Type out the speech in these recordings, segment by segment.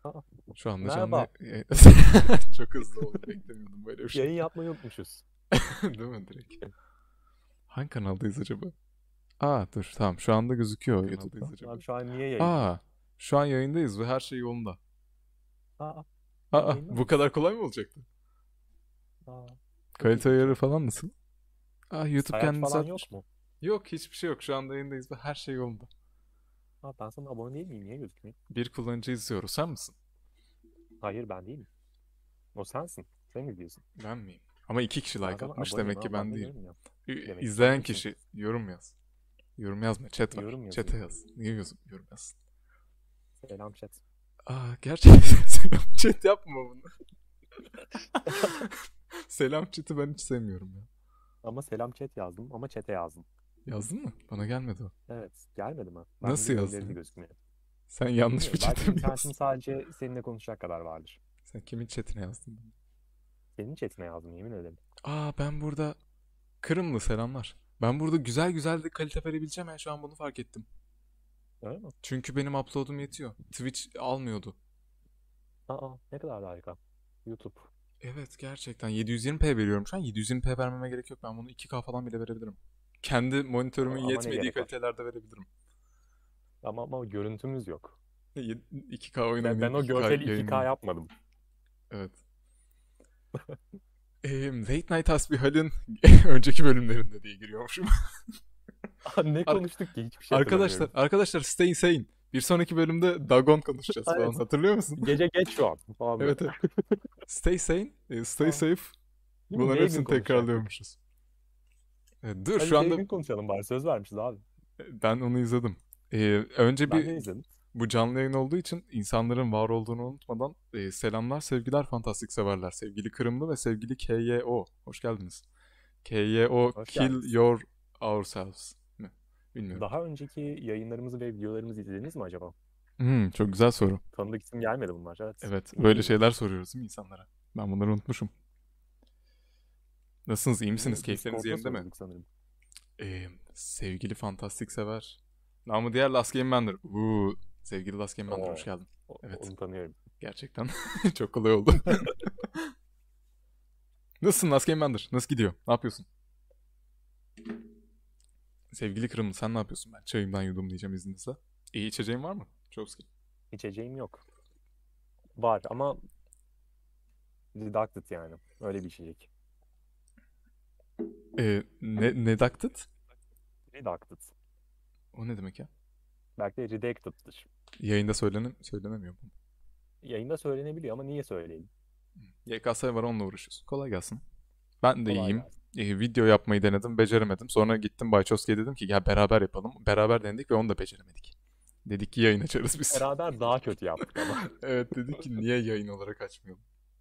Aa, Şu anda canlı... merhaba. Çok hızlı oldu. Beklemiyordum böyle bir şey. Yayın yapmayı unutmuşuz. Değil mi direkt? Hangi kanaldayız acaba? Aa dur tamam şu anda gözüküyor YouTube'da. Kanaldayız acaba? Abi şu an niye Aa yayındayız? şu an yayındayız ve her şey yolunda. Aa, Aa yayında bu mıyız? kadar kolay mı olacaktı? Aa, çok Kalite ilginç ayarı ya. falan nasıl? Aa YouTube Sayaç kendini falan düzeltmiş yok mi? mu? Yok hiçbir şey yok. Şu anda yayındayız ve her şey yolunda. Aa, ben sana abone değil miyim? Niye gözükmüyor? Bir kullanıcı izliyoruz. Sen misin? Hayır, ben değilim. O sensin. Sen mi diyorsun? Ben miyim? Ama iki kişi Ben like sana atmış. aboneyim Demek ki ama ben ben de değilim. görmüyorum. Demek ki sen İzleyen değilsin. kişi yorum yaz. Yorum yazma. Chat var. Yorum Chat'e yazayım. yaz. Niye yorum yazsın? Selam chat. Aa gerçekten selam chat yapma bunu. Selam chat'i ben hiç sevmiyorum ya. Ama selam chat yazdım ama chat'e yazdım. Yazdın mı? Bana gelmedi o. Evet, gelmedi mi? Bende Nasıl mailleri de yazdın? gözükmüyor. Sen yanlış bir Bilmiyorum. Belki chat'e mi internetim yazdın? sadece seninle konuşacak kadar vardır. Sen kimin chat'ine yazdın? Senin chat'ine yazdım, yemin ederim. Aa ben burada Kırımlı selamlar. Ben burada güzel güzel de kalite verebileceğim ya şu an bunu fark ettim. Öyle mi? Çünkü benim upload'um yetiyor. Twitch almıyordu. Aa, ne kadar da harika. YouTube. Evet gerçekten 720p veriyorum şu an. 720p vermeme gerek yok. Ben bunu 2K falan bile verebilirim. Kendi monitörümün Ama ne yetmediği gerek var? kalitelerde verebilirim. Ama görüntümüz yok. 2K oyun Ben oynayıp o 2K görseli 2K yayınlayayım. yapmadım. Evet. Late Night Hasbihal'in önceki bölümlerinde diye giriyormuşum. Ne Ar- konuştuk ki? Hiçbir şey arkadaşlar, hatırlamıyorum. arkadaşlar stay sane. Bir sonraki bölümde Dagon konuşacağız falan. Evet. Hatırlıyor musun? Gece geç şu an falan böyle. Evet evet. Stay sane, stay Aa, safe. değil mi? Bunların Neye gün hepsini konuşacaktık? tekrarlıyormuşuz. Dur Hadi şu şeye anda gün konuşalım bari. Söz vermişiz abi. ben onu izledim. Önce Ben bir de izledim. bu canlı yayın olduğu için insanların var olduğunu unutmadan selamlar, sevgiler, fantastik severler. Sevgili Kırımlı ve sevgili KYO. Hoş geldiniz. KYO Hoş Kill geldiniz. Your Ourselves mi? Bilmiyorum. Daha önceki yayınlarımızı ve videolarımızı izlediniz mi acaba? Çok güzel soru. Tanıdık isim gelmedi bunlar. Evet. Evet, böyle İzlediniz mi? şeyler soruyoruz değil mi insanlara? Ben bunları unutmuşum. Nasılsınız, iyi misiniz? Bunu Keyifleriniz Discord'da yerinde mi? sorduk sanırım. Sevgili fantastik sever. Namı diğer Last Game Bender. Sevgili Last Game Bender hoş Oo, geldin. Evet, onu tanıyorum. gerçekten çok kolay oldu. Nasılsın Last Game Bender? Nasıl gidiyor? Ne yapıyorsun? Sevgili Kırımlı sen ne yapıyorsun? Ben çayımdan yudum diyeceğim izninizle. İyi içeceğin var mı? Çovski. İçeceğim yok. Var ama redacted yani. Öyle bir içecek. Ne ducted? Redacted. O ne demek ya? Belki de redacted'dır. Yayında söylenemiyor bu. Yayında söylenebiliyor ama niye söyleyelim? YKS var onunla uğraşıyoruz. Kolay gelsin. Ben de Kolay iyiyim. gelsin. Video yapmayı denedim, beceremedim. Sonra gittim Bayçovski'ye dedim ki ya beraber yapalım. Beraber denedik ve onu da beceremedik. Dedik ki yayın açarız biz. Beraber daha kötü yaptık ama. Evet dedik ki niye yayın olarak açmayalım.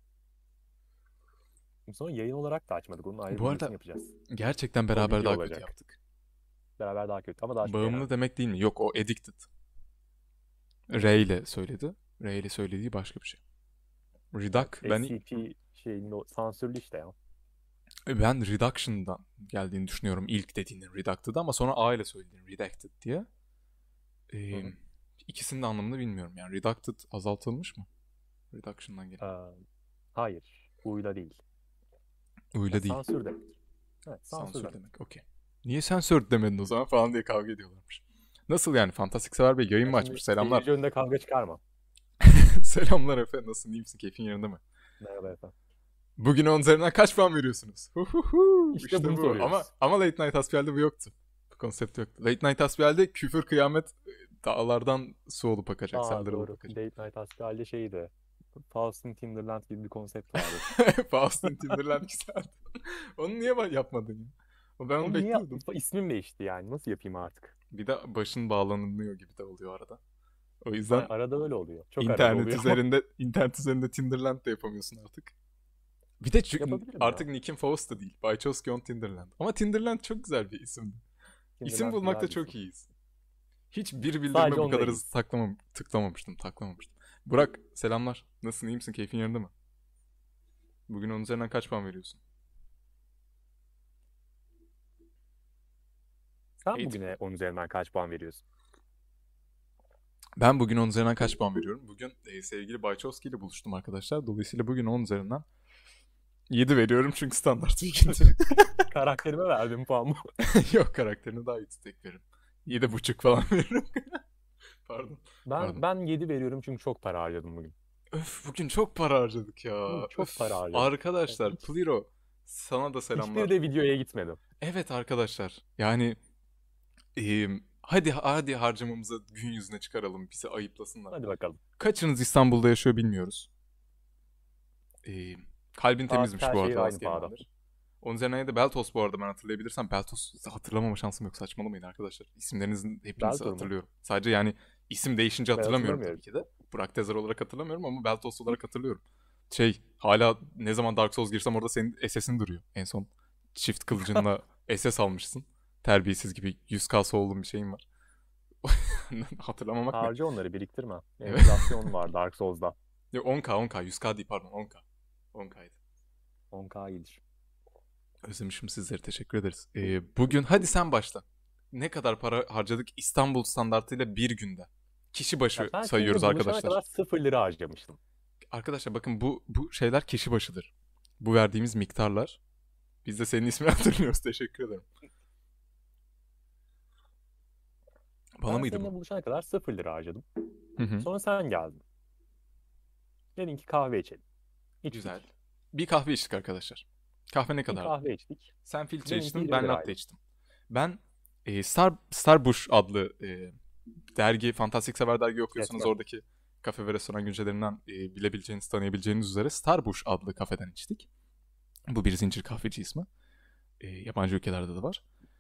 Sonra yayın olarak da açmadık. Onun ayrı Bu videosunu arada yapacağız. gerçekten O beraber video daha kötü olacak. yaptık. Beraber daha kötü ama daha çok Bağımlı eğlendik. demek değil mi? Yok o addicted. Ray ile söyledi. Ray ile söylediği başka bir şey. Evet. Reduc SCP şeyin o sansürlü işte ya. ben reduction'dan geldiğini düşünüyorum ilk dediğinin reducted ama sonra A ile söylediğin redacted diye. Hı Ee, hı. ikisinin de anlamını bilmiyorum. Yani reducted azaltılmış mı? Reduction'dan gelen. Hayır. Uyla değil. Ya, Öyle değil. sansür demek. Evet, sansür Sansür demek. demek. Okey. Niye sensör demedin o zaman falan diye kavga ediyorlarmış. Nasıl yani? Fantastik Sever Bey yayın Ya mı şimdi açmış? Selamlar. seyirci önünde kavga çıkarma. Selamlar Efe. Nasılsın? İyi misin? Keyfin yerinde mi? Merhaba efendim. Bugün 10 üzerinden kaç puan veriyorsunuz? Huhuhu, İşte İşte bunu bu. Ama soruyoruz. ama Late Night Hasbihal'de bu yoktu. Bu konsept yoktu. Late Night Hasbihal'de küfür kıyamet dağlardan su olup akacak. Aa, Seller olup doğru. akacak. Date Night Hasbihal'de şeydi. Faust'un Tinderland gibi bir konsept vardı. Faust'un Tinderland güzeldi. Onu niye yapmadın ya? Ben onu Onu niye bekliyordum. ismim değişti yani? Nasıl yapayım artık? Bir de başın bağlanılıyor gibi de oluyor arada. O Ay, yüzden arada öyle oluyor. Çok arada internet oluyor ama üzerinde internet üzerinde Tinderland da yapamıyorsun artık. Bir de yapabilirim ya. artık Nick'in Faust da değil. Bayçovski on Tinderland. Ama Tinderland çok güzel bir isimdi. İsim Tinderland bulmakta güzel bir çok isim. iyiyiz. Hiç bir Sadece bildirime bu onda kadar hızlı iyiyiz. tıklamamıştım. Burak selamlar. Nasılsın iyi misin? Keyfin yerinde mi? Bugün onun üzerinden kaç puan veriyorsun? Sen Eğitim. bugüne 10 üzerinden kaç puan veriyorsun? Ben bugün 10 üzerinden kaç puan veriyorum? Bugün sevgili Bayçovski ile buluştum arkadaşlar. Dolayısıyla bugün 10 üzerinden 7 veriyorum çünkü standart bir gündü. Karakterime verdim puan mı? Yok, karakterine daha yüksek veririm. 7,5 falan veririm. Pardon. Ben Pardon. ben 7 veriyorum çünkü çok para harcadım bugün. Öf, bugün çok para harcadık ya. Çok para Öf, harcadım. arkadaşlar Pliro, sana da Hiçbir selamlar. de videoya gitmedim. Evet arkadaşlar, yani hadi harcamamızı gün yüzüne çıkaralım, bizi ayıplasınlar. Hadi bakalım. Kaçınız İstanbul'da yaşıyor bilmiyoruz. Ee, Kalbin Artık temizmiş her bu şehir arada, aynı rastgele pahada. haber. Onun üzerine de Beltos bu arada, ben hatırlayabilirsem. Beltos hatırlamama şansım yok, saçmalamayın arkadaşlar. İsimlerinizin hepinizi Beltur mu? hatırlıyorum. Sadece yani isim değişince Ben hatırlamıyorum tabii hatırlamıyorum. ki de. Burak Tezer olarak hatırlamıyorum ama Beltos olarak hatırlıyorum. Hala ne zaman Dark Souls girsem orada senin SS'in duruyor. En son çift kılıcınla SS almışsın. Terbiyesiz gibi 100k soğulun bir şeyin var. Hatırlamamak ne? Harca onları, biriktirme. Evet. Enflasyon var Dark Souls'da. Yok, 10k 100k değil, pardon, 10k. 10k'ydı. 10K iyidir. Özlemişim sizleri, teşekkür ederiz. Bugün hadi sen başla. Ne kadar para harcadık İstanbul standartıyla bir günde? Kişi başı Ya ben sayıyoruz seninle buluşana arkadaşlar. kadar 0 lira harcamıştım. Arkadaşlar bakın, bu şeyler kişi başıdır. Bu verdiğimiz miktarlar. Biz de senin ismini hatırlıyoruz, teşekkür ederim. Bana Ben mıydı seninle bu? buluşana kadar 0 lira harcadım. Hı hı. Sonra sen geldin. Dedin ki kahve içelim. Güzel. İçtik. Bir kahve içtik arkadaşlar. Kahve ne Bir kadardı? kahve içtik. Sen filtre Benimki içtin, 20 ben latte liraydı. içtim. Ben Starbush adlı dergi, fantastik sever dergi okuyorsanız Esmer. oradaki kafe ve restoran güncellerinden bilebileceğiniz, tanıyabileceğiniz üzere Starbush adlı kafeden içtik. Bu bir zincir kahveci ismi. Yabancı ülkelerde de var.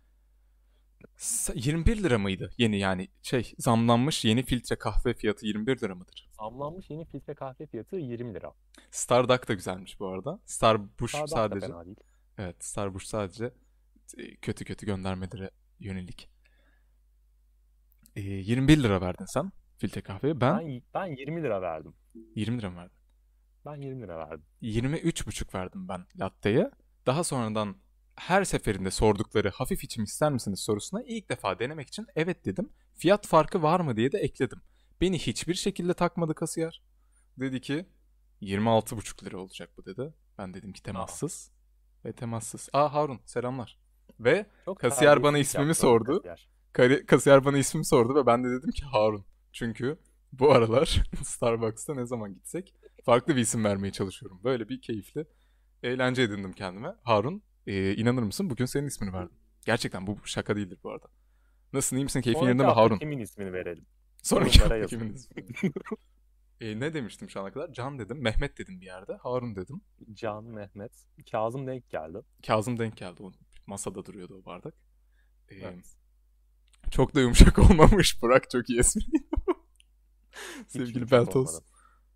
21 lira mıydı? Yeni, yani zamlanmış yeni filtre kahve fiyatı 21 lira mıdır? Zamlanmış yeni filtre kahve fiyatı 20 lira. Starduck da güzelmiş bu arada. Starbush Starbucks da sadece. fena değil. Evet, Starbush sadece kötü kötü göndermelere yönelik. 21 lira verdin sen filtre kahveye. Ben Ben 20 lira verdim. 20 lira mı verdim? Ben 20 lira verdim. 23,5 verdim ben latte'ye. Daha sonradan her seferinde sordukları hafif içim ister misiniz sorusuna ilk defa denemek için evet dedim. Fiyat farkı var mı diye de ekledim. Beni hiçbir şekilde takmadı kasiyer. Dedi ki 26,5 lira olacak bu dedi. Ben dedim ki temassız. Ve temassız. Harun selamlar. Ve Çok kasiyer bana terbiyesizlik ismimi yaptı sordu. kasiyer. Kasiyer bana ismimi sordu ve ben de dedim ki Harun. Çünkü bu aralar Starbucks'ta ne zaman gitsek farklı bir isim vermeye çalışıyorum. Böyle bir keyifli eğlence edindim kendime. Harun, inanır mısın bugün senin ismini verdim. Gerçekten bu şaka değildir bu arada. Nasılsın, iyi misin, keyfin yerinde Sonraki mi hafta Harun? kimin ismini verelim? Sonraki Yorumlara hafta kimin yazın. ismi? Ne demiştim şu ana kadar? Can dedim, Mehmet dedim bir yerde, Harun dedim. Can, Mehmet. Kazım denk geldi. Kazım denk geldi. O masada duruyordu o bardak. E, Evet. Çok da yumuşak olmamış. Burak çok iyi espri. Hiç Sevgili yumuşak Beltos. olmadı.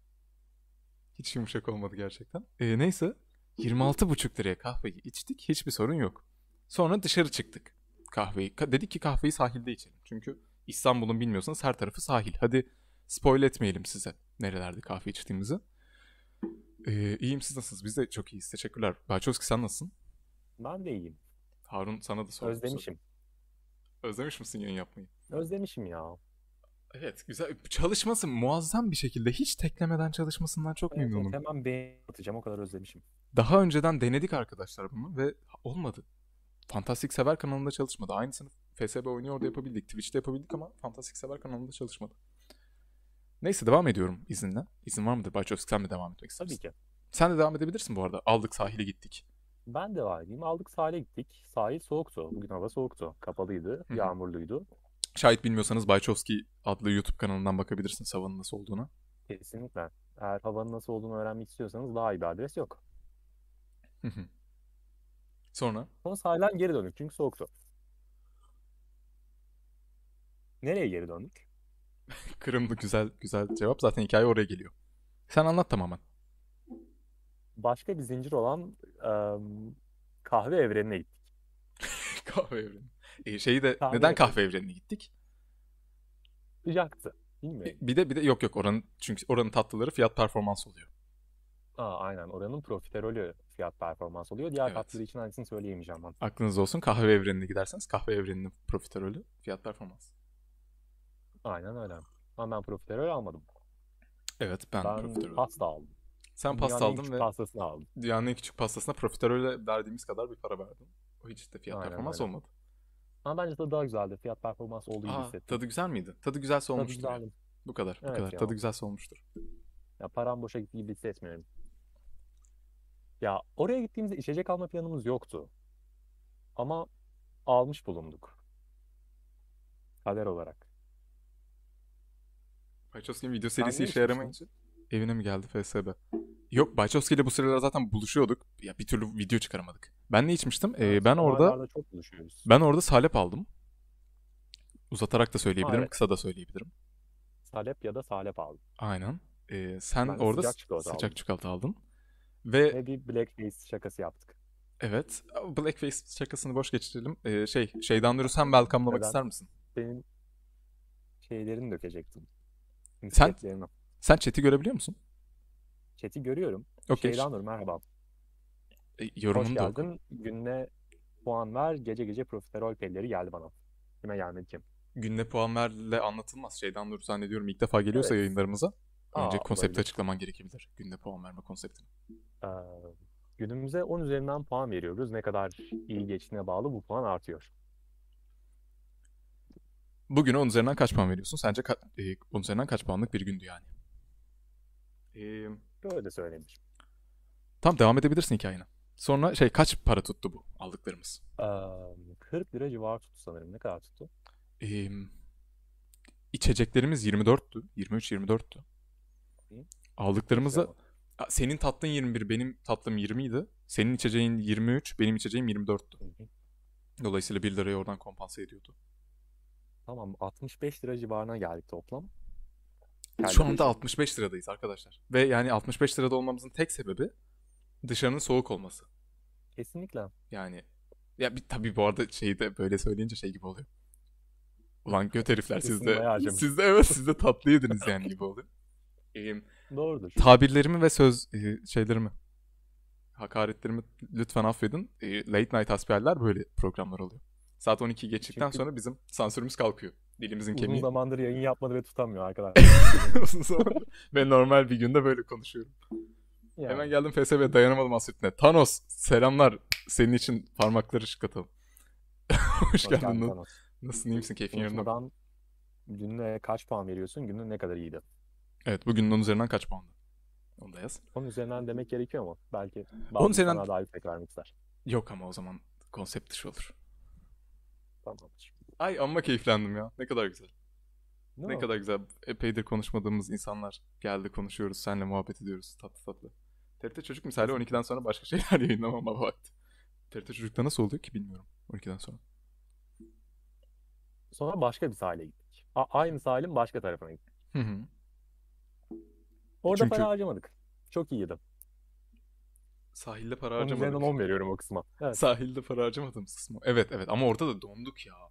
Hiç yumuşak olmadı gerçekten. Neyse. 26,5 liraya kahveyi içtik. Hiçbir sorun yok. Sonra dışarı çıktık. Dedik ki kahveyi sahilde içelim. Çünkü İstanbul'un bilmiyorsanız her tarafı sahil. Hadi spoil etmeyelim size nerelerde kahve içtiğimizi. İyiyim, siz nasılsınız? Biz de çok iyiyiz. Teşekkürler. Bahçoski, sen nasılsın? Ben de iyiyim. Harun, sana da sordum. Özlemişim. Özlemiş misin yayın yapmayı? Özlemişim ya. Evet, güzel. Çalışması muazzam bir şekilde. Hiç teklemeden çalışmasından çok Evet, memnunum. hemen beğeni atacağım, o kadar özlemişim. Daha önceden denedik arkadaşlar bunu ve olmadı. Fantastik Sever kanalında çalışmadı. Aynısını FSB oynuyor orada yapabildik. Twitch'te yapabildik ama Fantastik Sever kanalında çalışmadı. Neyse, devam ediyorum izinle. İzin var mıdır Bayçovski, sen mi devam etmek istersin? Tabii ki. Sen de devam edebilirsin bu arada. Aldık, sahile gittik. Ben de var diyeyim. Aldık, sahile gittik. Sahil soğuktu. Bugün hava soğuktu. Kapalıydı. Hı hı. Yağmurluydu. Şayet bilmiyorsanız Bayçovski adlı YouTube kanalından bakabilirsiniz havanın nasıl olduğuna. Kesinlikle. Eğer havanın nasıl olduğunu öğrenmek istiyorsanız daha iyi bir adres yok. Hı hı. Sonra Sonra sahilden geri döndük çünkü soğuktu. Nereye geri döndük? kırımlı güzel güzel cevap. Zaten hikaye oraya geliyor. Sen anlat tamamen. Başka bir zincir olan kahve evrenine gittik. Kahve evreni. Kahve Neden evreni. kahve evrenine gittik? Sıcaktı. Bilmiyorum. Bir de yok oranın, çünkü oranın tatlıları fiyat performans oluyor. Aynen, oranın profiterolü fiyat performans oluyor. Diğer Evet. tatlıları için hangisini söyleyemeyeceğim ben. Aklınızda olsun, kahve evrenine giderseniz kahve evreninin profiterolü fiyat performans. Aynen öyle. Ama ben profiterol almadım. Evet, ben Ben profiterol. pasta aldım. Sen pasta Dünyanın en aldın küçük ve pastasını aldım. dünyanın en küçük pastasına profiterole verdiğimiz kadar bir para verdin. O hiç de fiyat Aynen performans öyle. olmadı. Ama bence tadı daha güzeldi. Fiyat performans olduğu gibi Aa, hissettim. tadı güzel miydi? Tadı güzelse Tadı olmuştur ya. güzeldi. Bu kadar, bu kadar. Evet Tadı ya. güzelse olmuştur. Ya param boşa gitti gibi hissetmiyorum. Ya oraya gittiğimizde içecek alma planımız yoktu. Ama almış bulunduk. Kader olarak. Bayçovski'nin video Sen serisi ne işe içmiştin? yaramayınca evine mi geldi FSB? Yok, Bayçovski ile bu sıralar zaten buluşuyorduk. Ya bir türlü video çıkaramadık. Ben ne içmiştim? Evet, Ben son orada aylarda çok buluşuyoruz. ben orada salep aldım. Uzatarak da Aa, söyleyebilirim, evet. kısa da söyleyebilirim. Salep ya da salep aldım. Aynen. Sen Ben de orada sıcak çikolata sıcak aldım. çikolata aldın. Ve Ve bir blackface şakası yaptık. evet, Blackface şakasını boş geçirelim. Şeyden Nur'u sen welcome'lamak Neden? ister misin? Senin şeylerini dökecektim. Sen Misketlerini. sen chat'i görebiliyor musun? Chat'i görüyorum. Okey. Şeydanur merhaba. Hoş Yorumunu da oku. geldin. Gününe puan ver. Gece gece profiterol pelleri geldi bana. Kime gelmedi kim? Günle puan verle anlatılmaz. Şeyden Nur zannediyorum ilk defa geliyorsa Evet. yayınlarımıza. Önce konsepti Olabilir. açıklaman gerekebilir. Günle puan verme konseptini. Ee, Günümüze 10 üzerinden puan veriyoruz. Ne kadar iyi geçtiğine bağlı bu puan artıyor. Bugüne 10 üzerinden kaç puan veriyorsun? Sence 10 üzerinden kaç puanlık bir gündü yani? Ee, Böyle de söylenir. Tamam, devam edebilirsin hikayene. Sonra kaç para tuttu bu aldıklarımız? 40 lira civarı tuttu sanırım. Ne kadar tuttu? Ee, içeceklerimiz 24'tü. 23-24'tü. Hı? Çok iyi Aldıklarımızı ama. senin tatlın 21, benim tatlım 20 idi. Senin içeceğin 23, benim içeceğim 24'tü. Hı hı. Dolayısıyla 1 lirayı oradan kompanse ediyordu. Tamam, 65 lira civarına geldik toplam. Şu Kelle anda başı. 65 liradayız arkadaşlar. Ve yani 65 lirada olmamızın tek sebebi dışarının soğuk olması. Kesinlikle. Yani ya tabii bu arada şeyi de böyle söyleyince şey gibi oluyor. Ulan göt herifler, siz de Isınmaya harcamışız. siz de evet, siz de tatlı yediniz yani gibi oluyor. Ee, Doğrudur. Tabirlerimi ve şeylerimi, hakaretlerimi lütfen affedin. Late Night Hasbihaller böyle programlar oluyor. Saat 12'yi geçtikten Çünkü sonra bizim sansürümüz kalkıyor. Dilimizin uzun kemiği. zamandır yayın yapmadı ve tutamıyor arkadaşlar. Uzun zamandır. Ve normal bir günde böyle konuşuyorum. Hemen Yani. geldim FSB, dayanamadım hasretine. Thanos selamlar. Senin için parmakları şıklatalım. Hoş Hoş geldin. geldin Thanos. Nasılsın, iyi misin? Keyfin yerinde mi? Unutmadan gününe kaç puan veriyorsun? Günün ne kadar iyiydi? Evet, bugünün 10 üzerinden kaç puandı? Onu da yaz. Onun üzerinden demek gerekiyor mu? Belki 10 bazı üzerinden insanlar daha yüksek vermek ister. yok ama o zaman konsept dışı olur. Tamamdır. Ay amma keyiflendim ya. Ne kadar güzel. Değil Ne mi? kadar güzel. Epeydir konuşmadığımız insanlar geldi, konuşuyoruz. Seninle muhabbet ediyoruz. Tatlı tatlı. TRT Çocuk misali Kesinlikle. 12'den sonra başka şeyler yayınlamama vakti. TRT Çocuk'ta nasıl oluyor ki bilmiyorum 12'den sonra. Sonra başka bir sahile gittik. Aynı sahilin başka tarafına gittik. Hı hı. Orada para Çünkü harcamadık. Çok iyiydi. sahilde para Onun üzerinden harcamadık. 10 veriyorum o kısma. Evet. Sahilde para harcamadığımız kısmı. Evet evet, ama orada da donduk ya.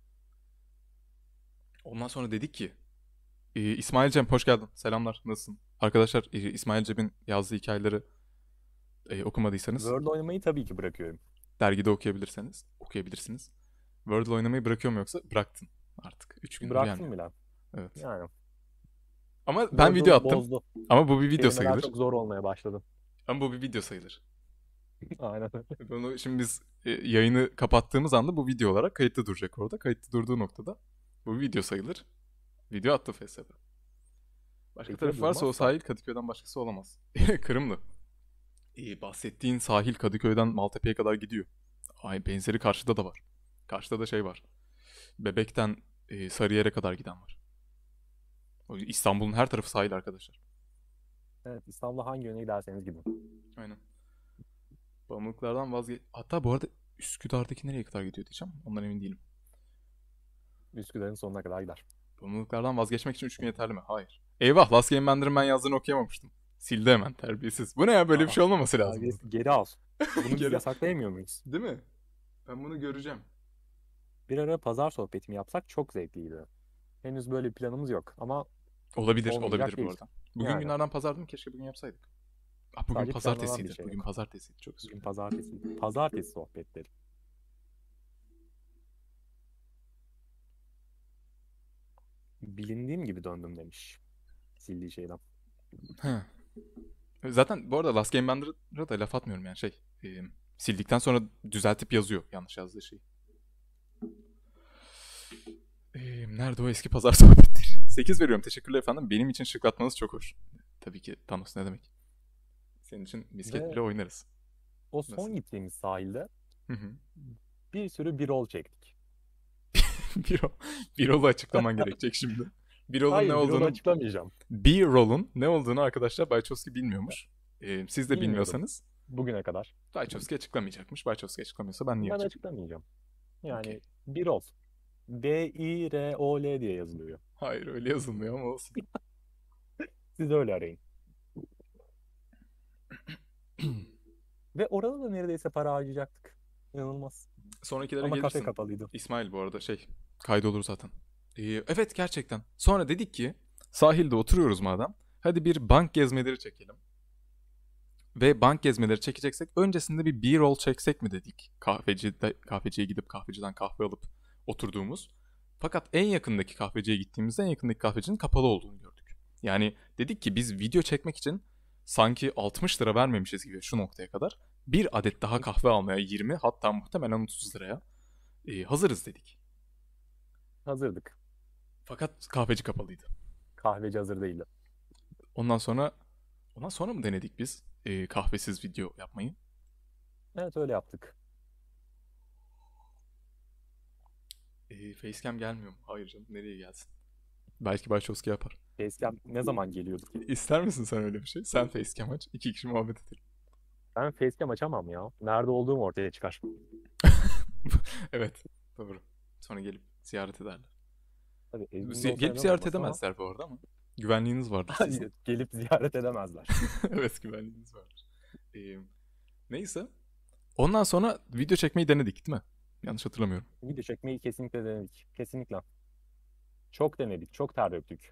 Ondan sonra dedik ki İsmail Cem hoş geldin. Selamlar. Nasılsın? Arkadaşlar, İsmail Cem'in yazdığı hikayeleri okumadıysanız Word oynamayı tabii ki bırakıyorum. dergide okuyabilirsiniz. Wordle oynamayı bırakıyor mu yoksa bıraktın artık. 3 gündür yani. Bıraktım bile. Evet. Yani. Ama ben video Wordle attım. bozdu. Ama bu bir video Kelimeler sayılır. çok zor olmaya başladı. Ama bu bir video sayılır. Aynen. Bunu şimdi biz yayını kapattığımız anda bu video olarak kayıtlı duracak orada. Kayıtlı durduğu noktada bu bir video sayılır. Video attı FSB. Başka Peki tarafı varsa o durmazsa? sahil Kadıköy'den başkası olamaz. Kırımlı. Bahsettiğin sahil Kadıköy'den Maltepe'ye kadar gidiyor. Ay, benzeri karşıda da var. Karşıda da şey var. Bebek'ten Sarıyer'e kadar giden var. İstanbul'un her tarafı sahil arkadaşlar. Evet, İstanbul'a hangi yöne giderseniz gidin. Aynen. Bağımlılıklardan Hatta bu arada Üsküdar'daki nereye kadar gidiyor diyeceğim. Ondan emin değilim. Üsküdar'ın sonuna kadar gider. Bağımlılıklardan vazgeçmek için 3 gün yeterli mi? Hayır. Eyvah, Last Game Bender'ın ben yazdığını okuyamamıştım. Sildi hemen, terbiyesiz. Bu ne ya, böyle bir Aa, şey olmaması lazım terbiyesi burada. geri al. Bunu biz Geri- yasaklayamıyor muyuz? Değil mi? Ben bunu göreceğim. Bir ara pazar sohbeti mi yapsak çok zevkliydi. Henüz böyle bir planımız yok ama Olabilir olmayacak bu değil. arada. Bugün Yani günlerden pazar değil mi? Keşke bugün yapsaydık. Bugün sadece planlanan bir pazartesiydi. şey Bugün yok. pazartesiydi. Çok özür Bugün dilerim. pazartesi. Pazartesi sohbetleri. Bilindiğim gibi döndüm demiş. Sildiği şeyden. He. Zaten bu arada Last Game Bender'a da laf atmıyorum yani sildikten sonra düzeltip yazıyor yanlış yazdığı şeyi. Nerede o eski pazar sohbetleri? 8 veriyorum, teşekkürler efendim. Benim için şıklatmanız çok hoş. Tabii ki Thanos, ne demek. Senin için misket Ve bile oynarız. o Nasıl? son gittiğimiz sahilde Hı hı. bir sürü bir çektik. Bir B-roll'u açıklaman gerekecek şimdi. B-roll'un ne Hayır, bir olduğunu açıklamayacağım. B-roll'un ne olduğunu arkadaşlar Bayçovski bilmiyormuş. Siz de Bilmiyordum bilmiyorsanız bugüne kadar. Bayçovski açıklamayacakmış. Bayçovski açıklamıyorsa ben niye Ben açıklayayım? açıklamayacağım. Okey. Yani bir Birol diye yazılıyor. Hayır, öyle yazılmıyor ama olsun. Siz öyle arayın. Ve orada da neredeyse para harcayacaktık. İnanılmaz. Sonrakilere Ama kafe gelirsin. kapalıydı. İsmail bu arada kaydolur zaten. Evet, gerçekten. Sonra dedik ki sahilde oturuyoruz madem. Hadi bir bank gezmeleri çekelim. Ve bank gezmeleri çekeceksek öncesinde bir B-roll çeksek mi dedik. Kahveciye gidip kahveciden kahve alıp oturduğumuz. Fakat en yakındaki kahveciye gittiğimizde en yakındaki kahvecinin kapalı olduğunu gördük. Yani dedik ki biz video çekmek için sanki 60 lira vermemişiz gibi şu noktaya kadar bir adet daha kahve almaya 20, hatta muhtemelen 30 liraya hazırız dedik. Hazırdık. Fakat kahveci kapalıydı. Kahveci hazır değildi. Ondan sonra mı denedik biz kahvesiz video yapmayı? Evet, öyle yaptık. Facecam gelmiyor mu? Hayır canım, nereye gelsin? Belki Bayçovski yapar. Facecam ne zaman geliyordu ki? İster misin sen öyle bir şey? Sen facecam aç. İki kişi muhabbet edelim. Ben facecam açamam ya. Nerede olduğum ortaya çıkar. Evet. Doğru. Sonra gelip ziyaret ederler. Tabii evimde olsa Gelip neden ziyaret olmasın ama edemezler bu arada ama. Güvenliğiniz vardır sizin. gelip ziyaret edemezler. Evet, güvenliğiniz vardır. Ee, Neyse. Ondan sonra video çekmeyi denedik değil mi? Yanlış hatırlamıyorum. Video çekmeyi kesinlikle denedik. Kesinlikle. Çok denedik. Çok ter döktük.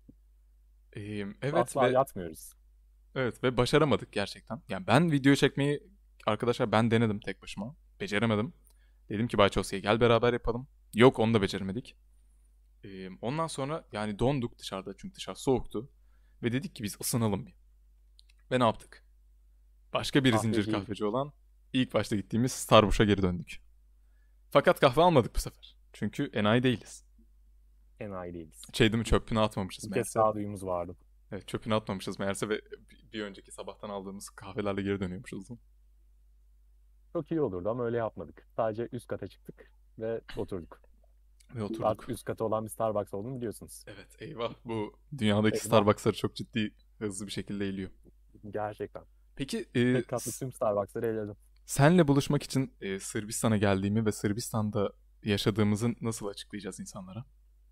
Evet Asla ve yatmıyoruz. başaramadık gerçekten. Yani ben video çekmeyi arkadaşlar ben denedim tek başıma. Beceremedim. Dedim ki Bayçovski'ye gel beraber yapalım. Yok, onu da beceremedik. Ondan sonra yani donduk dışarıda çünkü dışarı soğuktu. Ve dedik ki biz ısınalım bir. Ve ne yaptık? Başka bir zincir Kahveci kahveci olan ilk başta gittiğimiz Starbucks'a geri döndük. Fakat kahve almadık bu sefer. Çünkü enayi değiliz. enayi değiliz. Çöpünü atmamışız Bir kez meğerse. sağduyumuz vardı. Evet, çöpünü atmamışız meğerse ve bir önceki sabahtan aldığımız kahvelerle geri dönüyormuşuz. Çok iyi olurdu ama öyle yapmadık. Sadece üst kata çıktık ve oturduk. Ve oturduk. Artık üst katı olan bir Starbucks olduğunu biliyorsunuz. Evet, eyvah, bu dünyadaki Eyvah. Starbucks'ları çok ciddi hızlı bir şekilde eğiliyor. Gerçekten. Peki Tek katlı tüm Starbucks'ları eledim. senle buluşmak için Sırbistan'a geldiğimi ve Sırbistan'da yaşadığımızı nasıl açıklayacağız insanlara?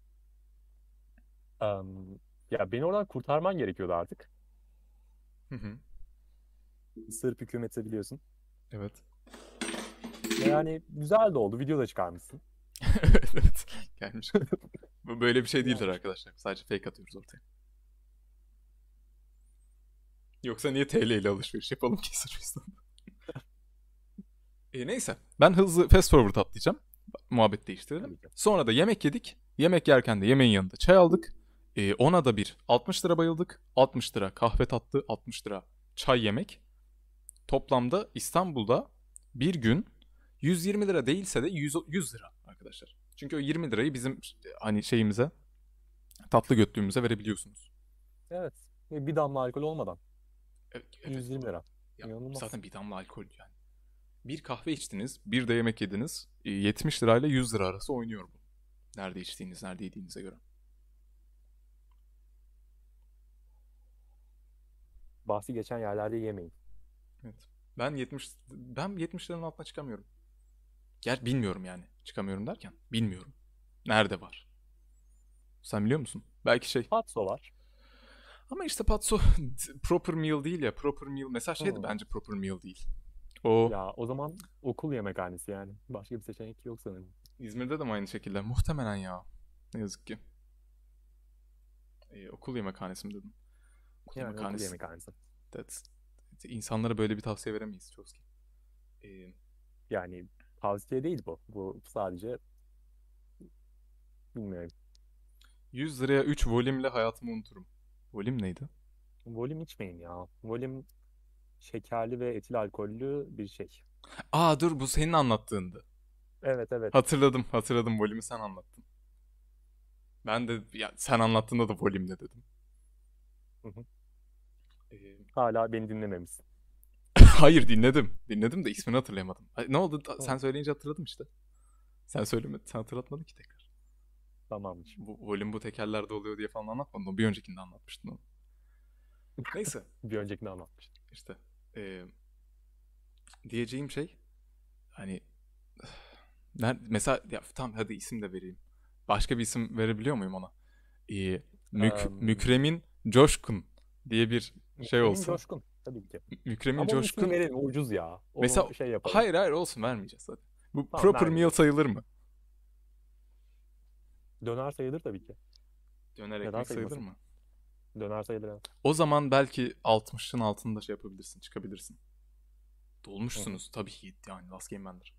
Ya beni oradan kurtarman gerekiyordu artık. Hı hı. Sırp hükümeti biliyorsun. Evet. Ve yani güzel de oldu. Video da çıkarmışsın. Evet. Gelmiş. Bu böyle bir şey değildir Yani arkadaşlar. Sadece fake atıyoruz ortaya. Yoksa niye TL ile alışveriş yapalım ki Sırbistan'da? Neyse. Ben hızlı fast forward atlayacağım. Muhabbet değiştirelim. tabii ki. Sonra da yemek yedik. Yemek yerken de yemeğin yanında çay aldık. Ona da bir 60 lira bayıldık. 60 lira kahve tatlı, 60 lira çay yemek. Toplamda İstanbul'da bir gün 120 lira değilse de 100 lira arkadaşlar. Çünkü o 20 lirayı bizim hani şeyimize, tatlı götlüğümüze verebiliyorsunuz. Evet. Ve bir damla alkol olmadan. Evet, 120 lira. ya İnanılmaz. zaten bir damla alkol yani. Bir kahve içtiniz, bir de yemek yediniz. 70 lirayla 100 lira arası oynuyor bu. Nerede içtiğiniz, nerede yediğinize göre. Bahsi geçen yerlerde yemeyin. Evet. Ben 70 liranın altına çıkamıyorum. Bilmiyorum yani. Çıkamıyorum derken bilmiyorum. Nerede var? Sen biliyor musun? Belki Patso var. ama işte Patso proper meal değil ya. Proper meal mesela Hmm. bence proper meal değil. O Ya o zaman okul yemekhanesi yani. Başka bir seçenek yok sanırım. İzmir'de de mi aynı şekilde? Muhtemelen ya. Ne yazık ki. Okul yemekhanesi mi dedim? Okul Yani okul yemekhanesi. yemekhanesi. Evet. İnsanlara böyle bir tavsiye veremeyiz çok ki. Yani tavsiye değil bu. Bu sadece bilmiyorum. 100 liraya 3 volümle hayatımı unuturum. Volüm neydi? Volüm içmeyin ya. Volüm şekerli ve etil alkollü bir şey. Aa dur, bu senin anlattığındı. Evet, evet. Hatırladım, volümü sen anlattın. Ben de ya sen anlattığında da volümle dedim. Hı hı. Ee, Hala beni dinlememişsin. Hayır, dinledim. Dinledim de ismini hatırlayamadım. Ay, ne oldu? Hı, Sen söyleyince hatırladım işte. Sen hatırlatmadın ki tekrar. tamamdır. Bu volüm bu tekerlerde oluyor diye falan anlatmadın. O bir öncekinde anlatmıştın onu. Neyse Bir öncekini anlatmıştım. işte ee, diyeceğim şey hani mesela ya tamam, hadi isim de vereyim. Başka bir isim verebiliyor muyum ona? Mükremin Coşkun diye bir şey Emin olsa. Coşkun tabii ki. Mükremin Ama onun ismini Coşkun verelim, o ucuz ya. mesela, Onu şey yapalım. hayır olsun, vermeyeceğiz hadi. Bu Tamam, proper meal vermeyeceğiz. sayılır mı? Döner sayılır tabii ki. Döner Neden ekmek sayılır sayılmasın? mı? Döner sayılır, evet. O zaman belki 60'ın altında şey yapabilirsin, çıkabilirsin. Hı hı. Dolmuşsunuz tabii ki, yani Last Game Bender.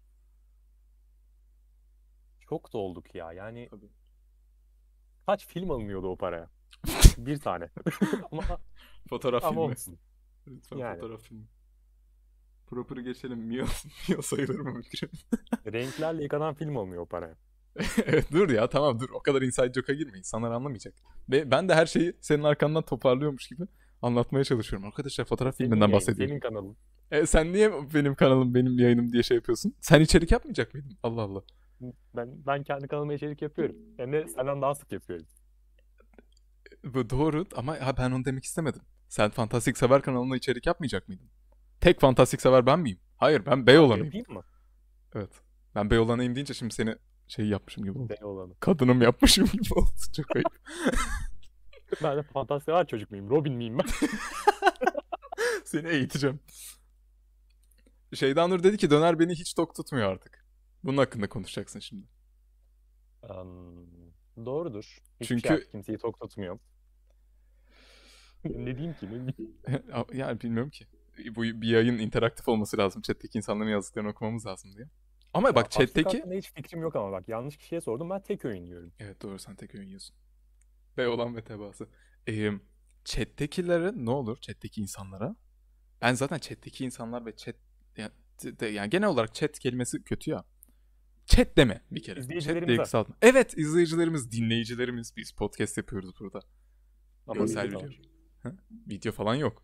Çok da olduk ya. Yani Tabii. kaç film alınıyordu o paraya? Bir tane. Ama Fotoğraf ama filmi. olsun. Lütfen Yani fotoğraf filmi. Proper'ı geçelim. Meal sayılır mı Mükremin? renklerle yıkanan film alınıyor o paraya. Evet, dur ya, tamam dur. O kadar inside joke'a girme. İnsanlar anlamayacak. Ben de her şeyi senin arkandan toparlıyormuş gibi anlatmaya çalışıyorum. Arkadaşlar, fotoğraf Senin filminden yayın, bahsediyor. senin kanalın. Sen niye benim kanalım, benim yayınım diye şey yapıyorsun? Sen içerik yapmayacak mıydın? Allah Allah. Ben kendi kanalıma içerik yapıyorum. Hem de senden daha sık yapıyorum. Bu doğru ama ben onu demek istemedim. Sen Fantastik Sever kanalına içerik yapmayacak mıydın? Tek Fantastik Sever ben miyim? Hayır, ben Tamam, Beyoğlan'ıyım. yapayım mı? Evet. Ben Beyoğlan'ıyım deyince şimdi seni şey yapmışım gibi oldu. De olanı. Kadınım yapmışım gibi oldu. Çok ayıp. Ben de fantastik var çocuk muyum? Robin miyim ben? Seni eğiteceğim. Şeydanur dedi ki döner beni hiç tok tutmuyor artık. Bunun hakkında konuşacaksın şimdi. Doğrudur. Hiçbir şey Çünkü artık kimseyi tok tutmuyor. Ne diyeyim ki? Ne diyeyim? yani bilmiyorum ki. Bu bir yayın interaktif olması lazım. Chat'teki insanların yazdıklarını okumamız lazım diye. Ama Ya bak açlık chat'teki... hakkında hiç fikrim yok ama bak, yanlış kişiye sordum. Ben tek öğün yiyorum. Evet doğru, sen tek öğün yiyorsun. Beyoğlan ve tebaası. Ee, Chat'tekilere ne olur? Chat'teki insanlara. Ben zaten chat'teki insanlar ve chat... Yani genel olarak chat kelimesi kötü ya. Chat deme bir kere. Chat diye İzleyicilerimize. kısaltma. Evet, izleyicilerimiz, dinleyicilerimiz. Biz podcast yapıyoruz burada. Ama Görsel video da video. var. Ha? Video falan yok.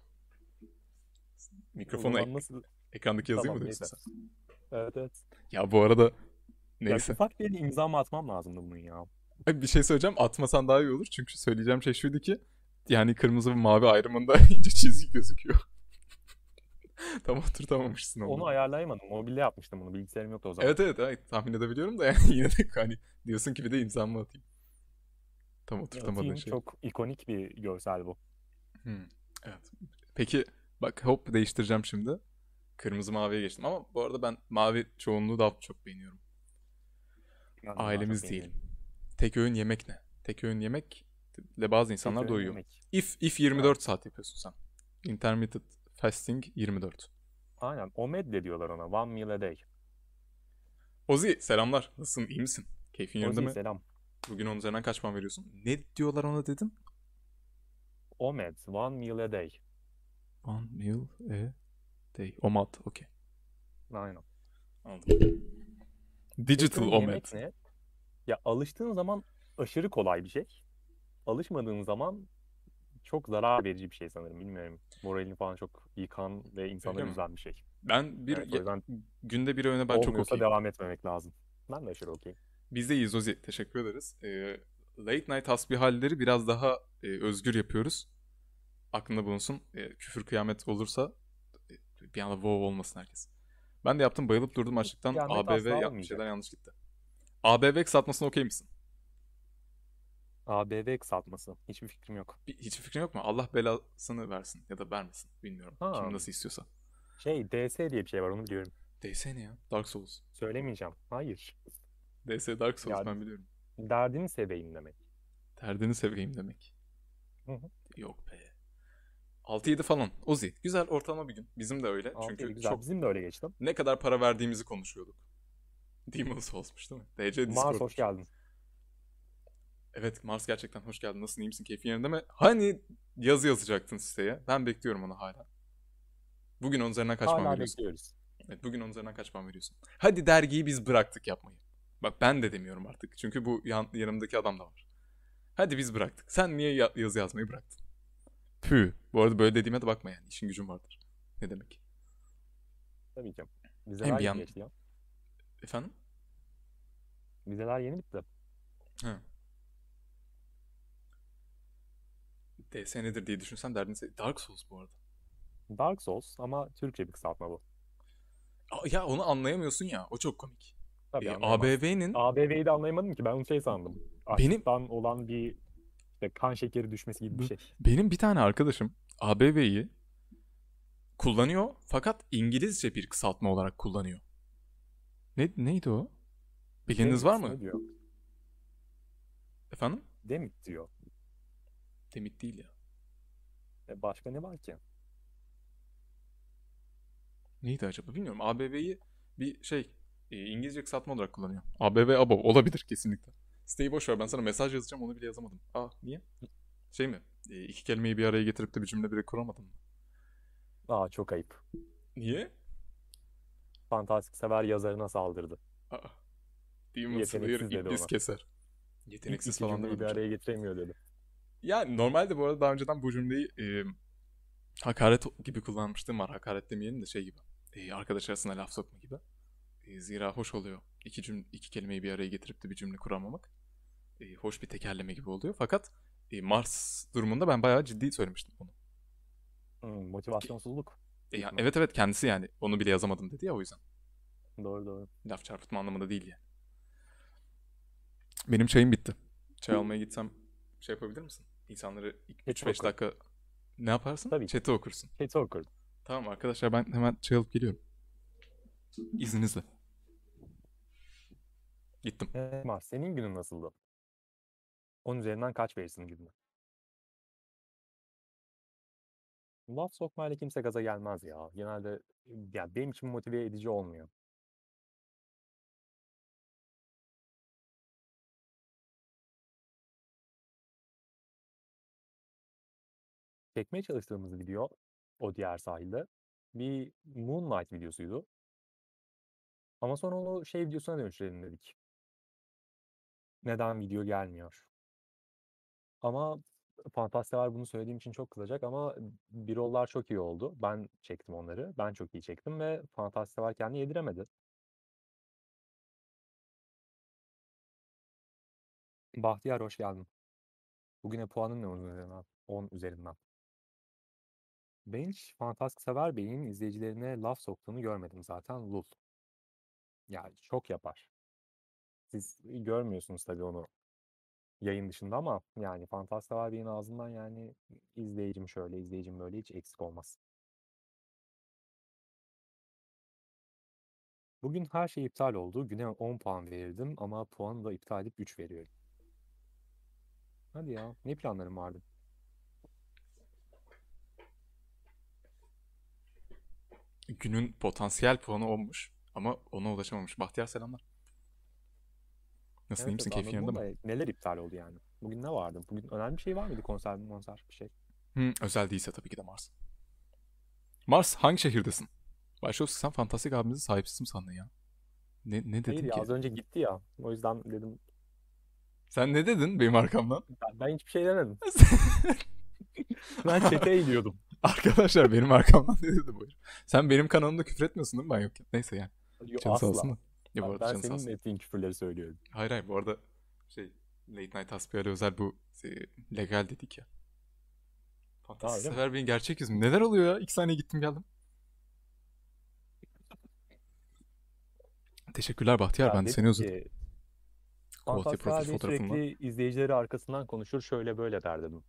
O Mikrofonu zaman nasıl? ekrandaki yazıyı mı Tamam, diyorsun neyse. sen? Evet, evet. Ya bu arada Ya neyse. ufak bir imza mı atmam lazımdı bunun ya? Ay, bir şey söyleyeceğim. Atmasan daha iyi olur. Çünkü söyleyeceğim şey şuydu ki yani kırmızı ve mavi ayrımında ince çizgi gözüküyor. Tam oturtamamışsın Onu onu. ayarlayamadım. Mobilde yapmıştım bunu. Bilgisayarım yoktu o zaman. Evet, tahmin edebiliyorum da yani yine de hani diyorsun ki bir de imzamı atayım. Tam oturtamadığın Atayım. şey. Çok ikonik bir görsel bu. Hmm, evet. Peki bak, hop değiştireceğim şimdi. Kırmızı maviye geçtim ama bu arada ben mavi çoğunluğu daha çok beğeniyorum. Ben de daha çok Ailemiz diyelim. beğeniyorum. Tek öğün yemek ne? Tek öğün yemekle bazı Tek insanlar öğün doyuyor. yemek. If Evet. 24 saat yapıyorsun sen. Intermittent fasting 24. Aynen. OMED diyorlar ona. One meal a day. Ozi selamlar. Nasılsın? İyi misin? Keyfin yerinde Ozi mi? selam. Bugün onun üzerinden kaç puan veriyorsun? Ne diyorlar ona dedin? OMED. One meal a day. One meal a day. OMAD. Okey. Aynen. Anladım. Tek Digital öğün OMAD. yemek ne? Ya alıştığın zaman aşırı kolay bir şey. Alışmadığın zaman çok zarar verici bir şey sanırım. Bilmiyorum. Moralini falan çok yıkan ve Öyle insanları mi? üzen bir şey. Ben Evet, o yüzden günde bir öğüne ben çok olmuyorsa okeyim. devam etmemek lazım. Ben de aşırı okeyim. Biz de iyiyiz Ozi. Teşekkür ederiz. Late night hasbihalleri biraz daha özgür yapıyoruz. Aklında bulunsun. Küfür kıyamet olursa bir anda wow olmasın herkes. Ben de yaptım, bayılıp durdum açlıktan. Kıyamet ABV asla bir şeyler olmayacak. yanlış gitti. ABV kısaltmasına okey misin? ABV kısaltması. Hiçbir fikrim yok. Hiçbir fikrin yok mu? Allah belasını versin ya da vermesin. Bilmiyorum. Ha, Kim nasıl istiyorsa. DS diye bir şey var, onu biliyorum. DS ne ya? Dark Souls. Söylemeyeceğim. Hayır. DS Dark Souls, Ya ben biliyorum. derdini seveyim demek. Derdini seveyim demek. Hı hı. Yok be. 6-7 falan. Ozi. Güzel ortalama bir gün. Bizim de öyle. 6 Çünkü güzel. çok Bizim de öyle geçti. ne kadar para verdiğimizi konuşuyorduk. Demon's Souls'muş değil mi? DC Mars, hoş Discord'muş. geldin. Evet, Mars gerçekten hoş geldin. Nasılsın, iyi misin, keyfin yerinde mi? Hani yazı yazacaktın siteye. Ben bekliyorum onu hala. Bugün onun üzerinden kaç puan Hala veriyorsun? bekliyoruz. Evet, bugün onun üzerinden kaç puan veriyorsun? Hadi dergiyi biz bıraktık yapmayı. Bak ben de demiyorum artık. Çünkü bu yanımdaki adam da var. Hadi biz bıraktık. Sen niye yazı yazmayı bıraktın? Püh. Bu arada böyle dediğime de bakma yani. İşin gücün vardır. Ne demek? Tabii ki. Hem Vizeler bir yeni yan... geçti ya. Efendim? Vizeler yeni bitti. Ha. DS nedir diye düşünsen derdin Dark Souls bu arada. Dark Souls ama Türkçe bir kısaltma bu. Ya onu anlayamıyorsun ya. O çok komik. Tabii anlayamazsın. ABV'nin ABV'yi de anlayamadım ki, ben onu şey sandım. benim Açlıktan olan bir işte kan şekeri düşmesi gibi bir şey. benim bir tane arkadaşım ABV'yi kullanıyor fakat İngilizce bir kısaltma olarak kullanıyor. Neydi o? Bileniniz var Demit mı? ne diyor? Efendim? Demit diyor. Demit değil ya. Başka ne var ki? Neydi acaba bilmiyorum. ABV'yi bir İngilizce kısaltma olarak kullanıyor. ABV ABO olabilir kesinlikle. Siteyi boş ver, ben sana mesaj yazacağım, onu bile yazamadım. Niye? Şey mi? İki kelimeyi bir araya getirip de bir cümle bile kuramadım mı? Aa, çok ayıp. Niye? Fantastik sever yazarına saldırdı. Aa, Demon Slayer Yeteneksiz dedi iblis ona. keser. Yeteneksiz İki falan cümleyi bir demedim canım. araya getiremiyor dedi. Yani normalde bu arada daha önceden bu cümleyi hakaret gibi kullanmıştım var. Hakaret demeyelim de şey gibi. Arkadaş arasında laf sokma gibi. Zira hoş oluyor. İki kelimeyi bir araya getirip de bir cümle kuramamak. Hoş bir tekerleme gibi oluyor. Fakat Mars durumunda ben bayağı ciddi söylemiştim bunu. Ki, Motivasyonsuzluk. Büyük ihtimal. evet evet, kendisi yani onu bile yazamadım dedi ya, o yüzden. Doğru doğru. Laf çarpıtma anlamında değil yani. Benim çayım bitti. Çay almaya gitsem şey yapabilir misin? İnsanları Chat'i 3-5 okurum. dakika ne yaparsın? Tabii ki. Chat'i okursun. Chat'i okurum. Tamam arkadaşlar, ben hemen çay alıp geliyorum. İzninizle. Gittim. Mars, senin günün nasıldı? 10 üzerinden kaç verirsin gününe? Laf sokmayla kimse gaza gelmez ya. Genelde ya benim için motive edici olmuyor. Çekmeye çalıştığımız video, o diğer sahilde, bir Moonlight videosuydu. Ama sonra onu şey videosuna dönüştürelim dedik. Neden video gelmiyor? Ama Fantastiğer bunu söylediğim için çok kızacak ama birollar çok iyi oldu. Ben çektim onları. Ben çok iyi çektim ve Fantastiğer kendini yediremedi. Bahtiyar, hoş geldin. Bugüne puanın ne 10 üzerinden? 10 üzerinden. Ben hiç Fantastik Sever Bey'in izleyicilerine laf soktuğunu görmedim zaten. Lul. Yani çok yapar. Siz görmüyorsunuz tabii onu yayın dışında ama yani Fantastik Sever Bey'in ağzından yani izleyicim şöyle, izleyicim böyle hiç eksik olmaz. Bugün her şey iptal oldu. Güne 10 puan verirdim ama puanı da iptal edip 3 veriyorum. Hadi ya, ne planlarım vardı? Günün potansiyel puanı olmuş ama ona ulaşamamış. Bahtiyar selamlar. Nasılsın, iyi Evet misin, evet, keyfin anladım yerinde mi? ama neler iptal oldu yani? Bugün ne vardı? Bugün önemli bir şey var mıydı? Konser bir şey. Özel değilse tabii ki de Mars. Mars, hangi şehirdesin? Başlıyorsun, sen fantastik abimizi sahipsiz mi sandın ya? Ne Hayır dedin ya, ki? az önce gitti ya. O yüzden dedim Sen ne dedin benim arkamdan? ben hiçbir şey demedim. Ben chat'e eğiliyordum. Arkadaşlar benim arkamdan ne dedi bu herif? Sen benim kanalımda küfür etmiyorsun değil mi ben yokken? Neyse yani. Yo, Canı sağ olsun asla. da. Ya bu arada Ben canı sağ senin olsun. ettiğin küfürleri söylüyorum. Hayır hayır, bu arada Late Night Hasbihal özel bu legal dedik ya. Aa, Fantastik öyle mi? sever benim gerçek yüzüm. Neler oluyor ya? 2 saniye gittim geldim. Teşekkürler Bahtiyar, Ya ben de seni dedim özledim. ki Quality Fantastik profil abi fotoğrafımla. sürekli izleyicileri arkasından konuşur, şöyle böyle der dedim.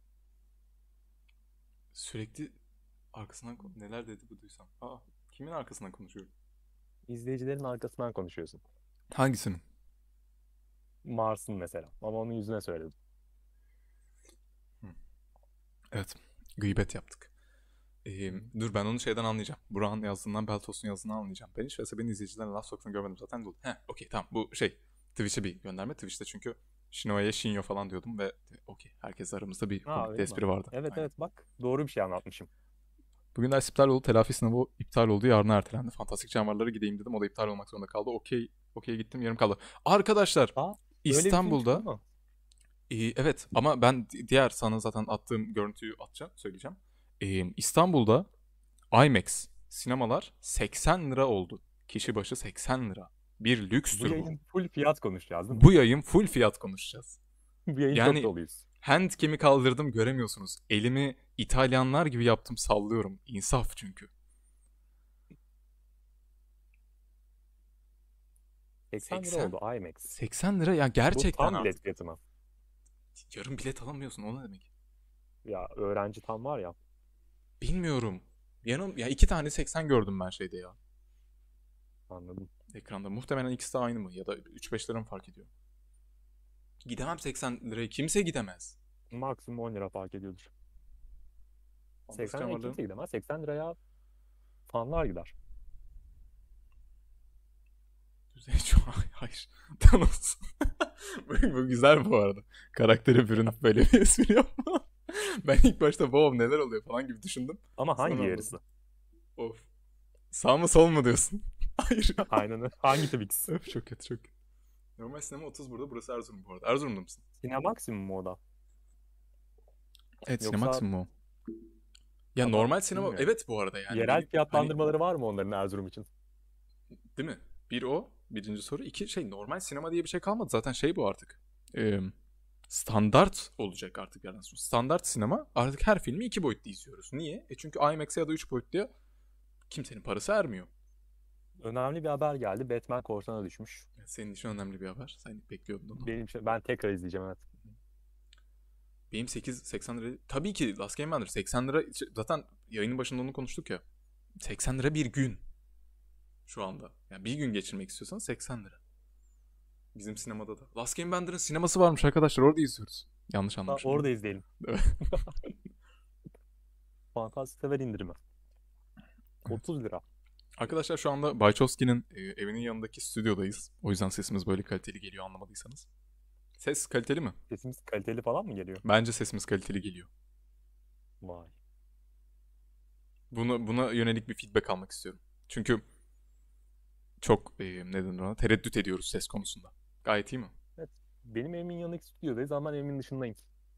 Sürekli arkasından neler dedi bu duysam. Kimin arkasından konuşuyorum? İzleyicilerin arkasından konuşuyorsun. Hangisinin? Mars'ın mesela. Ama onun yüzüne söyledim. Hı. Evet. Gıybet yaptık. Dur, ben onu şeyden anlayacağım. Burak'ın yazdığından, Beltos'un yazdığından anlayacağım. Ben hiç VSB'nin izleyicilerine laf soktuğunu görmedim zaten. Okey tamam, bu Twitch'e bir gönderme. Twitch'te çünkü Şino'ya Shinyo falan diyordum ve okey. Herkes aramızda bir Ha komik bir öyle mi? espri vardı. Evet Aynen. evet bak doğru bir şey anlatmışım. Bugün ders iptal oldu. Telafi sınavı iptal oldu. Yarına ertelendi. Fantastik canavarlara gideyim dedim. O da iptal olmak zorunda kaldı. Okey gittim. Yarım kaldı. Arkadaşlar Aa öyle bir film çıktı İstanbul'da ama. evet ama ben diğer sana zaten attığım görüntüyü söyleyeceğim. İstanbul'da IMAX sinemalar 80 lira oldu. Kişi başı 80 lira. Bir Bu lükstür bu. yayın full fiyat konuşacağız değil mi? Bu yayın full fiyat konuşacağız. Bu yayın çok Yani doluyuz. handcam'i kaldırdım göremiyorsunuz. Elimi İtalyanlar gibi yaptım sallıyorum. İnsaf çünkü. 80 lira 80 oldu IMAX. 80 lira ya Bu gerçekten tam artık. bilet fiyatı mı? Yarım bilet alamıyorsun o ne demek? Ya öğrenci tam var ya. Bilmiyorum. Ya iki tane 80 gördüm ben şeyde ya. Anladım. Ekranda. Muhtemelen ikisi de aynı mı? Ya da 3-5 lira mı fark ediyor? Gidemem 80 liraya. Kimse gidemez. Maksimum 10 lira fark ediyordur. Fantastik 80 liraya canavarların kimse gidemez. 80 liraya fanlar gider. düzeyi çok... Hayır. Thanos. Bu güzel bu arada. Karakteri bürünüp böyle bir espri yapma. Ben ilk başta wow neler oluyor falan gibi düşündüm. Ama Sonra hangi anladım. yarısı? Of. Sağ mı sol mu diyorsun? Hayır. Aynen öyle. Hangi Twix? Öf çok kötü çok kötü. Normal sinema 30 burada. Burası Erzurum bu arada. Erzurum'da mısın? Sinemaksimum mu o da? Evet Yoksa Sinemaksimum o. Ya ama normal sinema bilmiyorum. evet bu arada yani. Yerel Hani fiyatlandırmaları var mı onların Erzurum için? değil mi? Bir o. Birinci soru. İki normal sinema diye bir şey kalmadı. Zaten şey bu artık. Ee, Standart olacak artık yerden sonra. Standart sinema artık her filmi 2 boyutlu izliyoruz. Niye? Çünkü IMAX'e ya da 3 boyutluya kimsenin parası ermiyor. Önemli bir haber geldi. Batman korsana düşmüş. Senin için önemli bir haber. Sen bekliyordun onu. Ben tekrar izleyeceğim evet. Benim 80 lira. Tabii ki Last Game Bender 80 lira. Zaten yayının başında onu konuştuk ya. 80 lira bir gün. Şu anda. Yani bir gün geçirmek istiyorsan 80 lira. Bizim sinemada da. Last Game Bender'ın sineması varmış arkadaşlar. Orada izliyoruz. Yanlış anlamışım. Orada izleyelim. Evet. Fantastik sever indirimi. Evet. 30 lira. Arkadaşlar şu anda Wachowski'nin evinin yanındaki stüdyodayız. O yüzden sesimiz böyle kaliteli geliyor anlamadıysanız. Ses kaliteli mi? Sesimiz kaliteli falan mı geliyor? Bence sesimiz kaliteli geliyor. Vay. Buna yönelik bir feedback almak istiyorum. Çünkü çok ne denir ona? Tereddüt ediyoruz ses konusunda. Gayet iyi mi? Evet. Benim evimin yanındaki stüdyodayız ama ben evimin dışındayım.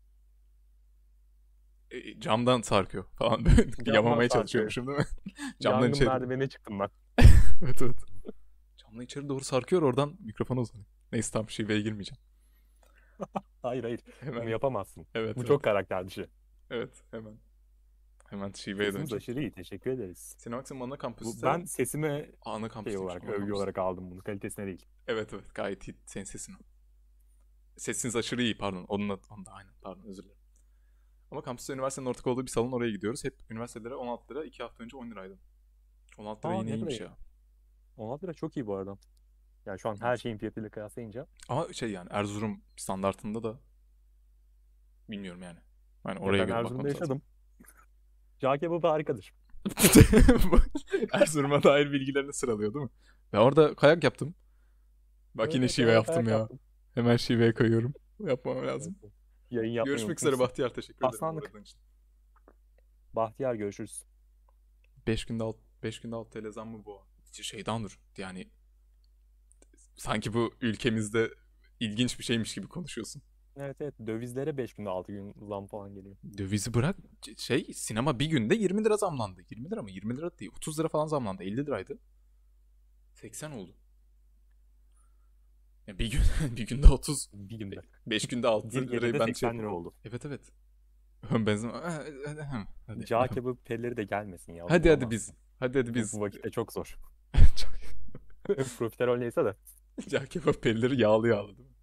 Camdan sarkıyor falan. Böyle Camdan yamamaya sarkıyor. çalışıyormuşum değil mi? Camdan Yangın içeri. merdivenine çıktım ben. Evet evet. Camdan içeri doğru sarkıyor oradan mikrofona uzanıyor. Neyse tam şiveye girmeyeceğim. Hayır. Bunu Hemen. yapamazsın. Evet. Bu çok karakter dışı. Evet hemen. Hemen şiveye Sesimiz döneceğim. aşırı iyi. Teşekkür ederiz. Sinemaksim ana kampüste. Ben sesime Ana kampüste. olarak, övgü olarak aldım bunu. Kalitesine değil. Evet gayet iyi. Senin sesin o. Sesiniz aşırı iyi pardon. Onun da aynen pardon özür dilerim. Ama kampüste üniversitenin ortak olduğu bir salon oraya gidiyoruz. Hep üniversitelere 16 lira 2 hafta önce 10 liraydı. 16 lira Aa, yine ne iyiymiş kadar ya. 16 lira çok iyi bu arada. Yani şu an her Evet. şeyin fiyatıyla kıyaslayınca. Ama yani Erzurum standartında da bilmiyorum yani. Yani Ya oraya ben göre Erzurum'da bakmamız lazım. yaşadım. Cağ kebabı harikadır. Erzurum'a dair bilgilerini sıralıyor değil mi? Ben orada kayak yaptım. Bak yine Evet, şive ben yaptım kayak ya. yaptım. Hemen şiveye koyuyorum. Yapmam lazım. Yayın yapmayı Görüşmek üzere unutmuşsun. Bahtiyar. Teşekkür ederim Aslanlık. uğradığın için. Bahtiyar görüşürüz. 5 günde 6 TL zam mı bu? Şeyden dur. Yani sanki bu ülkemizde ilginç bir şeymiş gibi konuşuyorsun. Evet dövizlere 5 günde 6 gün zam falan geliyor. Dövizi bırak sinema bir günde 20 lira zamlandı. 20 lira mı? 20 lira değil. 30 lira falan zamlandı. 50 liraydı. 80 oldu. Ya bir gün bir günde 30. Bir günde. 5 günde 6 Bir lirayı gecede ben 80 lira oldu. Evet. Ön benzin. Hadi. Cağ kebabı pelleri de gelmesin ya. Hadi Bulamaz. biz. Hadi biz. Bu vakitte çok zor. Çok. Profiterol neyse de. Cağ kebap pelleri yağlı değil mi?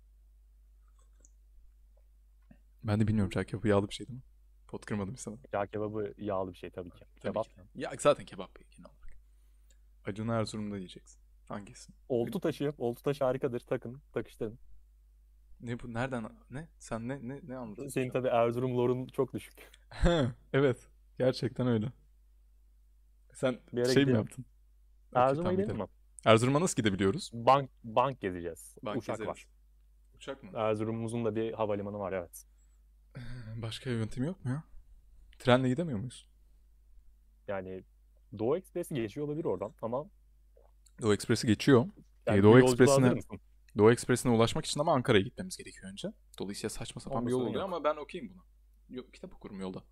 Ben de bilmiyorum cağ kebabı yağlı bir şey değil mi? Pot kırmadım sana. Cağ kebabı yağlı bir şey tabii ki. Tabii Kebap. ki. Ya zaten kebap genel olarak. Acunu Erzurum'da yiyeceksin. Hangisi? Oltu taşı harikadır. Takın, takıştırın. Ne bu? Nereden? Ne? Sen ne anlatıyorsun? Senin tabii Erzurum lorun çok düşük. Evet. Gerçekten öyle. Sen Bir ara şey mi gidelim. yaptın? Okey, Erzurum'a tamam, gidelim gidelim. mi? Erzurum'a nasıl gidebilyoruz? Bank gezeceğiz. Bak Uçak gezeriz. var. Uçak mı? Erzurum'umuzun da bir havalimanı var, evet. Başka bir yöntemi yok mu ya? Trenle gidemiyor muyuz? Yani Doğu Ekspresi geçiyor olabilir oradan ama Doğu Ekspresi geçiyor. yani bu Doğu yolculuğa hazır Ekspresi'ne mısın? Doğu Ekspresi'ne ulaşmak için ama Ankara'ya gitmemiz gerekiyor önce. Dolayısıyla saçma sapan Onda bir yol sorun oluyor yok. ama ben okeyim buna. Yok, kitap okurum yolda.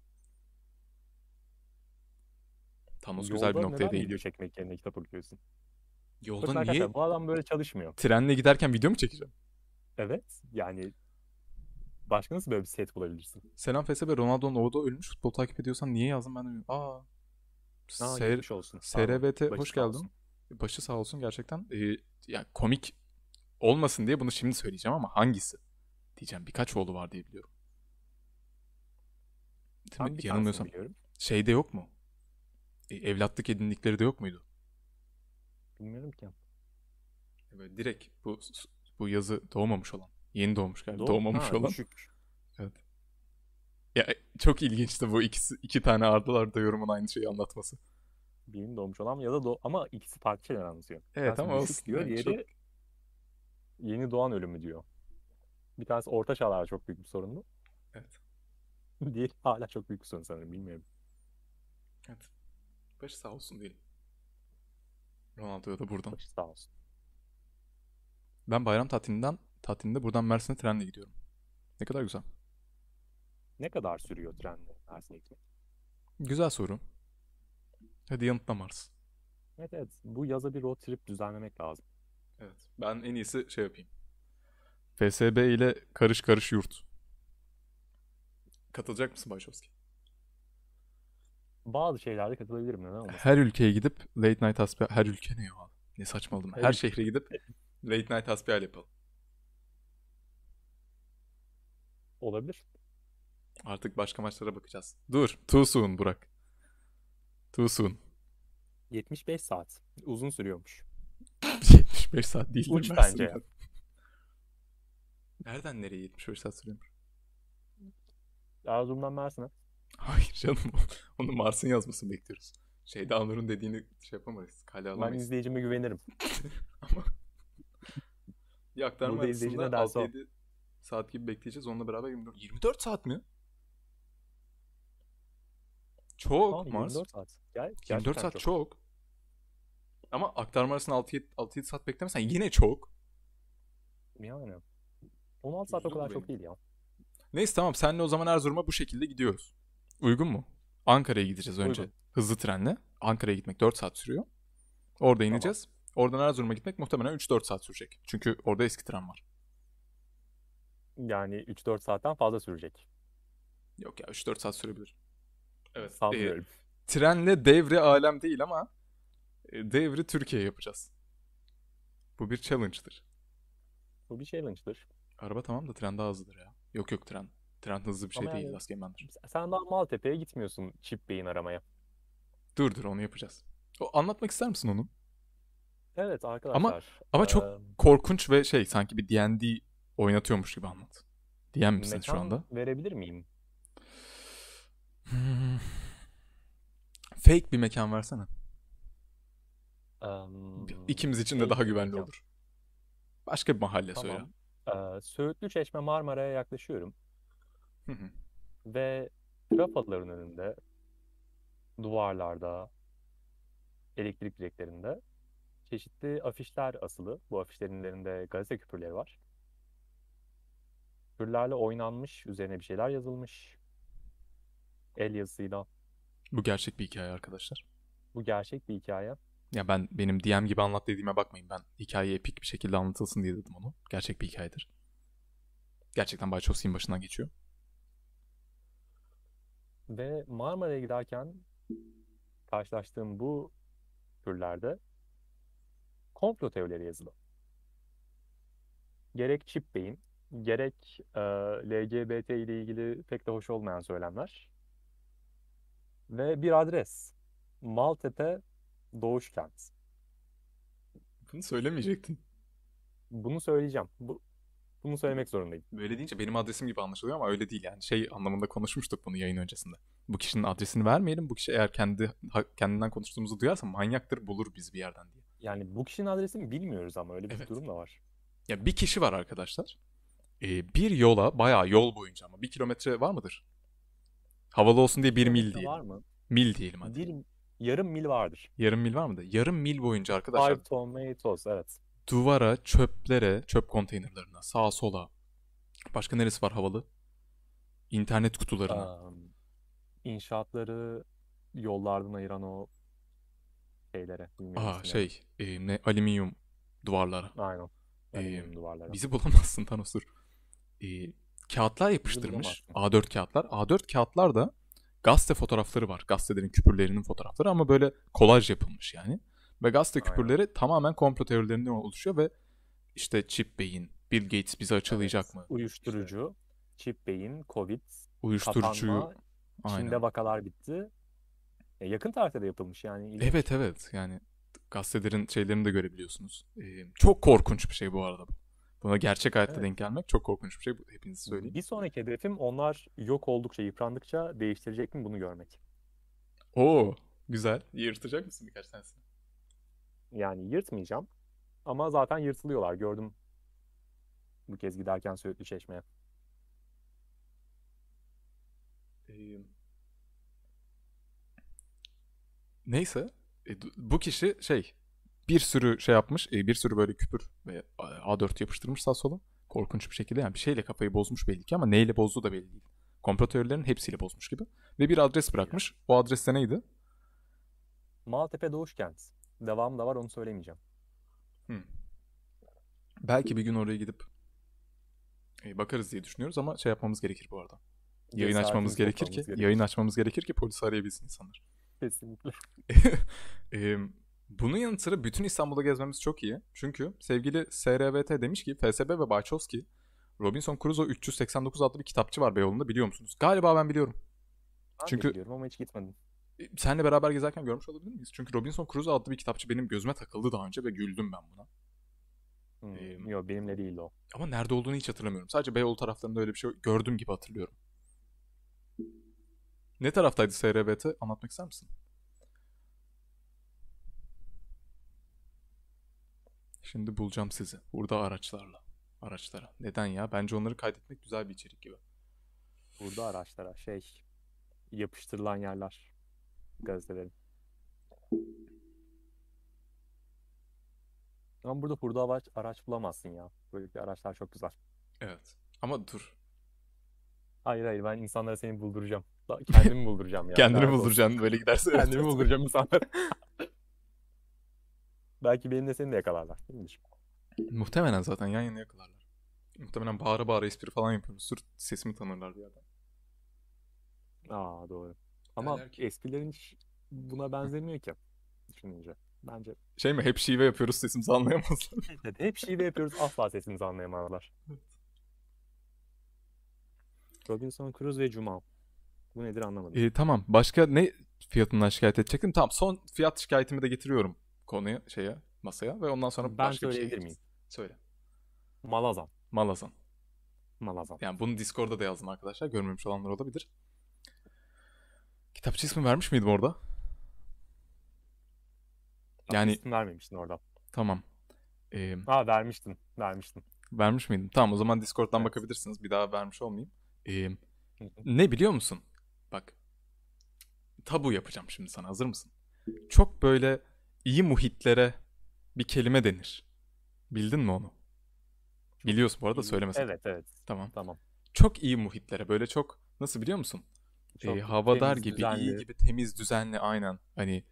Thanos güzel bir Yolda noktaya neden değindi. video çekmek yerine kitap okuyorsun? Yolda Bakın niye arkadaşlar, bu adam böyle çalışmıyor. trenle giderken video mu çekeceğim? Evet, yani başka nasıl böyle bir set bulabilirsin? Selam FSB, Ronaldo'nun oğlu ölmüş. Futbol takip ediyorsan niye yazdın ben de bilmiyorum. Aa, SR, geçmiş olsun. Pardon. SRBT Başı hoş sağ geldin. olsun. Başı sağ olsun gerçekten. Ya komik olmasın diye bunu şimdi söyleyeceğim ama hangisi? Diyeceğim, birkaç oğlu var diye biliyorum. Değil mi? Ben bir tanesini Yanılmıyorsam. biliyorum. Şeyde yok mu? Evlatlık edindikleri de yok muydu? Bilmiyorum ki. Böyle direkt bu yazı doğmamış olan. Yeni doğmuş galiba. Doğum, Doğmamış ha olan. düşük. Evet. Ya çok ilginçti bu iki tane ardılar da yorumun aynı şeyi anlatması. Yeni doğmuş olan ya da ama ikisi farklı şeyler anlatıyor. Bir Evet tanesi ama olsun. düşük diyor, Yani çok diğeri yeni doğan ölümü diyor. Bir tanesi orta çağlarda çok büyük bir sorundu. evet. Diğeri hala çok büyük bir sorun sanırım, bilmiyorum. Evet. Başı sağ olsun diyelim. Ronaldo'ya da buradan. Başı sağ olsun. Ben bayram tatilinde buradan Mersin'e trenle gidiyorum. Ne kadar güzel. Ne kadar sürüyor trenle Mersin'e gitmek? Güzel soru. Hadi yanıtla Mars. Evet, evet. Bu yaza bir road trip düzenlemek lazım. Evet. Ben en iyisi şey yapayım. FSB ile karış karış yurt. Katılacak mısın Başovski? Bazı şeylerde katılabilirim, neden olmasın? Her ülkeye gidip late night hasbihal... Her ülke ne ya? Ne saçmaladım. Her Her ülke. şehre gidip late night hasbihal yapalım. Olabilir. Artık başka maçlara bakacağız. Dur. Too soon Burak. Too soon. 75 saat. Uzun sürüyormuş. 75 saat değildir Uç bence ya. Mersin'den. Nereden nereye 75 saat sürüyormuş? Erzurum'dan Mersin'e. Hayır canım. Onu Mars'ın yazmasını bekliyoruz. Şeyde Anur'un dediğini şey yapamayız. Kale Ben alamayız. izleyicime güvenirim. Ama bir aktarma Burada izleyici arasında ne derse o. 6-7 saat gibi bekleyeceğiz. Onunla beraber 24. 24 saat mi? Aa, Çok Mars. 24 saat. 24 Gerçekten saat çok. çok. Ama aktarma arasında 6-7 saat beklemesen yine çok. Yani 16 saat o Üzdü bu kadar beni. çok değil ya. Neyse tamam, senle o zaman Erzurum'a bu şekilde gidiyoruz. Uygun mu? Ankara'ya gideceğiz önce. Uygun. Hızlı trenle. Ankara'ya gitmek 4 saat sürüyor. Orada Tamam. ineceğiz. Oradan Erzurum'a gitmek muhtemelen 3-4 saat sürecek. Çünkü orada eski tren var. Yani 3-4 saatten fazla sürecek. Yok ya, 3-4 saat sürebilir. Evet. Sanmıyorum. Trenle devri alem değil ama devri Türkiye yapacağız. Bu bir challenge'dır. Bu bir challenge'dır. Araba tamam da tren daha hızlıdır ya. Yok yok, tren. Tren hızlı bir şey Ama değil. yani Last Game'dendir. sen daha Maltepe'ye gitmiyorsun çip beyin aramaya. Dur onu yapacağız. Anlatmak ister misin onu? Evet Ama arkadaşlar. ama çok korkunç ve şey, sanki bir D&D oynatıyormuş gibi anlat. DM misin şu Mekan anda? verebilir miyim? Hmm. Fake bir mekan versene. İkimiz için de Fake daha bir güvenli mekan. olur. Başka bir mahalle söyle. Tamam. Söğütlü Çeşme Marmara'ya yaklaşıyorum. Hı hı. Ve trafoların önünde, duvarlarda, elektrik direklerinde çeşitli afişler asılı. Bu afişlerin üzerinde gazete küpürleri var. Küpürlerle oynanmış, üzerine bir şeyler yazılmış. El yazısıyla. Bu gerçek bir hikaye arkadaşlar. Bu gerçek bir hikaye. Ya benim DM gibi anlat dediğime bakmayın. Ben hikaye epik bir şekilde anlatılsın diye dedim onu. Gerçek bir hikayedir. Gerçekten Bay Chosky'nin başından geçiyor. Ve Marmara'ya giderken karşılaştığım bu türlerde komplo teorileri yazılı. Gerek Chip Bey'in, gerek LGBT ile ilgili pek de hoş olmayan söylemler. Ve bir adres. Maltepe Doğuşkent. Bunu söylemeyecektin. Bunu söyleyeceğim. Bunu söylemek zorundayım. Böyle deyince benim adresim gibi anlaşılıyor ama öyle değil yani. Şey anlamında konuşmuştuk bunu yayın öncesinde. Bu kişinin adresini vermeyelim. Bu kişi eğer kendinden konuştuğumuzu duyarsa manyaktır, bulur biz bir yerden diye. Yani bu kişinin adresini bilmiyoruz ama öyle bir Evet. durum da var. Ya bir kişi var arkadaşlar. Bir yola, bayağı yol boyunca ama 1 kilometre var mıdır? Havalı olsun diye 1 mil Kilometre diyelim. var mı? Mil diyelim hadi. Bir yarım mil vardır. Yarım mil var mıdır? Yarım mil boyunca arkadaşlar Five tomatoes, evet. duvara, çöplere, çöp konteynerlarına, sağa sola. Başka neresi var havalı? İnternet kutularına. İnşaatları yollardan ayıran o şeylere. Bilmiyorum Aa isimlerini. ne alüminyum duvarlara. Aynen. Ee, Alüminyum duvarlara. Bizi bulamazsın Thanos'tur. Kağıtlar Bizi yapıştırmış. bulamazsın. A4 kağıtlar. A4 kağıtlar da gazete fotoğrafları var. Gazetelerin küpürlerinin fotoğrafları ama böyle kolaj yapılmış yani. Ve gazete Aynen. küpürleri tamamen komplo teorilerinden oluşuyor ve işte Chip Bey'in, Bill Gates bizi açılayacak Evet. mı? İşte Uyuşturucu, çip beyin, Covid, uyuşturucuyu kapanma, aynen. Çin'de vakalar bitti. Yakın tarihte de yapılmış yani ilginç. Evet yani gazetelerin şeylerini de görebiliyorsunuz. Çok korkunç bir şey bu arada. Buna gerçek hayatta Evet. denk gelmek çok korkunç bir şey. Hepinize söyleyeyim. Bir sonraki hedefim onlar yok oldukça, yıprandıkça değiştirecek mi bunu görmek. Oo, güzel. Yırtacak mısın birkaç tanesini? Yani yırtmayacağım ama zaten yırtılıyorlar. Gördüm bu kez giderken Söğütlü Çeşme'ye. Ee, Neyse. Bu kişi bir sürü şey yapmış. Bir sürü böyle küpür ve A4 yapıştırmış sağ sola. Korkunç bir şekilde yani bir şeyle kafayı bozmuş belli ki ama neyle bozduğu da belli değil. Komplo teorilerinin hepsiyle bozmuş gibi. Ve bir adres bırakmış. O adres de neydi? Maltepe Doğuşkent. Devamı da var, onu söylemeyeceğim. Belki bir gün oraya gidip bakarız diye düşünüyoruz ama şey yapmamız gerekir bu arada. Yayın açmamız Cesaretimizi gerekir toplamamız ki gerekir. açmamız gerekir ki polisi arayabilsin insanlar. Kesinlikle. Ee, Bunun yanı sıra bütün İstanbul'da gezmemiz çok iyi. Çünkü sevgili SRVT demiş ki FSB ve Bayçovski Robinson Crusoe 389 adlı bir kitapçı var Beyoğlu'nda, biliyor musunuz? Galiba ben biliyorum. Ben de Çünkü biliyorum ama hiç gitmedim. senle beraber gezerken görmüş olabilir miyiz? Çünkü Robinson Crusoe adlı bir kitapçı benim gözüme takıldı daha önce ve güldüm ben buna. Yok, benimle değil o. Ama nerede olduğunu hiç hatırlamıyorum. Sadece Beyoğlu taraflarında öyle bir şey gördüm gibi hatırlıyorum. Ne taraftaydı SRVT? Anlatmak ister misin? Şimdi bulacağım sizi. Burada araçlara. Neden ya? Bence onları kaydetmek güzel bir içerik gibi. Burada araçlara yapıştırılan yerler gazetelerin. Ama burada hurda araç bulamazsın ya. Böyle araçlar çok güzel. Evet. Ama dur. Hayır, ben insanlara seni bulduracağım. Kendimi bulduracağım yani. Kendini Lanet olsun. bulduracaksın böyle giderse. Evet, Kendimi evet. bulduracağım insanlara. Belki benim de seni de yakalarlar. Kim bilir? Muhtemelen zaten yan yana yakalarlar. Muhtemelen bağıra bağıra espri falan yapıyoruz. Sırf sesimi tanırlar bir yerden. Aa, doğru. Ama Derler ki esprilerin hiç buna benzemiyor ki düşününce. Bence şey mi, hep şive yapıyoruz sesimizi anlayamazlar. hep şive yapıyoruz, asla sesimizi anlayamazlar. Robinson Crusoe ve Cuma. Bu nedir anlamadım. Tamam. Başka ne fiyatından şikayet edecektim? Tamam, son fiyat şikayetimi de getiriyorum konuya, masaya ve ondan sonra Ben başka bir şeye söyleyebilir geçeriz. miyim? Söyle. Malazan. Malazan. Malazan. Yani bunu Discord'da da yazdım arkadaşlar. Görmemiş olanlar olabilir. Kitapçı ismi vermiş miydim orada? Yani İsim vermemiştin orada. tamam. Ee, Vermiştin. Vermiştin. Vermiş miydim? Tamam, o zaman Discord'dan Evet. bakabilirsiniz. Bir daha vermiş olmayayım. Ee, Hı hı. Ne biliyor musun? Bak. Tabu yapacağım şimdi sana. Hazır mısın? Çok böyle iyi muhitlere bir kelime denir. Bildin mi onu? Biliyorsun bu arada, söylemesen. Evet. Tamam. Tamam. Çok iyi muhitlere, böyle çok, nasıl biliyor musun? Çok Havadar temiz, gibi, iyi düzenli. gibi, temiz, düzenli, aynen. Hani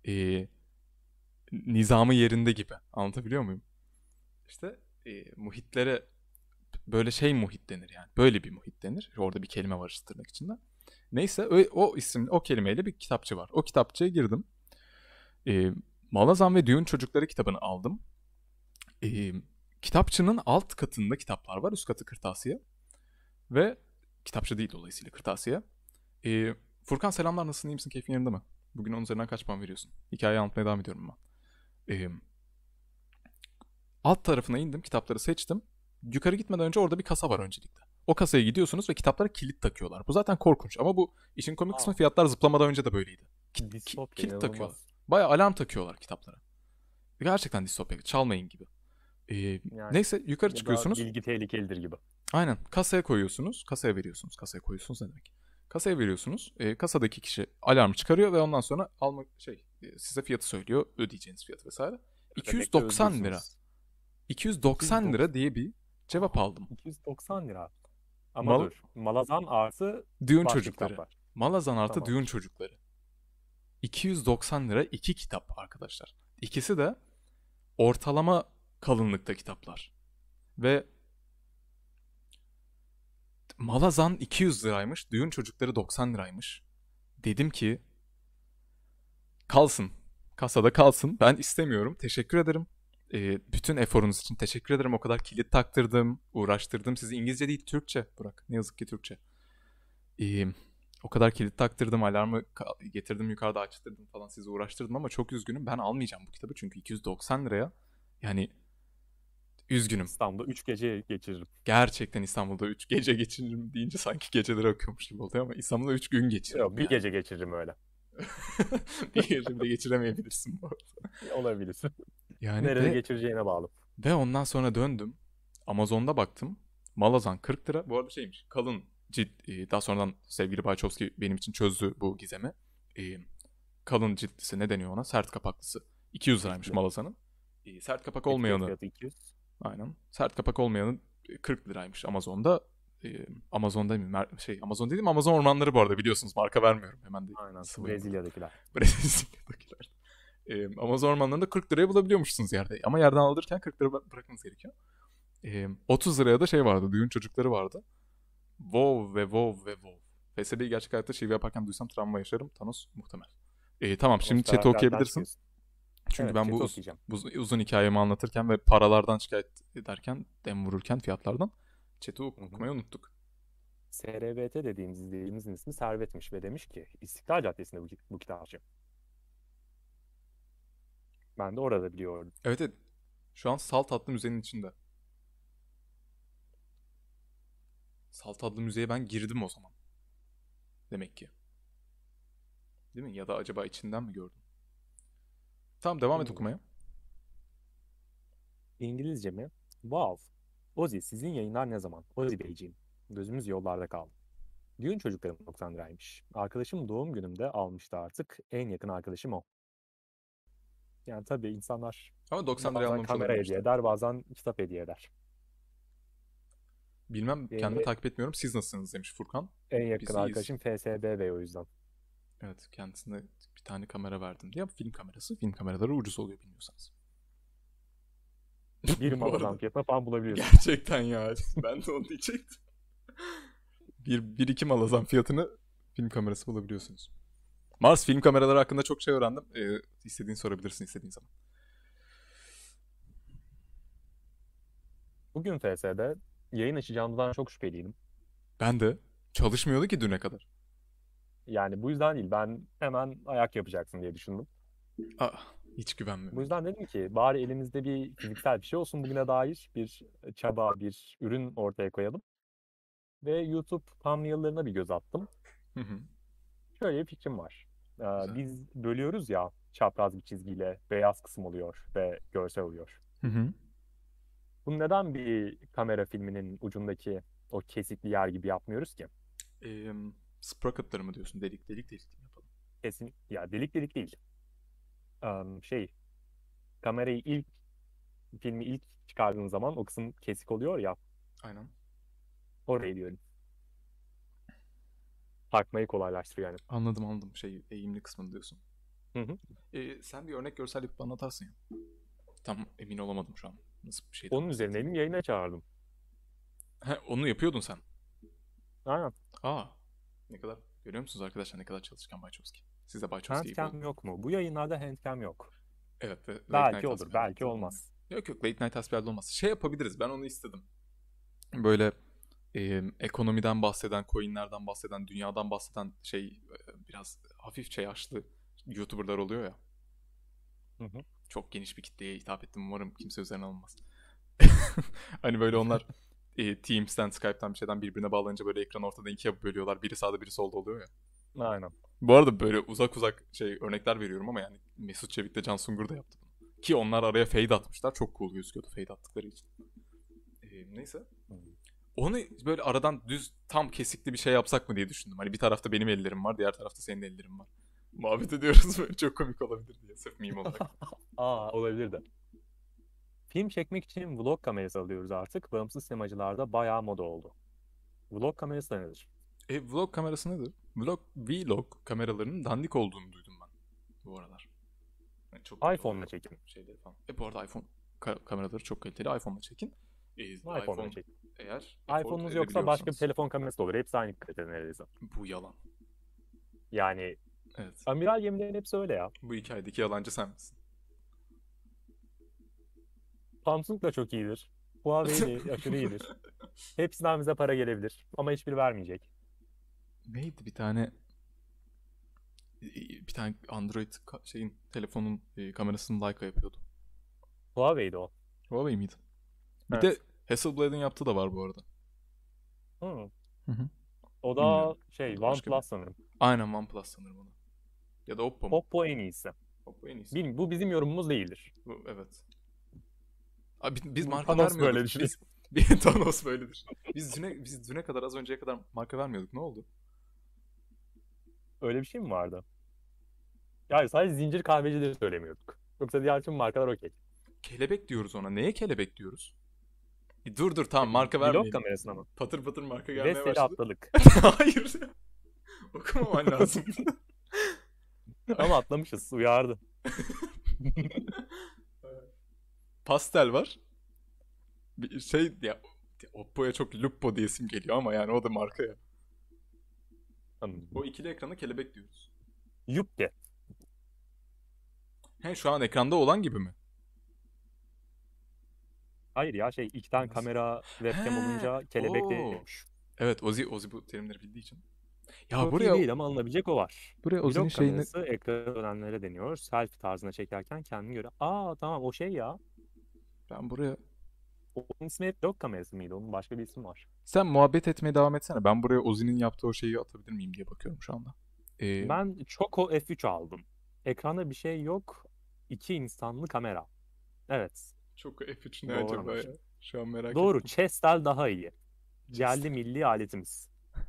nizamı yerinde gibi. Anlatabiliyor muyum? İşte muhitlere böyle muhit denir yani. Böyle bir muhit denir. Orada bir kelime var işte tırnak içinde. Neyse o isim, o kelimeyle bir kitapçı var. O kitapçıya girdim. Malazan ve Düğün Çocukları kitabını aldım. Kitapçının alt katında kitaplar var. Üst katı kırtasiye. Ve kitapçı değil dolayısıyla kırtasiye. Furkan selamlar, nasılsın, iyi misin, keyfin yerinde mi? Bugün onun üzerinden kaç puan veriyorsun? Hikayeyi anlatmaya devam ediyorum ben. Alt tarafına indim, kitapları seçtim. Yukarı gitmeden önce orada bir kasa var öncelikle. O kasaya gidiyorsunuz ve kitaplara kilit takıyorlar. Bu zaten korkunç ama bu işin komik kısmı, fiyatlar zıplamadan önce de böyleydi. Distopya, Kilit takıyorlar. inanılmaz. Bayağı alarm takıyorlar kitaplara. Gerçekten distopya, çalmayın gibi. Yani Neyse yukarı ya da çıkıyorsunuz. bilgi tehlikelidir gibi. Aynen kasaya koyuyorsunuz. Kasaya veriyorsunuz. Kasaya koyuyorsunuz ne demek? Kasaya veriyorsunuz. Kasadaki kişi alarmı çıkarıyor ve ondan sonra size fiyatı söylüyor. Ödeyeceğiniz fiyatı vesaire. Ödemekte 290 lira. özgürsünüz. 290 290, lira diye bir cevap aldım. 290 lira. Ama Mal, dur. Malazan artı Düğün başka çocukları. kitaplar. Malazan artı düğün Tamamdır. çocukları. 290 lira 2 kitap arkadaşlar. İkisi de ortalama kalınlıkta kitaplar. Ve Malazan 200 liraymış, düğün çocukları 90 liraymış. Dedim ki kalsın. Kasada kalsın. Ben istemiyorum. Teşekkür ederim. Bütün eforunuz için teşekkür ederim. O kadar kilit taktırdım, uğraştırdım sizi. İngilizce değil, Türkçe Burak. Ne yazık ki Türkçe. Ee, O kadar kilit taktırdım, alarmı getirdim yukarıda açtırdım falan sizi uğraştırdım ama çok üzgünüm. Ben almayacağım bu kitabı çünkü 290 liraya. Yani üzgünüm. İstanbul'da 3 gece geçiririm. Gerçekten İstanbul'da 3 gece geçiririm deyince sanki geceleri akıyormuş gibi oluyor ama İstanbul'da 3 gün geçiririm Yok, bir yani. gece geçiririm öyle. Bir gece bile geçiremeyebilirsin bu arada. Olabilir. Yani Nerede geçireceğine bağlı. ve ondan sonra döndüm. Amazon'da baktım. Malazan 40 lira. Bu arada şeymiş kalın cilt. Daha sonradan sevgili Bayçovski benim için çözdü bu gizemi. E, Kalın ciltlisi ne deniyor ona? Sert kapaklısı. 200 liraymış Ciltli. Malazan'ın. Sert kapak Etiket olmayanı fiyatı 200. aynen. Sert kapak olmayanı 40 liraymış Amazon'da. Amazon'da mı? Amazon dedim Amazon ormanları bu arada biliyorsunuz marka vermiyorum. Hemen de Aynen. sıvayım. Brezilya'dakiler. Brezilya'dakiler. Amazon ormanlarında 40 liraya bulabiliyormuşsunuz yerde. Ama yerden alırken 40 lira bırakmanız gerekiyor. 30 liraya da şey vardı. Düğün çocukları vardı. WoW ve WoW ve WoW. FSB'yi gerçek hayatta şive yaparken duysam travma yaşarım. Thanos muhtemel. Tamam Ama şimdi chat'i karakterden okuyabilirsin. çıkıyorsun. Çünkü Evet, ben chat'i okuyacağım. bu uzun hikayemi anlatırken ve paralardan şikayet ederken dem vururken fiyatlardan chat'i okumayı unuttuk. SRBT dediğimiz izleyicimizin ismi Servet'miş ve demiş ki İstiklal Caddesi'nde bu kitapçı. Ben de orada biliyorum. Evet, evet. Şu an Salt adlı müzenin içinde. Salt adlı müzeye ben girdim o zaman. Demek ki. Değil mi? Ya da acaba içinden mi gördüm? Tamam devam et Kim bilir. okumaya. İngilizce mi? Wow. Ozi sizin yayınlar ne zaman? Ozi Beyciğim. Gözümüz yollarda kaldı. Düğün çocuklarım 90 liraymış. Arkadaşım doğum günümde almıştı artık. En yakın arkadaşım o. Yani tabii insanlar Ama 90 liraya bazen almamış kamera olabilir hediye işte. eder, bazen kitap hediye eder. Bilmem Benim kendimi de takip etmiyorum. Siz nasılsınız demiş Furkan. en yakın Biz iyiyiz. arkadaşım FSB Bey o yüzden. Evet kendisine bir tane kamera verdim diye. Film kamerası. Film kameraları ucuz oluyor bilmiyorsanız. Bir Bu arada Amazon fiyatına falan bulabiliyorsun. gerçekten ya. Ben de onu diyecektim. Bir iki malazan fiyatını film kamerası bulabiliyorsunuz. Mars film kameraları hakkında çok şey öğrendim. İstediğini sorabilirsin istediğin zaman. Bugün FS'de yayın açacağımızdan çok şüpheliydim. Ben de çalışmıyordu ki düne kadar. Yani bu yüzden değil. Ben hemen ayak yapacaksın diye düşündüm. Hiç güvenmiyorum. Bu yüzden dedim ki bari elimizde bir fiziksel bir şey olsun bugüne dair bir çaba, bir ürün ortaya koyalım. Ve YouTube thumbnail'larına bir göz attım. Hı hı. Şöyle bir fikrim var. Güzel. Biz bölüyoruz ya çapraz bir çizgiyle beyaz kısım oluyor ve görsel oluyor. Hı hı. Bunu neden bir kamera filminin ucundaki o kesikli yer gibi yapmıyoruz ki? Sprocket'ları mı diyorsun? Delik delik delik mi yapalım? Kesin ya delik delik değil. Şey kamerayı filmi ilk çıkardığın zaman o kısım kesik oluyor ya Aynen. orayı diyorum. Takmayı kolaylaştırıyor yani. Anladım anladım. Eğimli kısmını diyorsun. Hı hı. Sen bir örnek görsel yapıp anlatarsın ya. Tam emin olamadım şu an. Nasıl bir şeyden Onun üzerine bahsettiğini. benim yayına çağırdım. Onu yapıyordun sen. Aynen. Aa. Ne kadar görüyor musunuz arkadaşlar ne kadar çalışkan Bayçovski. Siz de Bayçovski gibi olun. Handcam yok mu? Bu yayınlarda handcam yok. Evet ve Late Belki Night olur, hasbihal belki olmuyor. olmaz. Yok yok Late Night hasbihal olmaz. Şey yapabiliriz ben onu istedim. Böyle ekonomiden bahseden, coinlerden bahseden, dünyadan bahseden biraz hafifçe yaşlı YouTuber'lar oluyor ya. Hı hı. Çok geniş bir kitleye hitap ettim. Umarım kimse üzerine alınmaz. Hani böyle onlar Teams'ten, Skype'ten bir şeyden birbirine bağlanınca böyle ekranı ortadan ikiye bölüyorlar. Biri sağda biri solda oluyor ya. Aynen. Bu arada böyle uzak örnekler veriyorum ama yani Mesut Çevik'le Can Sungur da yaptı bunu. Ki onlar araya fade atmışlar. Çok cool gözüküyordu fade attıkları için. Neyse. Onu böyle aradan düz tam kesikli bir şey yapsak mı diye düşündüm. Hani bir tarafta benim ellerim var, diğer tarafta senin ellerin var. Muhabbet ediyoruz böyle, çok komik olabilir diye sırf meme olarak. Aa, olabilir de. Film çekmek için vlog kamerası alıyoruz artık. Bağımsız sinemacılarda bayağı moda oldu. Vlog kamerası da nedir? Vlog kamerası nedir? Vlog kameralarının dandik olduğunu duydum ben bu aralar. Yani çok kötü iPhone'la oluyor çekin. şeyleri falan. Bu arada iPhone kameraları çok kaliteli. iPhone'la çekin. iPhone'la iPhone çekin. eğer afford iPhone'unuz yoksa başka bir edebiliyorsanız. telefon kamerası da olur. Hepsi aynı kalitede neredeyse. Bu yalan. Yani Evet. amiral gemilerin hepsi öyle ya. Bu hikayedeki yalancı sen misin? Samsung da çok iyidir. Huawei de aşırı iyidir. Hepsinden bize para gelebilir. Ama hiçbiri vermeyecek. Neydi bir tane Android şeyin telefonun kamerasını Leica yapıyordu. Huawei'di o. Huawei miydi? Bir de Evet. Hasselblad'in yaptığı da var bu arada. Hı. Hı hı. O Bilmiyorum. da şey O da başka bir. OnePlus sanırım. Aynen OnePlus sanırım o da. Ya da Oppo mu? Oppo en iyisi. Oppo en iyisi. Bu bizim yorumumuz değildir. Evet. Abi biz Bu marka Thanos böyle vermiyorduk. düşünüyor. Bir Thanos böyledir. Biz düne kadar, az önceye kadar marka vermiyorduk. Ne oldu? Öyle bir şey mi vardı? Yani sadece zincir kahvecileri söylemiyorduk. Yoksa diğer tüm markalar okey. Kelebek diyoruz ona. Neye kelebek diyoruz? Dur tamam, marka Vlog vermeyelim. kamerasına mı? Patır patır marka gelmeye Veseli başladı. atladık. Hayır. Okumaman lazım. Ama atlamışız. Uyardı. Pastel var. Bir şey ya, Oppo'ya çok Lupo diyesim geliyor ama yani o da marka ya. O ikili ekrana kelebek diyoruz. Yuppe. He, şu an ekranda olan gibi mi? Hayır ya şey iki tane Nasıl? kamera webcam He. olunca kelebek Oo. değilmiş. Evet, Ozi bu terimleri bildiği için. Ya Çok iyi buraya değil ama alınabilecek o var. buraya Ozi'nin Vlog şeyini kamerası ekranı dönenlere deniyor. Selfie tarzına çekerken kendine göre. Aa tamam o şey ya. ben buraya Onun ismi hep vlog kamerası mıydı? Onun başka bir ismi var. sen muhabbet etmeye devam etsene. Ben buraya Ozi'nin yaptığı o şeyi atabilir miyim diye bakıyorum şu anda. Ben Choco F3 aldım. Ekranda bir şey yok. İki insanlı kamera. Evet. Çok F3 ne acaba Doğrudur. ya? Şu an merak Doğru. ettim. Chestel daha iyi. Chestel. Yerli milli aletimiz.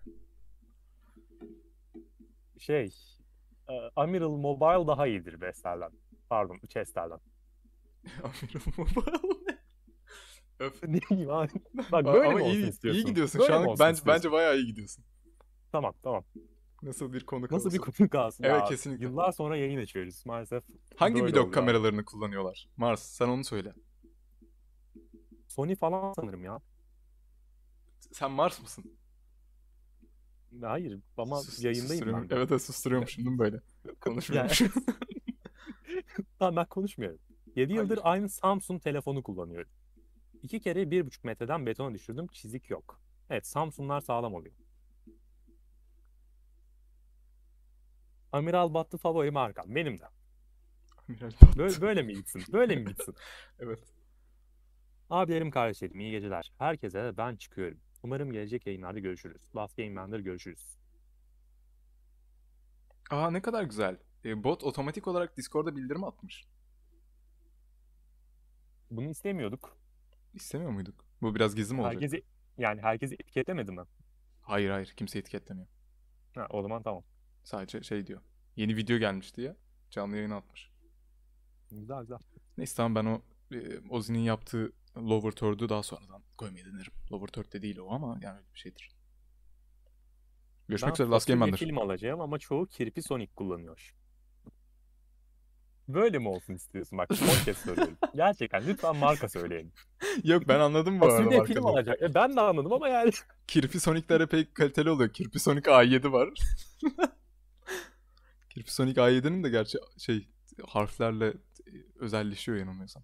Şey. Amiral Mobile daha iyidir Vestel'den. Pardon, Chestel'den. Amiral Mobile. Öf. Ne diyeyim abi? Bak böyle Ama mi olsun iyi istiyorsun? gidiyorsun. Şu Böyle mi an olsun bence istiyorsun? bayağı iyi gidiyorsun. Tamam. Nasıl bir konu Nasıl bir konusu? konu kalsın Evet, ya? kesinlikle. Yıllar sonra yayın açıyoruz. Maalesef Hangi böyle vlog oluyor abi. kameralarını kullanıyorlar? Mars, sen onu söyle. Sony falan sanırım ya. Sen Mars mısın? Hayır ama yayındayım Susturuyorum. ben de. Evet, susturuyormuşum değil mi böyle? Yani Konuşmuyormuşum. tamam ben konuşmuyorum. 7 yıldır Hayır. aynı Samsung telefonu kullanıyorum. 2 kere 1,5 metreden betona düşürdüm. Çizik yok. Evet Samsung'lar sağlam oluyor. Amiral Battı favori markam. Benim de. Amiral battı. Böyle mi gitsin? Böyle mi gitsin? Evet. Abilerim kardeşlerim iyi geceler. Herkese ben çıkıyorum. Umarım gelecek yayınlarda görüşürüz. Last Game Man'dır görüşürüz. Aa, ne kadar güzel. Bot otomatik olarak Discord'a bildirim atmış. Bunu istemiyorduk. İstemiyor muyduk? Bu biraz gizli mi olacaktı? Herkesi etiketlemedi mi? Hayır, kimse etiketlemiyor. Ha, o zaman tamam. Sadece şey diyor. Yeni video gelmiş diye canlı yayına atmış. Güzel. Neyse tamam, ben o Ozi'nin yaptığı Lower Third'ü daha sonradan koymaya denerim. Lower Third de değil o ama yani öyle bir şeydir. Görüşmek Ben üzere, Last Game fasulye Man'dır. film alacağım ama çoğu kirpi Sonic kullanıyor. Böyle mi olsun istiyorsun? Bak son kez soruyorum. Gerçekten lütfen marka söyleyin. Yok, ben anladım bu arada Fasulye film markaları. alacak. Ben de anladım ama yani. Kirpi Sonic'ler epey kaliteli oluyor. Kirpi Sonic A7 var. Kirpi Sonic A7'nin de gerçi şey harflerle özelleşiyor yanılmıyorsam.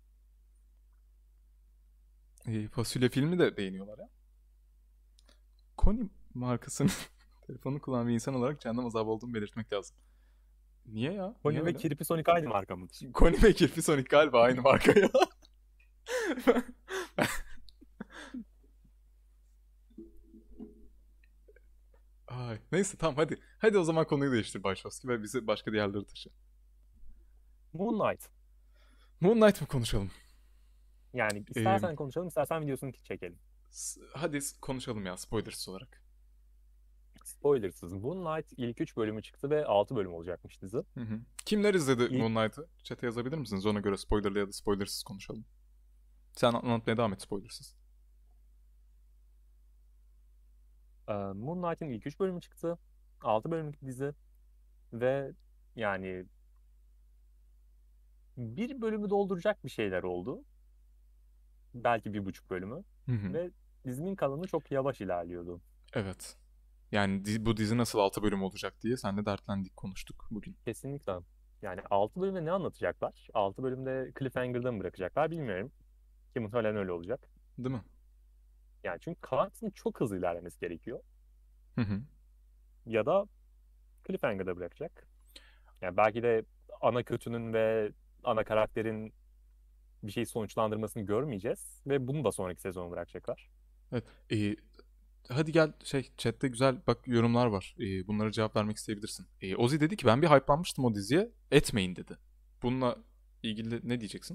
Fasulye filmi de beğeniyorlar ya. Koni markasının telefonu kullanan bir insan olarak cehennem azabı olduğumu belirtmek lazım. Niye ya? Niye Pony ve öyle? kirpi Sonic aynı marka mıdır? Koni ve Kirpi Sonic galiba aynı marka ya. Ay, neyse tamam, hadi. Hadi o zaman konuyu değiştir Başovski ve bizi başka diğerleri taşı. Moonlight. Moon Knight mı konuşalım? Yani Ee, istersen konuşalım, istersen videosunu çekelim. hadi konuşalım ya spoilersız olarak. Spoilersız. Moon Knight ilk 3 bölümü çıktı ve 6 bölüm olacakmış dizi. Hı hı. Kimler izledi İlk Moon Knight'ı? Chat'e yazabilir misiniz? Ona göre spoilerlı ya da spoilersız konuşalım. Sen anlatmaya devam et spoilersız. Moon Knight'ın ilk 3 bölümü çıktı. 6 bölümlük dizi ve yani bir bölümü dolduracak bir şeyler oldu. Belki 1,5 bölümü. Hı hı. Ve dizinin kalanı çok yavaş ilerliyordu. Evet. Yani bu dizi nasıl 6 bölüm olacak diye seninle dertlendik, konuştuk bugün. Kesinlikle. Yani 6 bölümde ne anlatacaklar? 6 bölümde cliffhanger'da mı bırakacaklar bilmiyorum. Ki muhtemelen öyle olacak. Değil mi? Yani çünkü karakterin çok hızlı ilerlemesi gerekiyor. Hı hı. Ya da cliffhanger'da bırakacak. Yani belki de ana kötünün ve ana karakterin bir şey sonuçlandırmasını görmeyeceğiz. Ve bunu da sonraki sezonu bırakacaklar. Evet. Hadi gel chatte güzel bak yorumlar var. Bunlara cevap vermek isteyebilirsin. Ozzy dedi ki ben bir hype'lanmıştım o diziye. Etmeyin dedi. Bununla ilgili ne diyeceksin?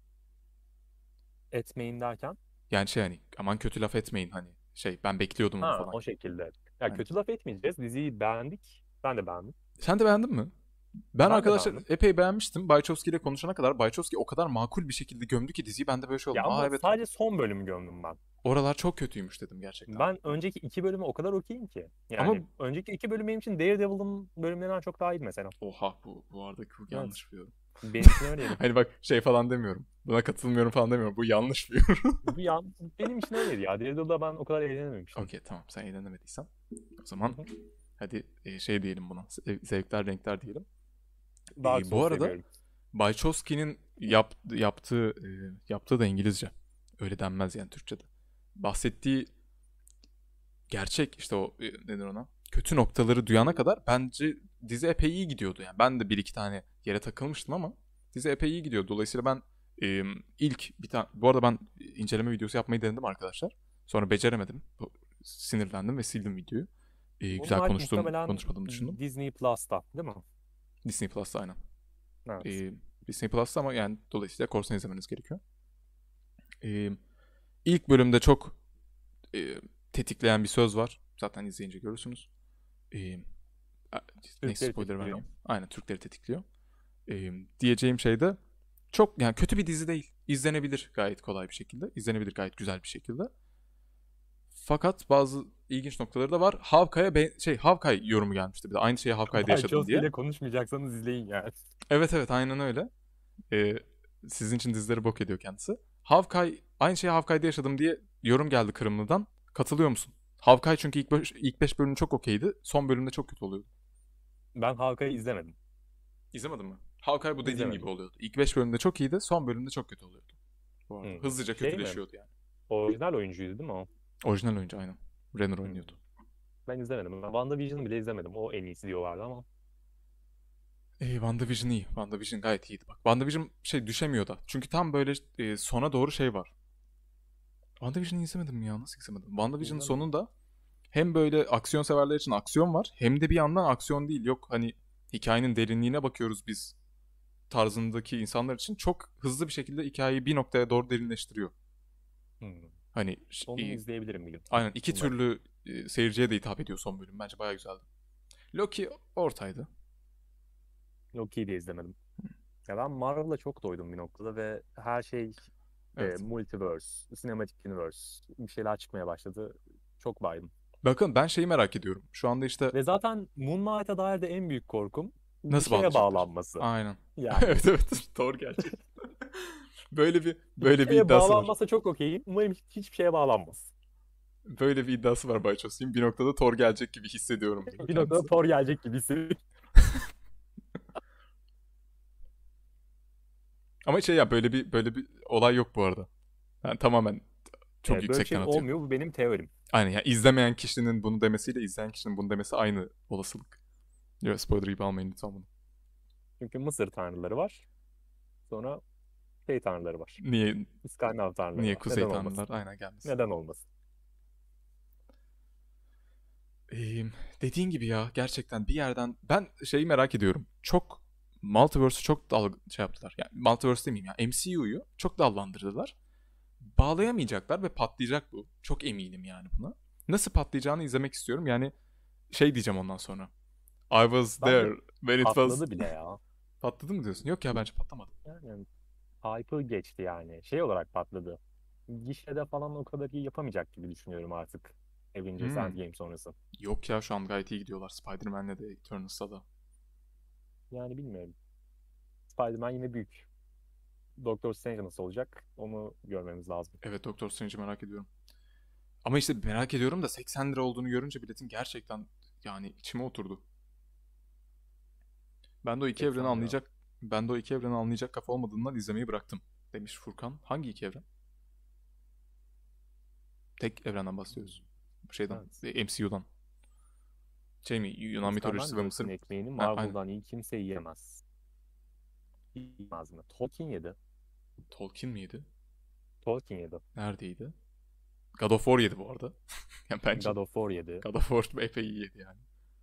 Etmeyin derken. Yani hani aman kötü laf etmeyin hani. Ben bekliyordum onu Ha, falan o gibi. şekilde. Ya Hani. kötü laf etmeyeceğiz. Diziyi beğendik. Ben de beğendim. Sen de beğendin mi? Ben Ben de arkadaşlar beğendim. epey beğenmiştim. Bayçovski ile konuşana kadar Bayçovski o kadar makul bir şekilde gömdü ki diziyi. Ben de böyle şey Ya oldum. Aa ama evet, sadece son bölümü gömdüm ben. oralar çok kötüymüş dedim gerçekten. Ben önceki 2 bölümü o kadar okeyim ki. Ama Yani önceki 2 bölüm benim için Daredevil'ın bölümlerinden çok daha iyiydi mesela. oha, bu arada çok Evet. yanlış bir yorum. Benim için öyleydi. Hani bak falan demiyorum. Buna katılmıyorum falan demiyorum. Bu yanlış bir yorum. Bu ya, benim için öyleydi ya. Daredevil'da ben o kadar eğlenememiştim. Okey, tamam, sen eğlenemediysen. O Hı zaman hı. hadi diyelim buna. Zevkler renkler diyelim. Dark Bu Souls arada seviyorum. Bayçovski'nin yaptığı da İngilizce. Öyle denmez yani Türkçe'de. Bahsettiği gerçek işte o nedir ona? Kötü noktaları duyana kadar bence dizi epey iyi gidiyordu. Yani ben de bir iki tane yere takılmıştım ama dizi epey iyi gidiyor. Dolayısıyla ben ilk bir tane, bu arada ben inceleme videosu yapmayı denedim arkadaşlar. Sonra beceremedim. Sinirlendim ve sildim videoyu. Güzel Moonlight muhtemelen konuşmadığımı düşündüm. Disney Plus'ta, değil mi? Disney Plus'ta aynen. Evet. E, Disney Plus'ta ama yani dolayısıyla korsan izlemeniz gerekiyor. E, ilk bölümde çok e, tetikleyen bir söz var. Zaten izleyince görürsünüz. E, neyse Türkleri spoiler tetikliyor. vermeyeyim. Aynen, Türkleri tetikliyor. Diyeceğim şey de çok yani kötü bir dizi değil. İzlenebilir gayet kolay bir şekilde. İzlenebilir gayet güzel bir şekilde. Fakat bazı ilginç noktaları da var. Hawkeye yorumu gelmişti bir de. Aynı şeyi Hawkeye'de Bay yaşadım Chelsea diye. ile konuşmayacaksanız izleyin yani. Evet evet, aynen öyle. Ee, sizin için dizileri bok ediyor kendisi. Aynı şeyi Hawkeye'de yaşadım diye yorum geldi Kırımlı'dan. Katılıyor musun? Hawkeye çünkü ilk 5 bölümü çok okeydi. Son bölümde çok kötü oluyordu. Ben Hawkeye'yi izlemedim. İzlemedin mi? Hawkeye bu dediğim gibi İzlemedim. oluyordu. İlk 5 bölümde çok iyiydi. Son bölümde çok kötü oluyordu. Bu arada. Hmm. Hızlıca Şey mi? kötüleşiyordu yani. Orijinal oyuncuydu değil mi o? Orijinal oyuncu aynen. Renner Hmm. oynuyordu. Ben izlemedim. Ben WandaVision'ı bile izlemedim. O en iyisi diyorlardı ama. WandaVision iyi. WandaVision gayet iyiydi bak. WandaVision düşemiyor da. Çünkü tam böyle sona doğru şey var. WandaVision'ı izlemedim mi ya? Nasıl izlemedim? WandaVision'ın İzlemedim. sonunda hem böyle aksiyon severler için aksiyon var. Hem de bir yandan aksiyon değil. Yok hani hikayenin derinliğine bakıyoruz biz tarzındaki insanlar için çok hızlı bir şekilde hikayeyi bir noktaya doğru derinleştiriyor. Hmm. Hani Onu izleyebilirim bir gün. aynen iki Umarım. türlü seyirciye de hitap ediyor son bölüm. Bence bayağı güzeldi. Loki ortaydı. Loki'yi de izlemedim. Ya ben Marvel'a çok doydum bir noktada ve her şey Evet. multiverse, cinematic universe bir şeyler çıkmaya başladı. Çok baydım. Bakın ben şeyi merak ediyorum. Şu anda işte Ve zaten Moon Knight'a dair de en büyük korkum bir nasıl şeye bağlayacaklar? bağlanması. Aynen. Yani Evet evet. Doğru gelecek. böyle bir bir böyle bir şeye iddiası var. bağlanmasa çok okeyim. Umarım hiçbir şeye bağlanmaz. Böyle bir iddiası var Bayços'un. Bir noktada Thor gelecek gibi hissediyorum diyor Bir noktada kendisi. Thor gelecek gibi hissediyorum. Ama ya böyle bir olay yok bu arada. Yani tamamen çok Evet, böyle bir yüksekten şey atıyor. olmuyor. Bu benim teorim. Aynen yani izlemeyen kişinin bunu demesiyle izleyen kişinin bunu demesi aynı olasılık. Ya spoiler gibi almayın lütfen bunu. Çünkü Mısır tanrıları var. Sonra şey tanrıları var. Niye İskandinav tanrıları niye var. kuzey Neden olmasın? tanrılar aynen gelmesin. Neden olmasın? Ee, dediğin gibi ya gerçekten bir yerden ben şeyi merak ediyorum. Çok Multiverse'ü çok şey yaptılar. Yani Multiverse demeyeyim ya. MCU'yu çok dallandırdılar. Bağlayamayacaklar ve patlayacak bu. Çok eminim yani buna. Nasıl patlayacağını izlemek istiyorum. Yani şey diyeceğim ondan sonra. I was Bence there when it was... patladı bile ya. Patladı mı diyorsun? Yok ya, bence patlamadı. Yani hype'ı geçti yani. Şey olarak patladı. Gişede falan o kadar iyi yapamayacak gibi düşünüyorum artık. Avengers Hmm. Endgame sonrası. Yok ya, şu an gayet iyi gidiyorlar. Spider-Man'le de Eternals'ta da. Yani bilmiyorum. Spider-Man yine büyük. Doctor Strange nasıl olacak? Onu görmemiz lazım. Evet, Doctor Strange'i merak ediyorum. Ama işte merak ediyorum da 80 lira olduğunu görünce biletin gerçekten yani içime oturdu. Ben de o iki evreni 80 lira. anlayacak ben de o iki evreni anlayacak kafa olmadığından izlemeyi bıraktım demiş Furkan. Hangi iki evren? Tek evrenden bahsediyoruz. Şeyden, Evet. MCU'dan. Şey mi? Yunan İskandinav mitolojisi ve Mısır. yöresinin ekmeğini Aynen. Marvel'dan iyi kimse yiyemez. Yiyemez mi? Tolkien yedi. Tolkien miydi? Tolkien yedi. Neredeydi? God of War yedi bu arada. Yani bence God of War yedi. God of War epey iyi yedi yani.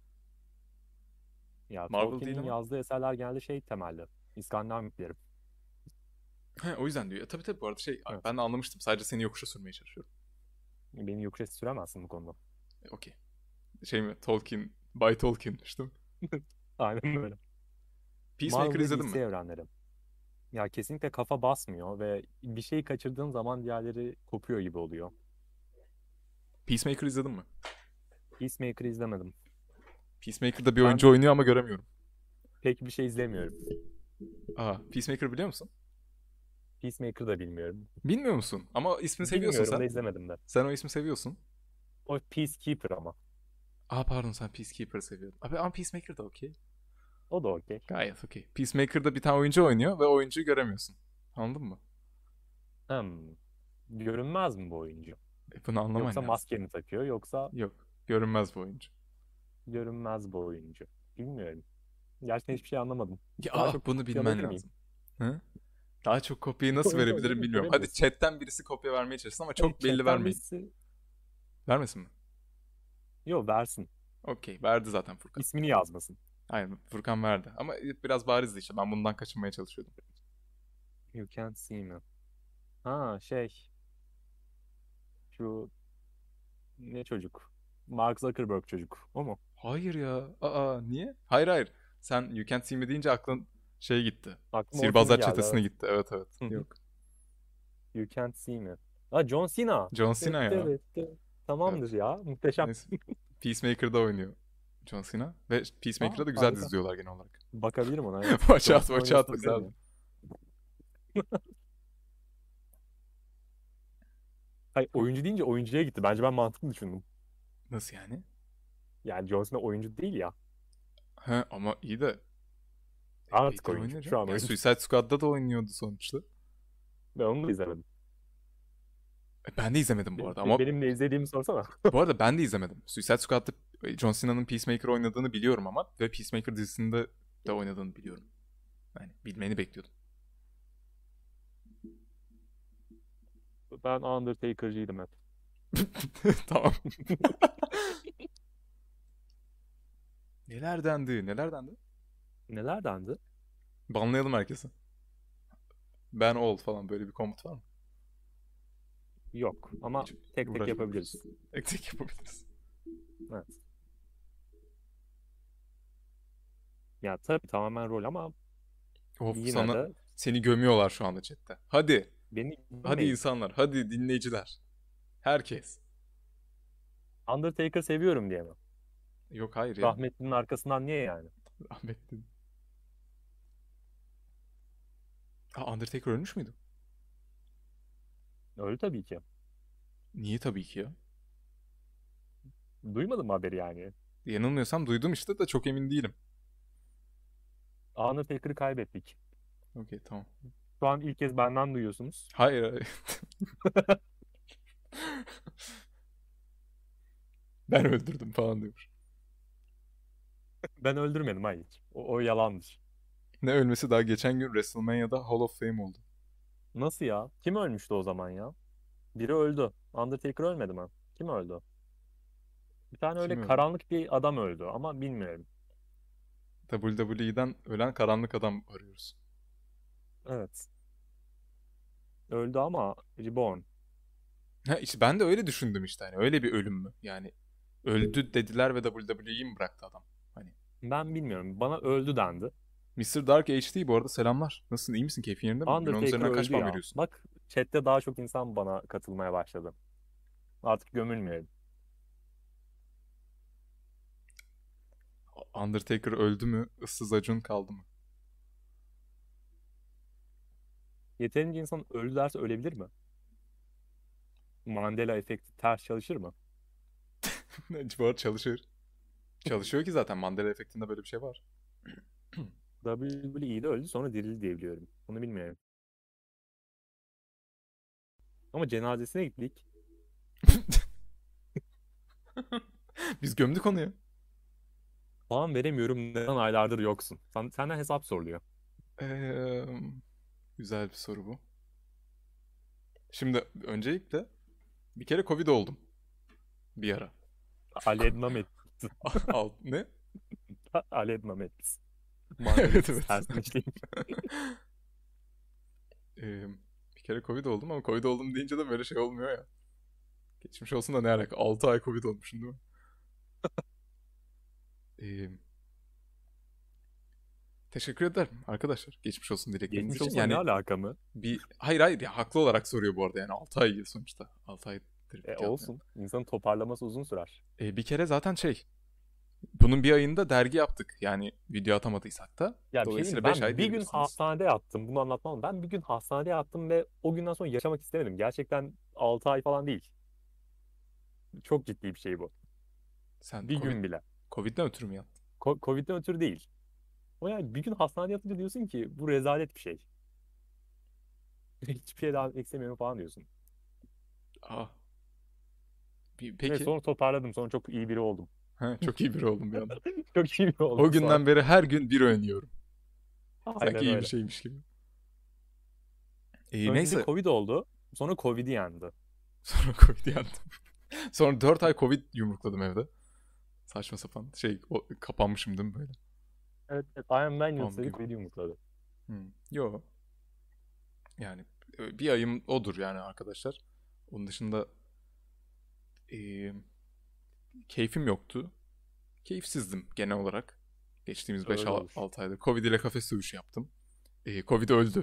Ya Marvel değil Tolkien'in ama. yazdığı eserler genelde şey temelli. İskandinav mitleri. He, o yüzden diyor. Tabii tabii, bu arada şey, Evet. ben de anlamıştım. Sadece seni yokuşa sürmeye çalışıyorum. Beni yokuşa süremezsin bu konuda. Okey. Şey mi? Tolkien. Bay Tolkien'miş değil mi? Aynen öyle. Peacemaker Marvel ve izledin DC mi? evrenleri. Ya kesinlikle kafa basmıyor ve bir şeyi kaçırdığın zaman diğerleri kopuyor gibi oluyor. Peacemaker izledin mi? Peacemaker'ı izlemedim. Peacemaker'da bir oyuncu Ben oynuyor ama göremiyorum. pek bir şey izlemiyorum. Aa, Peacemaker biliyor musun? Peacemaker'ı da bilmiyorum. Bilmiyor musun? Ama ismini seviyorsun Bilmiyorum da sen. izlemedim de. Sen o ismi seviyorsun. O Peacekeeper ama. Aa pardon, sen Peacekeeper'ı seviyordun. Abi ama Peacemaker da okey. O da okey. Gayet okey. Peacemaker'da bir tane oyuncu oynuyor ve oyuncuyu göremiyorsun. Anladın mı? Hmm. Görünmez mi bu oyuncu? Bunu anlaman Yoksa lazım. maske mi takıyor yoksa Yok. Görünmez bu oyuncu. görünmez bu oyuncu? Bilmiyorum. Gerçekten hiçbir şey anlamadım. Ya Daha çok bunu kopya bilmen alabilir miyim? lazım. Hı? Daha çok kopyayı nasıl Oyuncu verebilirim oynuyoruz, bilmiyorum. Hadi göremiyorsun. chatten birisi kopya vermeye çalışsın ama Hayır, çok belli chatten vermeyin. birisi... Vermesin mi? Yok, versin. Okey. Verdi zaten Furkan. İsmini yazmasın. Aynen, Furkan verdi. Ama biraz barizdi işte. Ben bundan kaçınmaya çalışıyordum. You can't see me. Ha şey... Şu... Ne çocuk? Mark Zuckerberg çocuk. O mu? Hayır ya. Aa, niye? Hayır hayır. Sen You Can't See Me deyince aklın şey gitti. Aklıma o film Sihirbazlar geldi, Çetesi'ne evet. gitti. Evet evet. Hı hı. Yok. You can't see me. Ha, John Cena. John Tıt Cena ya. tırıt tı. Evet. Tamamdır ya. Muhteşem. Neyse. Peacemaker'da oynuyor John Cena. Ve Aa, Peacemaker'da da güzel harika. diziyorlar genel olarak. Bakabilirim ona, evet. Watch John out, Cena watch out oynuyorsa da bakarım güzeldi. ya. Hayır, oyuncu deyince oyuncuya gitti. Bence ben mantıklı düşündüm. Nasıl yani? Yani John Cena oyuncu değil ya. He, ama iyi de Artık epeydir oyuncu. oynuyor Şu canım. an Ya oyuncu. Suicide Squad'da da oynuyordu sonuçta. Ben onu da izlemedim. Ben de izlemedim bu arada ama Benim ne izlediğimi sorsana. bu arada ben de izlemedim. Suicide Squad'da John Cena'nın Peacemaker oynadığını biliyorum ama ve Peacemaker dizisinde de oynadığını biliyorum. Yani bilmeni bekliyordum. Ben Undertaker'cıydım hep. Tamam. Neler dendi? Neler dendi? Neler dendi? Banlayalım herkesi. Ben ol falan, böyle bir komut var mı? Yok. Ama Hiç tek tek uğraşmıyoruz. yapabiliriz. Tek tek yapabiliriz. Evet. Ya tabii tamamen rol ama Of, yine sana de seni gömüyorlar şu anda chatte. Hadi. beni Hadi bilmeyin. insanlar. Hadi dinleyiciler. Herkes. Undertaker seviyorum diye mi? Yok hayır ya. Rahmetlinin arkasından niye yani? Rahmetli. Aa, Undertaker ölmüş müydü? Öyle tabii ki. Niye tabii ki ya. Duymadın mı haberi yani? Yanılmıyorsam duydum işte de çok emin değilim. Undertaker'ı kaybettik. Okey tamam. Şu an ilk kez benden duyuyorsunuz. Hayır hayır. Ben öldürdüm falan diyor. Ben öldürmedim, hayır. O yalandır. Ne ölmesi, daha geçen gün WrestleMania'da Hall of Fame oldu. Nasıl ya? Kim ölmüştü o zaman ya? Biri öldü. Undertaker ölmedi mi? Kim öldü? Bir tane Kim öyle öldü? karanlık bir adam öldü ama bilmiyorum. WWE'den ölen karanlık adam arıyoruz. Evet. Öldü ama Reborn. Ha, işte ben de öyle düşündüm işte. Hani öyle bir ölüm mü? Yani öldü dediler ve WWE'yi mi bıraktı adam? Hani Ben bilmiyorum. Bana öldü dendi. Mr. Dark HD bu arada selamlar. Nasılsın? İyi misin? Keyfin yerinde mi? Bugün onun Undertaker üzerinden kaç öldü puan ya. veriyorsun? Bak chatte daha çok insan bana katılmaya başladı. Artık gömülmeyelim. Undertaker öldü mü? Issız Acun kaldı mı? Yeterince insan öldü derse ölebilir mi? Mandela efekti ters çalışır mı? Var çalışır. Çalışıyor ki zaten Mandela efektinde böyle bir şey var. WWE'de öldü sonra dirildi diye biliyorum. Onu bilmiyorum. Ama cenazesine gittik. Biz gömdük onu ya. Puan veremiyorum neden aylardır yoksun. Senden hesap soruluyor. Eee, güzel bir soru bu. Şimdi öncelikle bir kere Covid oldum. Bir ara. Ali Ednam etti. Ne? Ali Ednam etti. Mandela Evet etkisi evet. tersine işleyeyim. Eee, bir kere Covid oldum ama Covid oldum deyince de böyle şey olmuyor ya. Geçmiş olsun da ne alaka? 6 ay Covid olmuşum değil mi? Eee, teşekkür ederim arkadaşlar. Geçmiş olsun dilekleriniz Geçmiş için. olsa ne Yani alaka mı? hayır ya, haklı olarak soruyor bu arada yani 6 ay sonuçta. 6 aydır bir kağıt yani. Olsun. İnsanın toparlaması uzun sürer. Bir kere zaten bunun bir ayında dergi yaptık. Yani video atamadıysak da. Ya bir şey diyeyim mi? Dolayısıyla 5 ay Ben bir gün diyebilirsiniz. hastanede yattım. Bunu anlatmam. Ben bir gün hastanede yattım ve o günden sonra yaşamak istemedim. Gerçekten 6 ay falan değil. Çok ciddi bir şey bu. Sen Bir gün bile. Covid'den ötürü mü yattın? Covid'den ötürü değil. O yani bir gün hastanede yatınca diyorsun ki bu rezalet bir şey. Hiçbir şey daha etmek istemiyorum falan diyorsun. Aa, Ve peki. sonra toparladım. Sonra çok iyi biri oldum. Ha, çok iyi biri oldum bir anda. Çok iyi biri O oldum sonra. günden beri her gün bir oynuyorum. Sanki Aynen iyi bir öyle. şeymiş gibi. Önce Neyse. Covid oldu. Sonra Covid'i yendi. Sonra Covid yandım. Sonra 4 ay Covid yumrukladım evde. Saçma sapan. Kapanmışım değil mi böyle? Evet, evet. Iron Man Bam yıldızları güm. Covid'i yumrukladı. Yo. Yani bir ayım odur yani arkadaşlar. Onun dışında e, keyfim yoktu. Keyifsizdim genel olarak. Geçtiğimiz Öyle olur. 5-6 ayda. Covid ile kafes dövüşü yaptım. Covid öldü.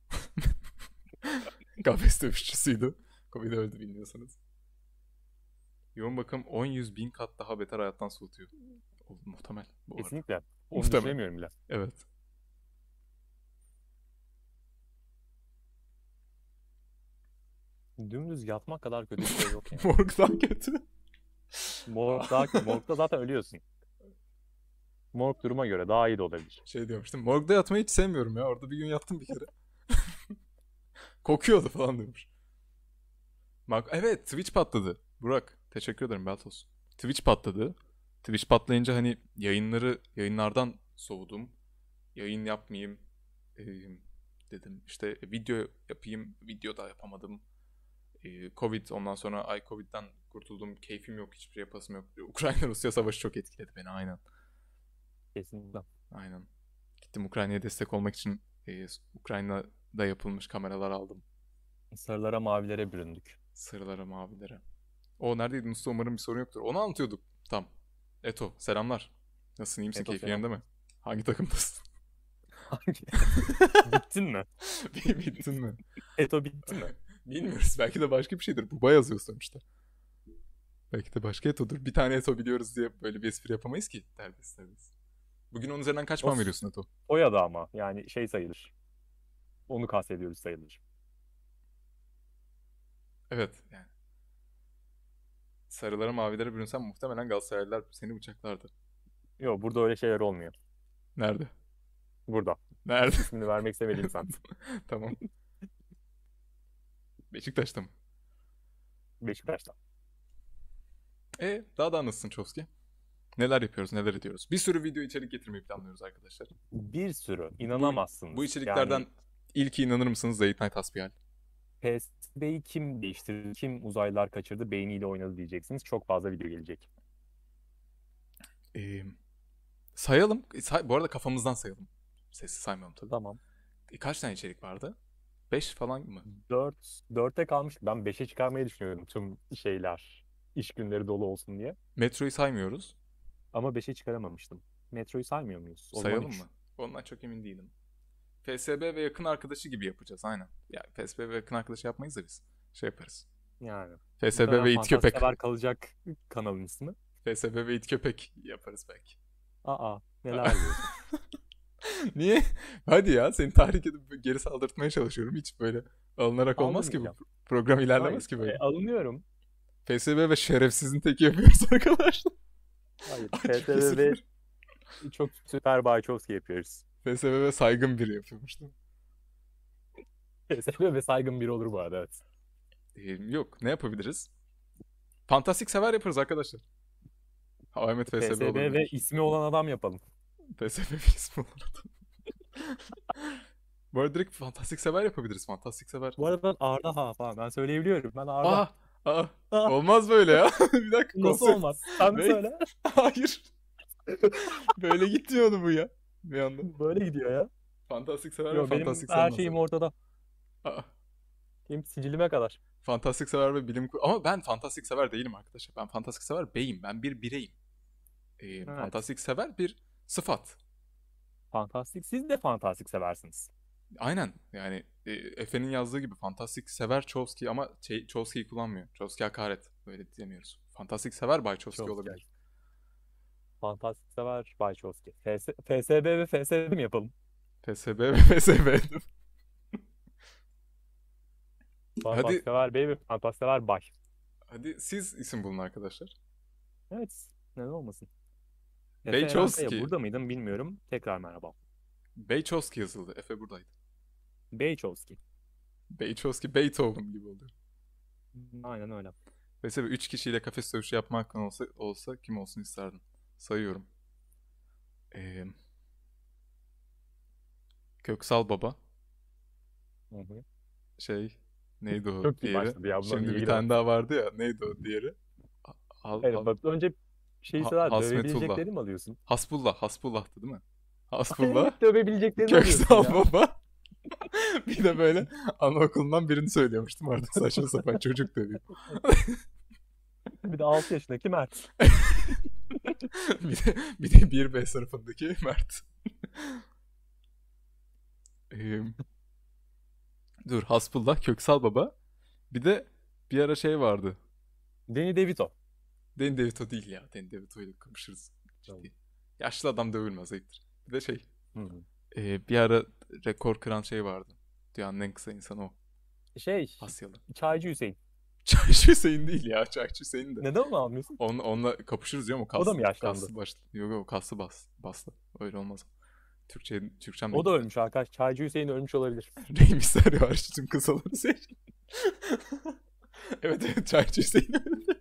Kafes dövüşçüsüydü. Covid öldü bilmiyorsanız. Yoğun bakım 10-100 bin kat daha beter hayattan soğutuyor. Muhtemel bu arada. Kesinlikle. Onu Muhtemel. düşünemiyorum bile. Evet. Dümdüz yatmak kadar kötü bir şey yok yani. Morgdan kötü. Morgda zaten ölüyorsun. Morg duruma göre daha iyi de olabilir. Diyormuştum. Morgda yatmayı hiç sevmiyorum ya. Orada bir gün yattım bir kere. Kokuyordu falan diyormuş. Bak evet, Twitch patladı. Burak teşekkür ederim, belt olsun. Twitch patladı. Twitch patlayınca hani yayınlardan soğudum. Yayın yapmayayım e, dedim. İşte video yapayım. Video da yapamadım. Covid, ondan sonra ay Covid'den kurtuldum. Keyfim yok. Hiçbir şey yapasım yok. Ukrayna-Rusya savaşı çok etkiledi beni aynen. Kesinlikle. Aynen. Gittim Ukrayna'ya destek olmak için Ukrayna'da yapılmış kameralar aldım. Sarılara mavilere büründük. Sarılara mavilere. O neredeydi Mustafa, umarım bir sorun yoktur. Onu anlatıyorduk. Tam. Eto selamlar. Nasılsın, iyi misin, Eto keyfin selam. yerinde mi? Hangi takımdasın? Bittin mi? Bittin mi? Eto bitti mi? Bilmiyoruz. Belki de başka bir şeydir. Buba yazıyor sonuçta. Belki de başka Eto'dur. Bir tane Eto biliyoruz diye böyle bir espri yapamayız ki. Derdest. Bugün onun üzerinden kaç O puan veriyorsun Eto? soyadı ama yani şey sayılır. Onu kastediyoruz sayılır. Evet yani. Sarılara mavilere bürünsen muhtemelen Galatasaraylılar seni bıçaklardı. Yok burada öyle şeyler olmuyor. Nerede? Burada. Nerede? İsmini vermek istemediğim semt. Tamam. Beşiktaş'ta mı? Beşiktaş'ta. Daha da nasılsın Çovski? Neler yapıyoruz, neler ediyoruz? Bir sürü video içerik getirmeyi planlıyoruz arkadaşlar. Bir sürü. Bu, bu İnanamazsınız. içeriklerden Yani ilki inanır mısınız? Late Night Hasbihal. PSV'yi kim değiştirdi, kim uzaylılar kaçırdı, beyniyle oynadı diyeceksiniz. Çok fazla video gelecek. Ee, Sayalım. Bu arada kafamızdan sayalım. Sessiz saymayalım tabii. Tamam. Kaç tane içerik vardı? 5 falan mı? 4'e kalmış. Ben 5'e çıkarmayı düşünüyorum tüm şeyler. İş günleri dolu olsun diye. Metroyu saymıyoruz. Ama 5'e çıkaramamıştım. Metroyu saymıyor muyuz? O zaman Sayalım 3. mı? Ondan çok emin değilim. FSB ve yakın arkadaşı gibi yapacağız aynen. Yani FSB ve yakın arkadaşı yapmayız da biz. Şey yaparız. Yani. FSB Muhtemelen ve it Fantastik köpek. Haber kalacak kanalın ismi. FSB ve it köpek yaparız belki. Aa, neler diyorsun? Niye? Hadi ya seni tahrik edip geri saldırtmaya çalışıyorum. Hiç böyle alınarak olmaz ki bu Aldırmayacağım. program Hayır. ilerlemez ki böyle. Alınıyorum. FSB ve şerefsizin teki yapıyoruz arkadaşlar. Hayır. Çok iyi PSV ve sıfır. çok süper Bayçovski yapıyoruz. FSB ve saygın biri yapıyormuş değil mi? PSV ve saygın biri olur bu arada, evet. Yok ne yapabiliriz? Fantastik sever yaparız arkadaşlar. How I Met FSB PSV ve olabilir. ismi olan adam yapalım. FSB bir ismi olur adam. Bu arada direkt fantastik sever yapabiliriz. Fantastik sever. Bu arada ben Arda ha falan. Ben söyleyebiliyorum. Ben Arda. Aa, aa, Ah, olmaz böyle ya. Bir dakika nasıl konsept. olmaz? Sen mi Wait. söyle? Hayır. Böyle gitmiyordu bu ya. Bir anda. Böyle gidiyor ya. Fantastik sever ve Yo, benim fantastik her sevmezler. şeyim ortada. Aa, Benim sicilime kadar. fantastik sever ve Ama ben fantastik sever değilim arkadaşlar. Ben fantastik sever beyim. Ben bir bireyim. Evet. Fantastik sever bir sıfat. Fantastik. Siz de fantastik seversiniz. Aynen. Yani Efe'nin yazdığı gibi fantastik sever Chomsky ama Chomsky'yi kullanmıyor. Chomsky hakaret. Böyle diyemiyoruz. Fantastik sever Bay Chomsky Çok güzel. olabilir. Fantastik sever Bayçovski. FSB ve FSB mi yapalım? FSB ve FSB. Fantastik Hadi sever Bey ve fantastik sever Bay. hadi siz isim bulun arkadaşlar. Evet. Neden olmasın? Efe Eren Kaya Beychowski. burada mıydım bilmiyorum. Tekrar merhaba. Beychowski yazıldı. Efe buradaydı. Beyçovski. Beychowski Beethoven gibi oluyor. Aynen öyle. Mesela 3 kişiyle kafes dövüşü yapma hakkın olsa kim olsun isterdin? Sayıyorum. Ee, Köksal Baba. Hı hı. Şey neydi o Çok iyi diğeri? başladı ya. Bundan Şimdi iyi bir gidelim. tane daha vardı ya. Neydi o diğeri? Hayır, bak önce şeyi söyler. Hasmetullah. Dövebileceklerini mi alıyorsun? Hasbullah. Hasbullah'tı değil mi? Hayır, Hasbullah. hep dövebileceklerini alıyorsun Köksal ya. Baba. Bir de böyle anaokulundan birini söylüyormuştum artık saçma sapan çocuk dövüyor. Bir de 6 yaşındaki Mert. bir de 1B sınıfındaki Mert. Ee, dur Hasbullah, Köksal Baba. Bir de bir ara şey vardı. Danny DeVito. Danny DeVito değil ya. Danny DeVito ile kapışırız. Ciddi. Yaşlı adam dövülmez ayıptır. Bir de şey. Hı hı. Bir ara rekor kıran şey vardı. Dünyanın en kısa insanı o. Şey, Asyalı. Çaycı Hüseyin. Çaycı Hüseyin değil ya. Çaycı Hüseyin de. Neden onu almıyorsun? Onunla kapışırız diyor mu? O da mı yaşlandı? Kaslı başlı. Yok yok kaslı baslı. Öyle olmaz. Türkçem de O da gitti. ölmüş arkadaş. Çaycı Hüseyin ölmüş olabilir. Rey Mysterio hariç tüm kısaları seç. Evet evet Çaycı Hüseyin öldü.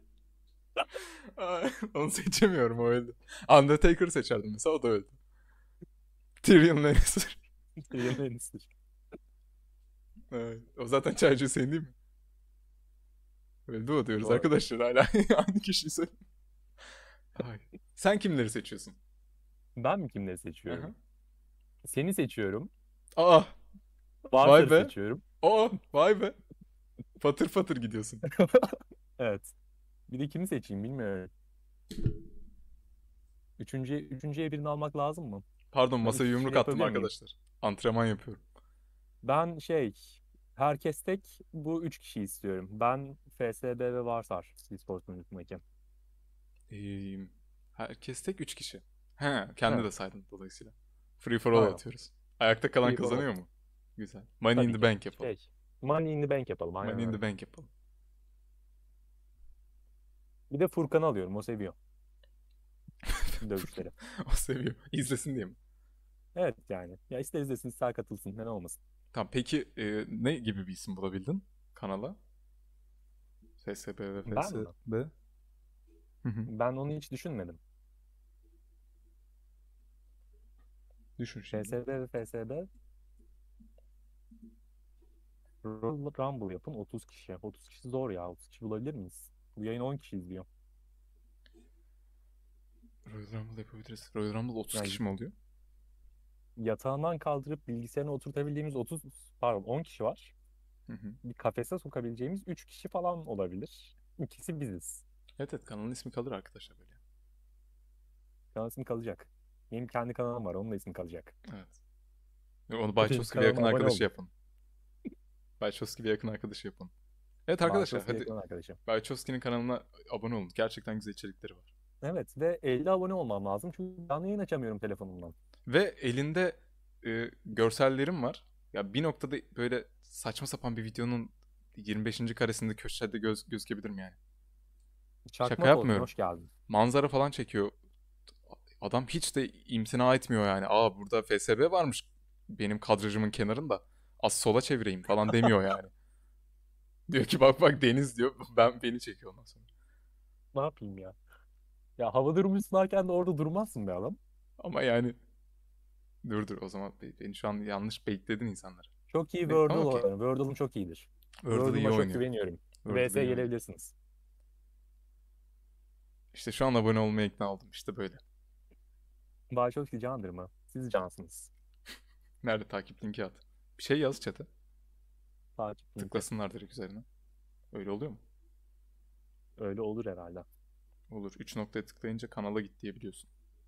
Onu seçemiyorum o öldü. Undertaker'ı seçerdim mesela o da öldü. Tyrion Lannister. Tyrion Lannister. Evet. O zaten Çaycı Hüseyin değil mi? Öldü o diyoruz Doğru. arkadaşlar hala aynı kişiyi söylüyor. Ay. Sen kimleri seçiyorsun? Ben mi kimleri Aha. seçiyorum? Seni seçiyorum. Aa vay Barter'ı be. seçiyorum. Aa vay be. Patır patır gidiyorsun. Evet. Bir de kimi seçeyim bilmiyorum. Üçüncüye birini almak lazım mı? Pardon Ben masaya iki yumruk kişiyle attım yapabilir miyim? arkadaşlar. Antrenman yapıyorum. Ben herkes tek bu 3 kişi istiyorum. Ben FSB ve Varsar Spor Sunucu'ndaki. Ee, herkes tek 3 kişi. He kendi Evet. de saydın dolayısıyla. Free for all Aynen. atıyoruz. Ayakta kalan Free for all. kazanıyor mu? Güzel. Money in Tabii the ki. bank yapalım. Money in the Bank yapalım. Aynen Money in öyle. the bank yapalım. Bir de Furkan'ı alıyorum. O seviyor dövüşleri. O seviyor. İzlesin diye mi? Evet yani. Ya ister izlesin ister katılsın. Neden olmasın. Tamam peki ne gibi bir isim bulabildin kanala? FSB ve Ben mi? FSB. Hı hı. Ben onu hiç düşünmedim. Düşün şimdi. FSB ve FSB Royal Rumble yapın 30 kişi. 30 kişi zor ya. 30 kişi bulabilir miyiz? Bu yayın 10 kişi izliyor. Royal Rumble yapabiliriz. Royal Rumble 30 Yani kişi mi oluyor? yatağından kaldırıp bilgisayarına oturtabildiğimiz 10 kişi var. Hı hı. Bir kafese sokabileceğimiz 3 kişi falan olabilir. İkisi biziz. Evet evet, kanalın ismi kalır arkadaşlar böyle. Kanal ismi kalacak. Benim kendi kanalım var. Onun da ismi kalacak. Evet. Ve onu Benim Bayços gibi yakın kanalıma abone arkadaşı olun. yapın. Bayços gibi yakın arkadaşı yapın. Evet arkadaşlar, Bağışlasın hadi yakın arkadaşım. Bayçoski'nin kanalına abone olun. Gerçekten güzel içerikleri var. Evet ve 50 abone olmam lazım. Çünkü canlı yayın açamıyorum telefonumdan. Ve elinde görsellerim var. Ya bir noktada böyle saçma sapan bir videonun 25. karesinde köşede gözükebilirim yani. Şaka Çakmak olsun. yapmıyorum. Hoş geldin. Manzara falan çekiyor. Adam hiç de imtina etmiyor yani. Aa, burada FSB varmış benim kadrajımın kenarında. Az sola çevireyim falan demiyor yani. Diyor ki bak bak deniz diyor. Beni çekiyor ondan sonra. Ne yapayım ya? Ya hava durumu sınarken de orada durmazsın be adam. Ama yani dur o zaman beni şu an yanlış baitledin insanlar. Çok iyi Ama Wordle okey. oynuyor. Wordle'ım çok iyidir. Wordle iyi Wordle'ıma çok oynuyor. güveniyorum. Wordle VS'ye iyi oynuyor. gelebilirsiniz. İşte şu an abone olmaya ikna oldum. İşte böyle. Bağışoski candır mı? Siz cansınız. Nerede takip linki at. Bir şey yaz chat'e. Takip linki. Tıklasınlar direkt üzerine. Öyle oluyor mu? Öyle olur herhalde. Olur. 3 noktaya tıklayınca kanala git diyebiliyorsun.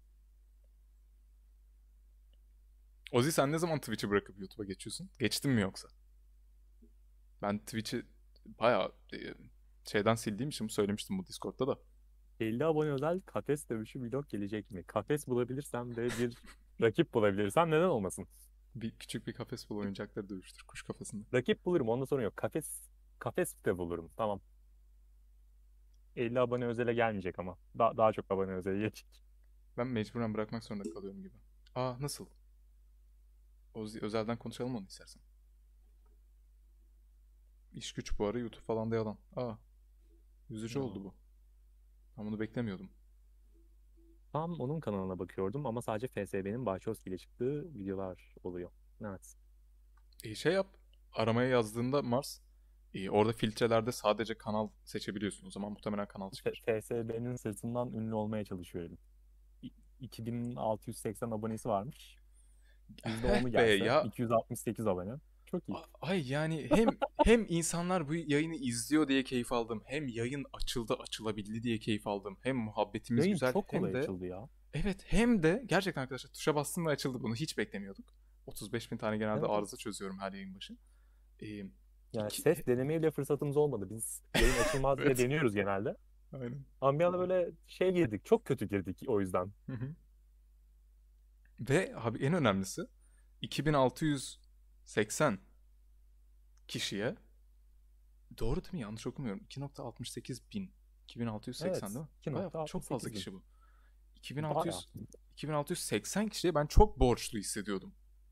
Ozi, sen ne zaman Twitch'i bırakıp YouTube'a geçiyorsun? Geçtin mi yoksa? Ben Twitch'i bayağı şeyden sildiğim için söylemiştim bu Discord'da da. 50 abone özel kafes dövüşü vlog gelecek mi? Kafes bulabilirsem ve bir rakip bulabilirsem neden olmasın? Küçük bir kafes bul, oyuncakları dövüştür. Kuş kafasında. Rakip bulurum. Onda sorun yok. Kafes de bulurum. Tamam. 50 abone özele gelmeyecek ama. Daha çok abone özele gelecek. Ben mecburen bırakmak zorunda kalıyorum gibi. Aa, nasıl? Ozi, özelden konuşalım onu istersen. İş güç bu ara, YouTube falan da yalan. Aa, üzücü oldu bu. Ben bunu beklemiyordum. Tam onun kanalına bakıyordum ama sadece FSB'nin Bahçoski ile çıktığı videolar oluyor. Evet. Şey yap. Aramaya yazdığında Mars, orada filtrelerde sadece kanal seçebiliyorsun. O zaman muhtemelen kanal çıkar. FSB'nin sırtından ünlü olmaya çalışıyorum. 2680 abonesi varmış. %10'u Be gelse ya. 268 abone. Çok iyi. Ay yani hem insanlar bu yayını izliyor diye keyif aldım. Hem yayın açılabildi diye keyif aldım. Hem muhabbetimiz Yayın güzel. çok Hem kolay de açıldı ya. evet, hem de gerçekten arkadaşlar tuşa bastım ve açıldı. Bunu hiç beklemiyorduk. 35 bin tane genelde Evet, evet. arıza çözüyorum her yayın başı. Ee, Yani iki... ses denemeye bile fırsatımız olmadı. Biz yayın açılmaz diye Evet. deniyoruz genelde. Aynen. Ama bir anda böyle şey girdik. Çok kötü girdik o yüzden. Hı hı. Ve abi en önemlisi 2680 kişiye, doğru değil mi? Yanlış okumuyorum. 2.68 bin. 2680 Evet. değil mi? Bayağı çok fazla 2.68 bin. kişi bu. Bayağı. 2680 kişiye ben çok borçlu hissediyordum.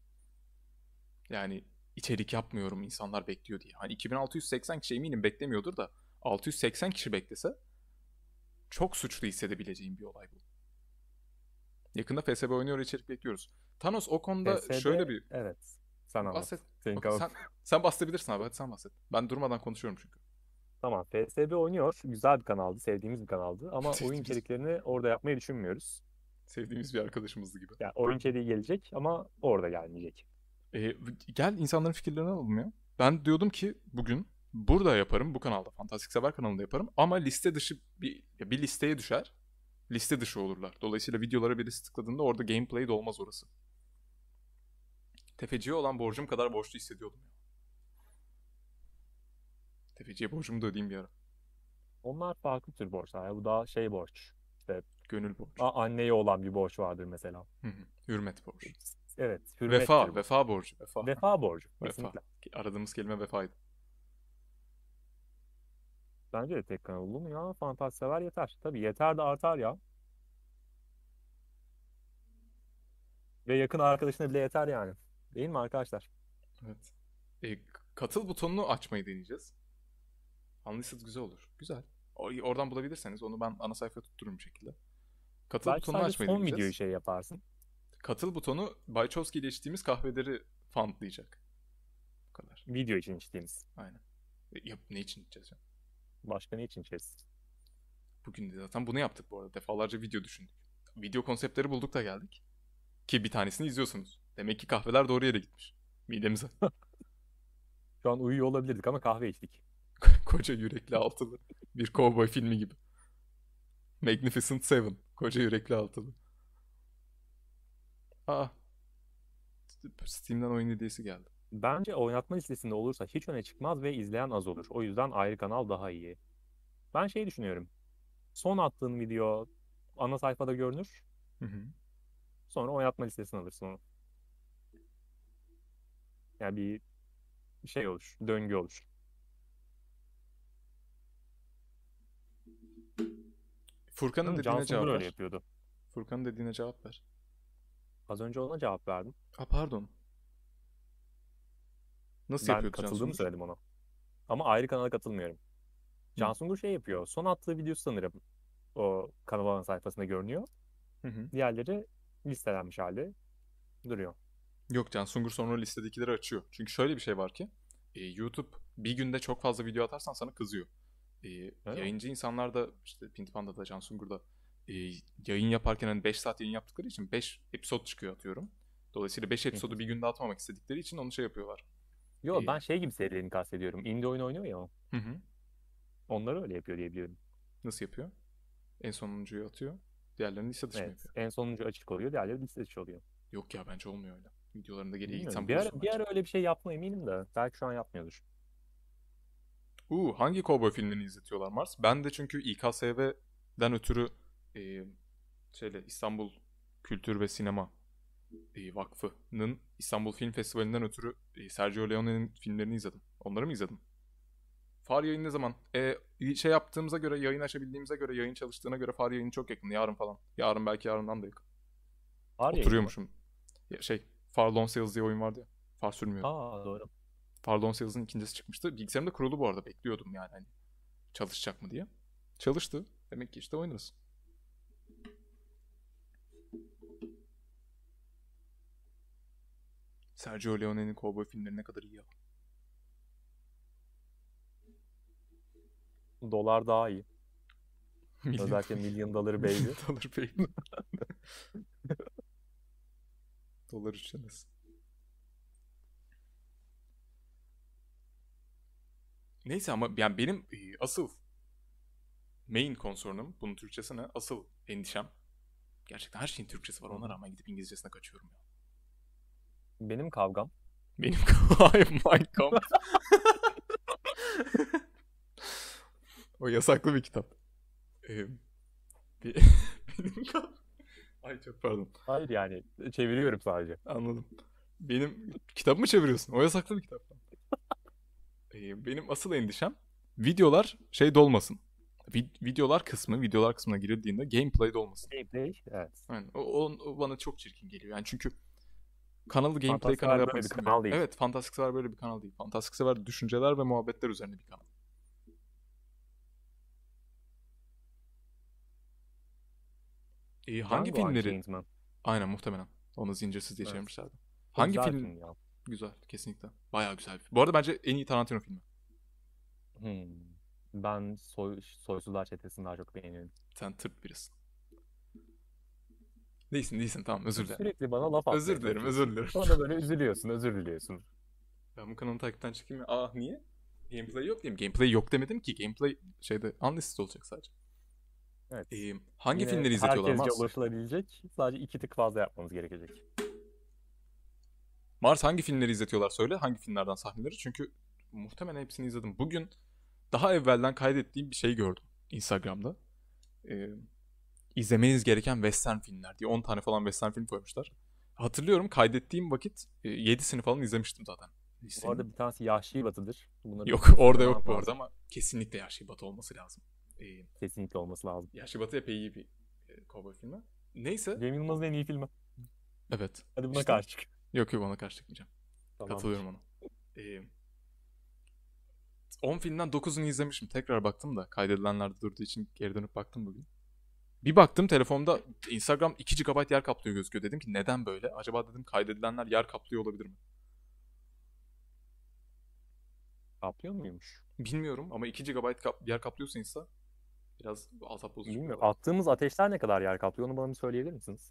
Yani içerik yapmıyorum, insanlar bekliyor diye. Hani 2680 kişi eminim beklemiyordur da 680 kişi beklese çok suçlu hissedebileceğim bir olay bu. Yakında FSB oynuyor içerik bekliyoruz. Thanos, o konuda şöyle PSD bir evet. Sen anlat. bahset. Senin Okey, kanal. sen bahsedebilirsin abi, hadi sen bahset. Ben durmadan konuşuyorum çünkü. Tamam. FSB oynuyor. Güzel bir kanaldı. Sevdiğimiz bir kanaldı. Ama oyun Sevdiğimiz, içeriklerini orada yapmayı düşünmüyoruz. sevdiğimiz bir arkadaşımızdı gibi. Yani oyun içeriği gelecek ama orada gelmeyecek. Gel insanların fikirlerini alalım ya. Ben diyordum ki bugün burada yaparım, bu kanalda, Fantastik Sever kanalında yaparım ama liste dışı bir listeye düşer. Liste dışı olurlar. Dolayısıyla videolara birisi tıkladığında orada gameplay de olmaz orası. Tefeciye olan borcum kadar borçlu hissediyordum ya. Tefeciye borcumu da ödeyeyim bir ara. Onlar farklı tür borçlar. Ya bu daha şey borç. İşte Gönül borcu. anneye olan bir borç vardır mesela. Hı hı. Hürmet borcu. Evet. Vefa, Hürmettir bu. vefa borcu. Vefa. Vefa borcu. Vefa. Kesinlikle. Aradığımız kelime vefaydı. Bence de tek kanal olur mu ya? Fantastik sever yeter. Tabii yeter de artar ya. Ve yakın arkadaşına bile yeter yani. Değil mi arkadaşlar? Evet. E, Katıl butonunu açmayı deneyeceğiz. Unlisted güzel olur. Güzel. Oradan bulabilirseniz onu ben ana sayfaya tuttururum bir şekilde. Katıl Belki butonunu sadece açmayı son videoyu deneyeceğiz. şey yaparsın. Katıl butonu Bayçovski ile içtiğimiz kahveleri fundlayacak. Bu kadar. Video için içtiğimiz. Aynen. Ne için içeceğiz ya? Başka ne için içeriz? Bugün de zaten bunu yaptık bu arada. Defalarca video düşündük. video konseptleri bulduk da geldik. Ki bir tanesini izliyorsunuz. Demek ki kahveler doğru yere gitmiş. Midemize. Şu an uyuyor olabilirdik ama kahve içtik. Koca yürekli altılı. Bir kovboy filmi gibi. Magnificent Seven. Koca yürekli altılı. Aa. Steam'den oyun hediyesi geldi. Bence oynatma listesinde olursa hiç öne çıkmaz ve izleyen az olur. O yüzden ayrı kanal daha iyi. Ben şey düşünüyorum. Son attığın video ana sayfada görünür. Hı hı. Sonra oynatma listesine alırsın onu. Yani bir şey olur. Döngü olur. Furkan'ın Değil mi? dediğine Cansu Gur cevap öyle ver. yapıyordu. Furkan'ın dediğine cevap ver. Az önce ona cevap verdim. Aa pardon. Nasıl Ben yapıyordu Can katıldığımı Sungur? söyledim ona. Ama ayrı kanala katılmıyorum. Hı. Cansu Gur şey yapıyor. Son attığı video sanırım o kanal ana sayfasında görünüyor. Hı hı. Diğerleri listelenmiş halde duruyor. Yok, Can Sungur sonra listedekileri açıyor. Çünkü şöyle bir şey var ki YouTube bir günde çok fazla video atarsan sana kızıyor. E, Öyle mi? Yayıncı insanlar da işte Pintipanda'da, Can Sungur'da yayın yaparken hani 5 saat yayın yaptıkları için 5 episod çıkıyor atıyorum. Dolayısıyla 5 Hı hı. episodu bir günde atmamak istedikleri için onu şey yapıyorlar. Yo, E, ben şey gibi serilerini kastediyorum. Indie oyun oynuyor ya o. hı hı. Onları öyle yapıyor diye biliyorum. Nasıl yapıyor? En sonuncuyu atıyor. Diğerlerini liste dışı mı Evet. yapıyor? En sonuncu açık oluyor. Diğerleri liste dışı oluyor. Yok ya, bence olmuyor öyle. Videolarında geriye gitsen Bilmiyorum. Bir ara, bulursun bir bence. ara öyle bir şey yapma eminim de. Belki şu an yapmıyordur. Hangi kovboy filmlerini izletiyorlar Mars? Ben de çünkü İKSV'den ötürü e, İstanbul Kültür ve Sinema Vakfı'nın İstanbul Film Festivali'nden ötürü Sergio Leone'nin filmlerini izledim. Onları mı izledim? Far yayın ne zaman? Şey yaptığımıza göre, yayın açabildiğimize göre, yayın çalıştığına göre Far yayını çok yakın. Yarın falan. Yarın, belki yarından da yakın. Var yayını mı? Oturuyormuşum. Ya Far Lone Sales diye oyun vardı ya. Far sürmüyordu. Aa, doğru. Far Lone Sales'ın ikincisi çıkmıştı. Bilgisayarımda kurulu bu arada. Bekliyordum yani hani çalışacak mı diye. Çalıştı. Demek ki işte oynarız. Sergio Leone'nin kovboy filmleri ne kadar iyi ya. Dolar daha iyi. Milyon, Özellikle Million Dollar Baby. milyon dolar baby. Dolar üçlemesi. Neyse ama yani benim asıl main concern'ım, bunun Türkçesi ne? Asıl endişem. Gerçekten her şeyin Türkçesi var. Hı Ona hı. rağmen gidip İngilizcesine kaçıyorum ya. Benim kavgam. Benim Hayır, Mein Kampf. O yasaklı bir kitap. Ee, bir- benim Ay çok pardon. Hayır, yani çeviriyorum sadece. Anladım. Benim kitabımı çeviriyorsun. O yasaklı bir kitap. Benim asıl endişem videolar dolmasın. Videolar kısmına girildiğinde gameplay de olmasın. Gameplay. Evet. Yani o bana çok çirkin geliyor. Yani çünkü kanalı gameplay Fantastik kanalı var yapmak böyle bir istemiyorum. kanal değil. Evet, Fantastik Sever böyle bir kanal değil. Fantastik Sever düşünceler ve muhabbetler üzerine bir kanal. Hangi Django filmleri? Unchained mi? Aynen, muhtemelen. Onu zincirsiz diye Evet. çevirmişlerdi. O Hangi güzel bir film? film ya. Güzel, kesinlikle. Bayağı güzel bir film. Bu arada bence en iyi Tarantino filmi. Hmm. Ben Soysuzlar Çetesi'ni daha çok beğeniyorum. Sen tırt birisin. Değilsin, tamam, özür dilerim. Sürekli bana laf atmaya Özür dilerim, özür çalışıyorsun. dilerim. Sonra da böyle üzülüyorsun, özür diliyorsun. Ben bu kanalı takipten çıkayım ya. Niye? Gameplay yok diyeyim. Gameplay yok demedim ki. Gameplay unlisted olacak sadece. Evet. Hangi Yine filmleri izletiyorlar herkesce Mars? ulaşılabilecek. Sadece 2 tık fazla yapmamız gerekecek. Mars, hangi filmleri izletiyorlar söyle. Hangi filmlerden sahneleri? Çünkü muhtemelen hepsini izledim. Bugün daha evvelden kaydettiğim bir şey gördüm Instagram'da. Ee, izlemeniz gereken western filmler diye 10 tane falan western film koymuşlar. Hatırlıyorum, kaydettiğim vakit 7'sini falan izlemiştim zaten Bu listenin. arada bir tanesi Yahşi Batı'dır. Bunları Yok, orada söylemem yok bu arada lazım. ama kesinlikle Yahşi Batı olması lazım. Kesinlikle olması lazım. Yahşi Batı epey iyi bir kovboy filmi. Neyse. Cem Yılmaz'ın en iyi filmi. Evet. Hadi buna İşte, karşı çık. yok ona karşı çıkmayacağım. Tamam. Katılıyorum ona. 10 filmden 9'unu izlemişim. Tekrar baktım da kaydedilenlerde durduğu için geri dönüp baktım bugün. Bir baktım telefonda Instagram 2 GB yer kaplıyor gözüküyor. Dedim ki neden böyle? Acaba dedim kaydedilenler yer kaplıyor olabilir mi? Kaplıyor muymuş? Bilmiyorum ama 2 GB yer kaplıyorsa Insta Biraz asap bozucu bir Bilmiyorum. olay. Attığımız ateşler ne kadar yer kaplıyor? Onu bana bir söyleyebilir misiniz?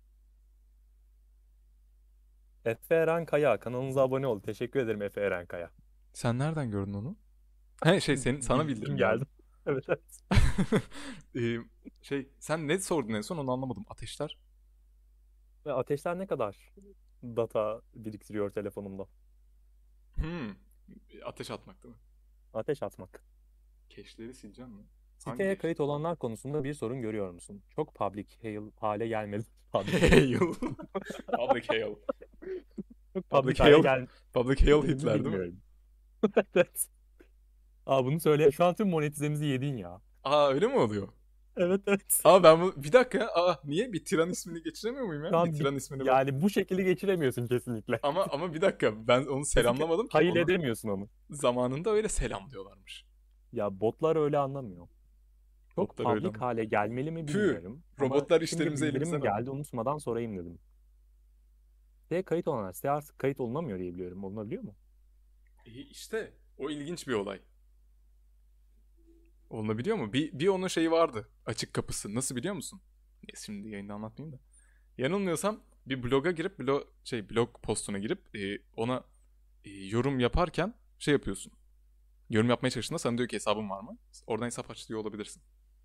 Efe Eren Kaya. Kanalınıza abone ol. Teşekkür ederim Efe Eren Kaya. Sen nereden gördün onu? He sana Bildirim bildirim geldi. geldi. Evet, evet. Ee, sen ne sordun en son onu anlamadım. Ateşler. Ve ateşler ne kadar data biriktiriyor telefonumda? Hmm. Ateş atmak değil mi? Ateş atmak. Keşleri sileceğim mi? Hangi Siteye keş? kayıt olanlar konusunda bir sorun görüyor musun? Çok public hale gelmedi. Public hail. Hail. Public hail. Çok public Public hale hail. Public hail gelmedi mi Hitler değil mi? bilmiyorum. Evet. Aa, bunu söyle. Şu an tüm monetizemizi yedin ya. Aa öyle mi oluyor? Evet, evet. Aa ben bu bir dakika. Niye bir tiran ismini geçiremiyor muyum Şu ya? Bir an tiran ismini ben. yani bu şekilde geçiremiyorsun kesinlikle. Ama bir dakika ben onu Kesinlikle selamlamadım ki. hayal Onu edemiyorsun onu. zamanında öyle selam diyorlarmış. Ya botlar öyle anlamıyor. Çok Botlar öyle public mi? hale gelmeli mi Püh. bilmiyorum. Ama Robotlar şimdi işlerimizi elimizden bildirim alıyor. geldi, unutmadan sorayım dedim. Siteye kayıt olanlar, siteye artık kayıt olunamıyor diye biliyorum. Olunabiliyor mu? İşte o ilginç bir olay. Olunabiliyor mu? Bir onun şeyi vardı. Açık kapısı. Nasıl biliyor musun? Şimdi yayında anlatmayayım da. Yanılmıyorsam bir bloga girip blog postuna girip ona yorum yaparken şey yapıyorsun. Yorum yapmaya çalıştığında sana diyor ki hesabın var mı? Oradan hesap aç diyor olabilirsin.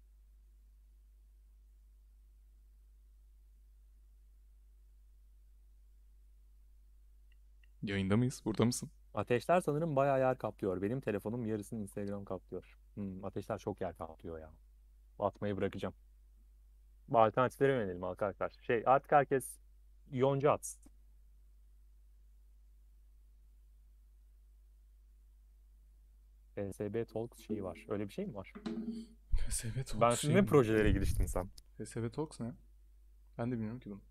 Yayında mıyız? Burada mısın? Ateşler sanırım bayağı yer kaplıyor. Benim telefonum yarısını Instagram kaplıyor. Ateşler çok yer kaplıyor ya. Atmayı bırakacağım. Bu alternatiflere yönelelim arkadaşlar. Artık herkes yonca atsın. PSB Talks şeyi var. Öyle bir şey mi var? FSB Ben Talks siz şey ne mi? projelere giriştin sen? FSB Talks ne? Ben de bilmiyorum ki bunu.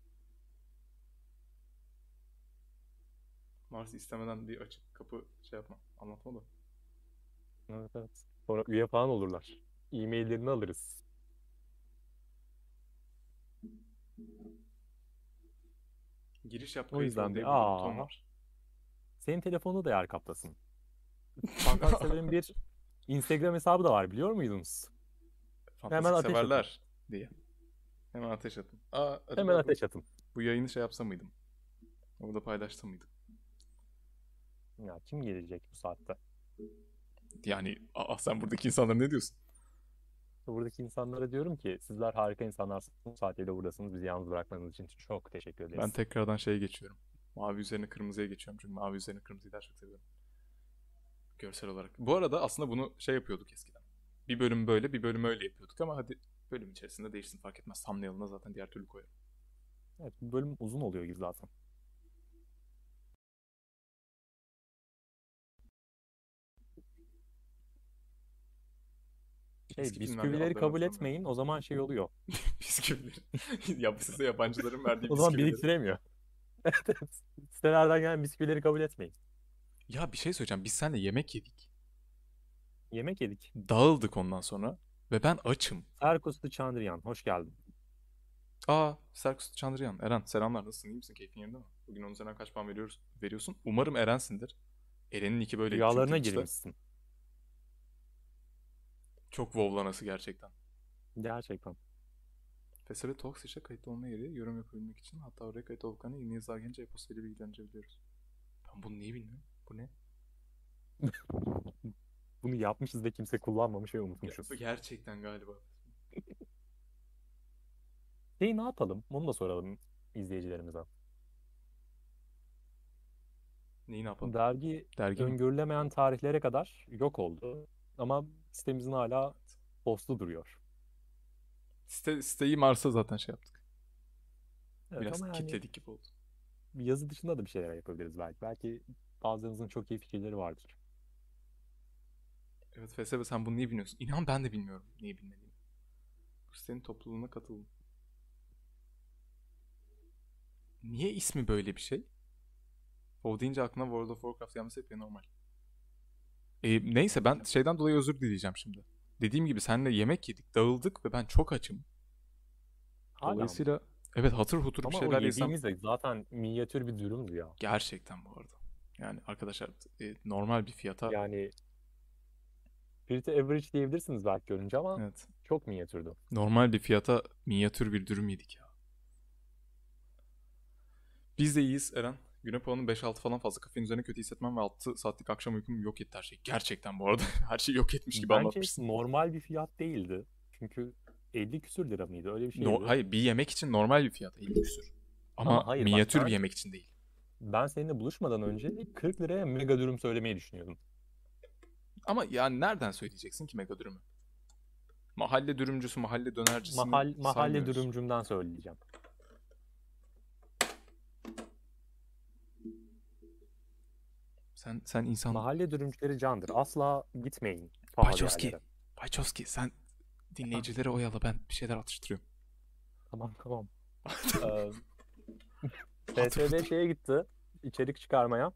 Mars istemeden bir açık kapı şey yapma. Anlatma da. Evet, evet. Sonra üye falan olurlar. E-maillerini alırız. Giriş yap O kayıt ol yüzden diye de burada buton var. senin telefonunda da yer kaplasın. Fantastik Sever'in bir Instagram hesabı da var, biliyor muydunuz? Hemen Fantastik ateş atın. severler diye. Hemen ateş atın. Hemen Acaba ateş atın. bu yayını şey yapsa mıydım? Orada paylaştım mıydım? Ya kim gelecek bu saatte? Yani sen buradaki insanlara ne diyorsun? Buradaki insanlara diyorum ki sizler harika insanlarsınız. Bu saatte de buradasınız. Bizi yalnız bırakmanız için çok teşekkür Ben ederiz. tekrardan şeye geçiyorum. Mavi üzerine kırmızıya geçiyorum. Çünkü mavi üzerine kırmızıyı daha çok seviyorum. Görsel olarak. Bu arada aslında bunu şey yapıyorduk eskiden. Bir bölüm böyle bir bölüm öyle yapıyorduk ama hadi bölüm içerisinde değişsin fark etmez. Thumbnail'ına zaten diğer türlü koyarım. Evet, bu bölüm uzun oluyor gibi zaten. Eski filmlerde Bisküvileri adlarını kabul hatırlamıyorum. etmeyin. O zaman şey oluyor. Bisküvileri. Ya size yabancıların verdiği O zaman bisküvileri. biriktiremiyor. Evet, evet. Sitelerden gelen bisküvileri kabul etmeyin. Ya bir şey söyleyeceğim. Biz seninle yemek yedik. Yemek yedik. Dağıldık ondan sonra. Ve ben açım. Serkuslu Çandriyan, hoş geldin. Serkus Çandıryan. Eren selamlar. Nasılsın? İyi misin? Keyfin yerinde mi? Bugün onun üzerinden kaç puan veriyorsun? Umarım Eren'sindir. Eren'in iki böyleydi. Çünkü Rüyalarına Twitch'te girmişsin. çok WoW'lanası gerçekten. Gerçekten. FSB Talks işte kayıtlı olma yeri. Yorum yapabilmek için. Hatta oraya kayıt olduklarını yeni yazılar gelince e-posta ile bilgilendirebiliyoruz. Ben bunu niye bilmiyorum? Bu ne? Bunu yapmışız ve kimse kullanmamış ve unutmuşuz. Gerçekten galiba. Ne yapalım? Bunu da soralım izleyicilerimize. Neyi ne yapalım? Dergi Dergi mi? öngörülemeyen tarihlere kadar yok oldu. Ama sitemizin hala postu duruyor. Siteyi Mars'a zaten şey yaptık. Evet, Biraz ama yani kitledik gibi oldu. yazı dışında da bir şeyler yapabiliriz belki. Belki bazılarınızın çok iyi fikirleri vardır. Evet FSB sen bunu niye bilmiyorsun? İnan ben de bilmiyorum niye bilmediğimi. Bu sitenin topluluğuna katıldım. Niye ismi böyle bir şey? O deyince aklına World of Warcraft gelmesi hep normal. Neyse ben şeyden dolayı özür dileyeceğim şimdi. Dediğim gibi seninle yemek yedik, dağıldık ve ben çok açım. Hala mı? Dolayısıyla evet hatır hutur bir Ama o şeyler yesem yediğimiz de zaten minyatür bir dürümdü ya. gerçekten bu arada. Yani arkadaşlar normal bir fiyata Yani Pretty average diyebilirsiniz belki görünce ama Evet. çok minyatürdü. Normal bir fiyata minyatür bir dürüm yedik ya. Biz de iyiyiz Eren. Güne puanım 5-6 falan, fazla kafein üzerine kötü hissetmem ve 6 saatlik akşam uykumu yok etti her şey. Gerçekten bu arada her şeyi yok etmiş gibi Bence anlatmışsın. normal bir fiyat değildi. Çünkü 50 küsür lira mıydı? Öyle bir şeydi. Hayır, bir yemek için normal bir fiyat 50 küsür. Ama Ama hayır bak minyatür bir yemek için değil. ben seninle buluşmadan önce 40 liraya mega dürüm söylemeyi düşünüyordum. Ama yani nereden söyleyeceksin ki mega dürümü? Mahalle dürümcüsü, mahalle dönercisini Mahalle saymıyoruz. dürümcümden söyleyeceğim. Sen insan... Mahalle dürümcüleri candır. Asla gitmeyin Bay pahalı Çoski. yerlere. Bay Çoski, sen Ha, dinleyicileri oyala, ben bir şeyler atıştırıyorum. tamam tamam. Ee, Hatırladım. TSB şeye gitti. İçerik çıkarmaya.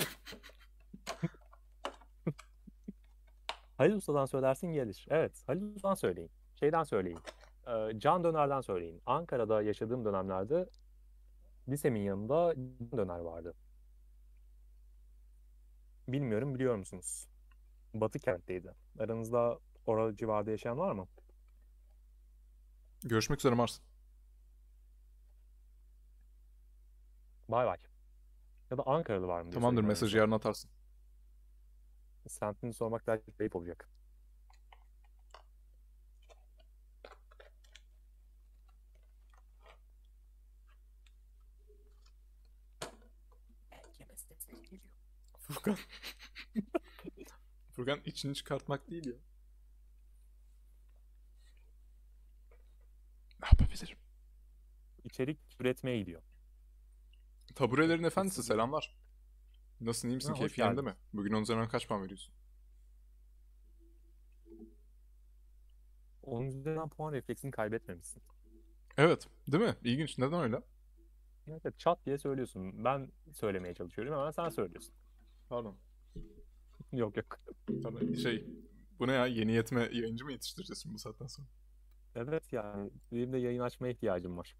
Halil Usta'dan söylersin gelir. Evet, Halil Usta'dan söyleyin. Şeyden söyleyin. Can Döner'den söyleyin. Ankara'da yaşadığım dönemlerde lisemin yanında Can Döner vardı. Bilmiyorum biliyor musunuz? Batı kentteydi. Aranızda orada civarda yaşayan var mı? Görüşmek üzere Mars. Bay bay. Ya da Ankaralı var mı diye Tamamdır, sorayım mesajı aranızda. yarın atarsın. Semtini sormak belki ayıp olacak. Yeme sesleri geliyor. Furkan. Furkan, içini çıkartmak değil ya. Ne yapabilirim? İçerik üretmeye gidiyor. Taburelerin efendisi, Sessiz. selamlar. Nasılsın, iyi Ha, misin? hoş Keyfin yerinde mi? geldiniz. Bugün 10 üzerinden kaç puan veriyorsun? Onun üzerinden puan refleksini kaybetmemişsin. Evet, değil mi? İlginç. Neden öyle? Evet, evet, çat diye söylüyorsun. Ben söylemeye çalışıyorum ama sen söylüyorsun. Pardon. Yok yok. Pardon. Bu ne ya? Yeni yetme yayıncı mı yetiştireceğiz şimdi bu saatten sonra? Evet yani benim de yayın açmaya ihtiyacım var.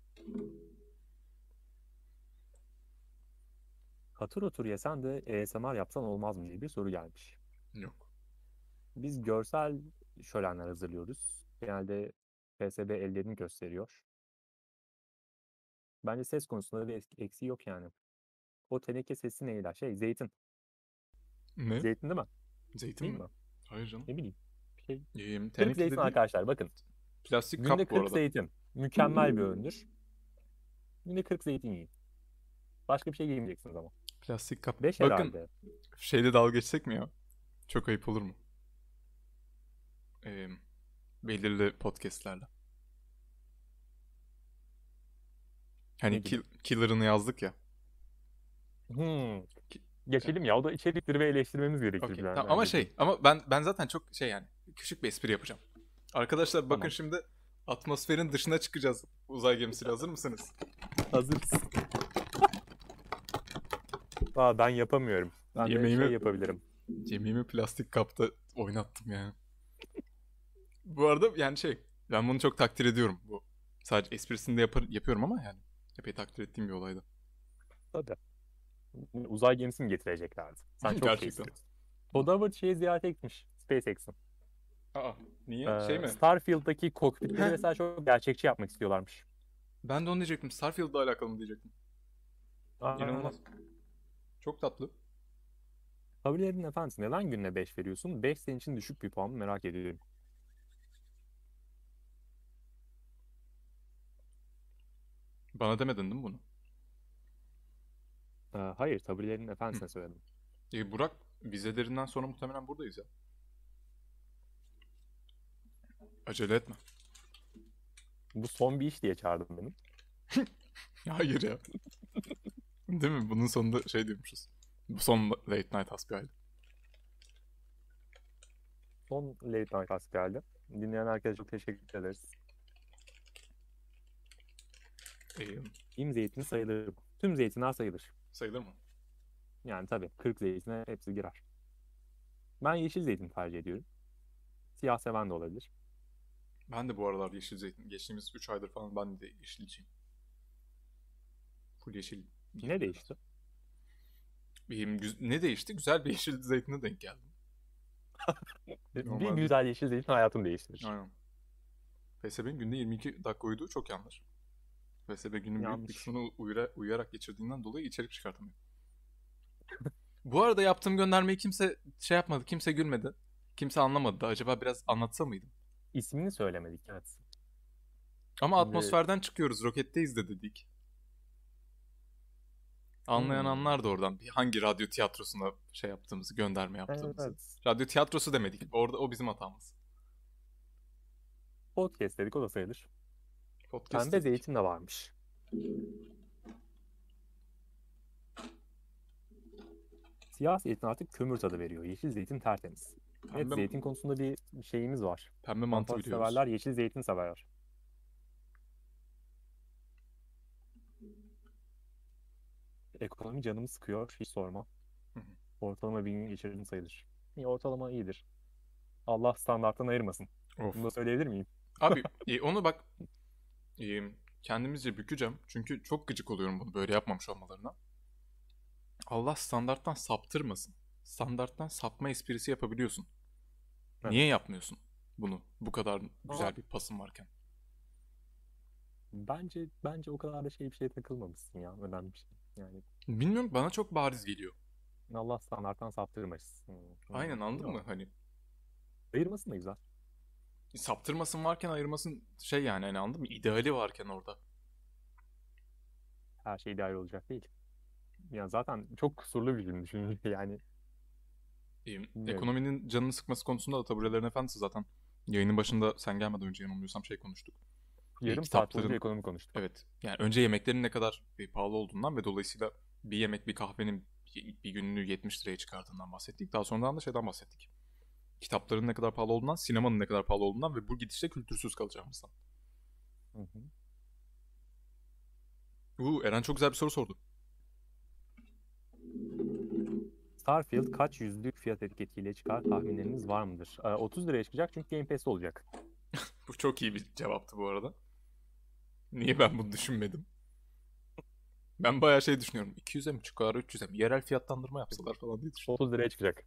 Hatır otur yesen de ASMR yapsan olmaz mı diye bir soru gelmiş. Yok. Biz görsel şölenler hazırlıyoruz. Genelde PSB ellerini gösteriyor. Bence ses konusunda bir eksiği yok yani. O teneke sesi neydi? Zeytin. Ne? Zeytin değil mi? Zeytin Değil mi? mi? Hayır canım. Ne bileyim. Şey, 40 Teneke zeytin dediğim arkadaşlar bakın. plastik Günde kap bu 40 arada. zeytin. Mükemmel bir öğündür. Günde 40 zeytin yiyin. Başka bir şey yemeyeceksiniz ama. Plastik kap. 5 Bakın, herhalde. şeyde dalga geçsek mi ya? Çok ayıp olur mu? Ee, Belirli podcastlerle. Ne Hani gibi? Killer'ını yazdık ya. Hmm. Ki- Geçelim ya. O da içerikleri ve eleştirmemiz gerekir Okey. Tamam, ama bence bizim. ben zaten çok yani küçük bir espri yapacağım. Arkadaşlar bakın, Tamam. şimdi atmosferin dışına çıkacağız uzay gemisiyle, hazır mısınız? Hazırız. Ben yapamıyorum. Ben de Yemeğimi yapabilirim. plastik kapta oynattım yani. Bu arada yani ben bunu çok takdir ediyorum. Bu sadece esprisini de yapıyorum ama yani epey takdir ettiğim bir olaydı. Tabii. Uzay gemisini getireceklerdi. Sen çok şey Gerçekten. istiyorsun. Todd Howard ziyarete gitmiş. SpaceX'in. Aa, niye? Şey mi? Starfield'daki kokpitleri Heh, mesela çok gerçekçi yapmak istiyorlarmış. ben de onu diyecektim. Starfield'la alakalı mı diyecektim. Aynen. İnanılmaz. Çok tatlı. Kabilerin efendisi neden gününe 5 veriyorsun? 5 senin için düşük bir puan mı merak ediyorum. Bana demedin değil mi bunu? Hayır, Tabilerin Hı. efendisine söyledim. Burak, vizelerinden sonra muhtemelen buradayız ya. Acele etme. Bu son bir iş diye çağırdım benim. Hayır ya. Değil mi? Bunun sonunda diyormuşuz. Bu son Late Night Hasbihal. Son Late Night Ask geldi. Dinleyen herkese çok teşekkür ederiz. Ee, İm zeytini sayılır. Tüm zeytinler sayılır. Sayılır mı? Yani tabii 40 zeytine hepsi girer. Ben yeşil zeytin tercih ediyorum. Siyah seven de olabilir. Ben de bu aralar yeşil zeytin. Geçtiğimiz 3 aydır falan ben de yeşilciyim. Full yeşil Ne diyebilirim. değişti? Ne değişti? Güzel bir yeşil zeytine denk geldim. Bir Normalde. güzel yeşil zeytin hayatını değiştirir. Aynen. FSB'nin günde 22 dakika uyuduğu çok yanlış. FSB günün büyük bir Yanlış. kısmını uyuyarak geçirdiğinden dolayı içerik çıkartamıyor. Bu arada yaptığım göndermeyi kimse şey yapmadı, kimse gülmedi. Kimse anlamadı da acaba biraz anlatsa mıydım? İsmini söylemedik. Evet. Ama Şimdi atmosferden çıkıyoruz, roketteyiz de dedik. Anlayan hmm, anlar da oradan hangi radyo tiyatrosuna şey yaptığımızı, gönderme yaptığımızı. evet. Radyo tiyatrosu demedik. Orada o bizim hatamız. Podcast dedik, o da sayılır. Podcast Pembe dedik. zeytin de varmış. Siyah zeytin artık kömür tadı veriyor. Yeşil zeytin tertemiz. Evet, Pembe, zeytin konusunda bir şeyimiz var. pembe mantı Fantezi biliyoruz. severler, yeşil zeytin severler. Ekonomi canımı sıkıyor, hiç sorma. Hı hı. Ortalama bir gün geçirdim sayılır. İyi, ortalama iyidir. Allah standarttan ayırmasın. Of. Bunu da söyleyebilir miyim? Abi onu bak e, kendimizce bükeceğim. Çünkü çok gıcık oluyorum bunu böyle yapmamış olmalarına. Allah standarttan saptırmasın. Standarttan sapma esprisi yapabiliyorsun. Niye Evet. yapmıyorsun bunu? Bu kadar Ama güzel bir pasın varken. bence o kadar da bir şeye takılmamışsın ya. Önemli bir şey. Yani Bilmiyorum, bana çok bariz geliyor. Allah standarttan saptırmasın. Aynen, anladın mı? Bilmiyorum. Hani Ayırmasın da güzel. saptırmasın varken ayırmasın şey yani, hani anladın mı? İdeali varken orada. Her şey ideal olacak değil. Yani zaten çok kusurlu bir film düşününce yani bilmiyorum. Ekonominin canını sıkması konusunda da Taburelerin Efendisi zaten yayının başında sen gelmeden önce yanılmıyorsam şey konuştuk. Yarım saat boyunca Kitapların, ekonomi konuştuk. evet, yani önce yemeklerin ne kadar pahalı olduğundan ve dolayısıyla bir yemek bir kahvenin bir günlüğü 70 liraya çıkardığından bahsettik. Daha sonradan da şeyden bahsettik. Kitapların ne kadar pahalı olduğundan, sinemanın ne kadar pahalı olduğundan ve bu gidişle kültürsüz kalacağımızdan. Hı hı. Eren çok güzel bir soru sordu. Starfield kaç yüzlük fiyat etiketiyle çıkar, tahminleriniz var mıdır? 30 liraya çıkacak çünkü Game Pass'te olacak. Bu çok iyi bir cevaptı bu arada. Niye ben bunu düşünmedim? Ben bayağı şey düşünüyorum. 200'e mi çıkar, 300'e mi? Yerel fiyatlandırma yapsalar falan diye düşünüyorum. 30 liraya çıkacak.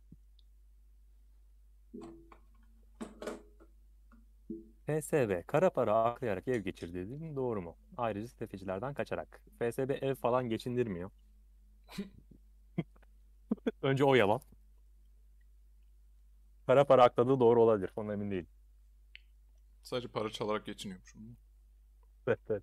FSB kara para aklayarak ev geçirdiğin doğru mu? Ayrıca tefecilerden kaçarak. FSB ev falan geçindirmiyor. Önce o yalan. Kara para akladığı doğru olabilir. Ondan emin değilim. Sadece para çalarak geçiniyormuşum. Evet, evet.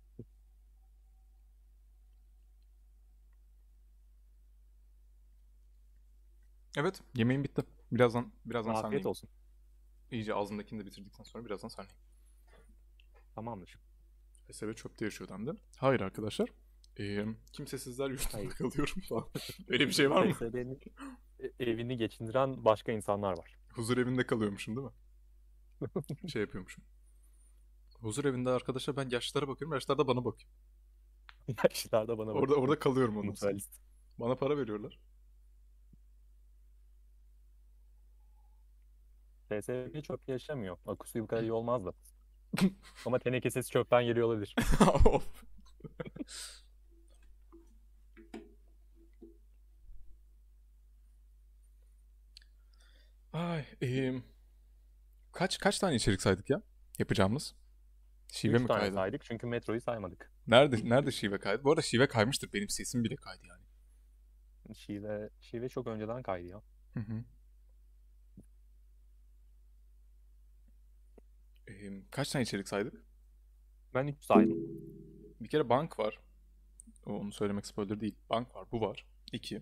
Evet, yemeğim bitti. Birazdan Afiyet senleyim. olsun. İyice ağzındakini de bitirdikten sonra birazdan senleyim. Tamamdır. FSB çöpte yaşıyor dendi. Hayır arkadaşlar. Kimsesizler yurtunda Hayır. kalıyorum falan. Öyle bir şey var mı? FSB'nin evini geçindiren başka insanlar var. Huzur evinde kalıyormuşum değil mi? Şey yapıyormuşum. Huzur evinde arkadaşlar ben yaşlılara bakıyorum. Yaşlılar da bana bakıyor. Yaşlılar da bana bakıyor. Orada kalıyorum ondan sonra. Mutualist. Bana para veriyorlar. FSB çöp yaşamıyor. Akustiği bu kadar iyi olmaz da. Ama teneke sesi çöpten geliyor olabilir. Of. Ay, kaç tane içerik saydık ya? Yapacağımız. Şive 3 mi tane kaydı? saydık çünkü metroyu saymadık. Nerede şive kaydı? Bu arada şive kaymıştır. Benim sesim bile kaydı yani. Şive çok önceden kaydı ya. Hı hı. Kaç tane içerik saydık? Ben 3 saydım. Bir kere bank var. Onu söylemek spoiler değil. Bank var. Bu var. 2.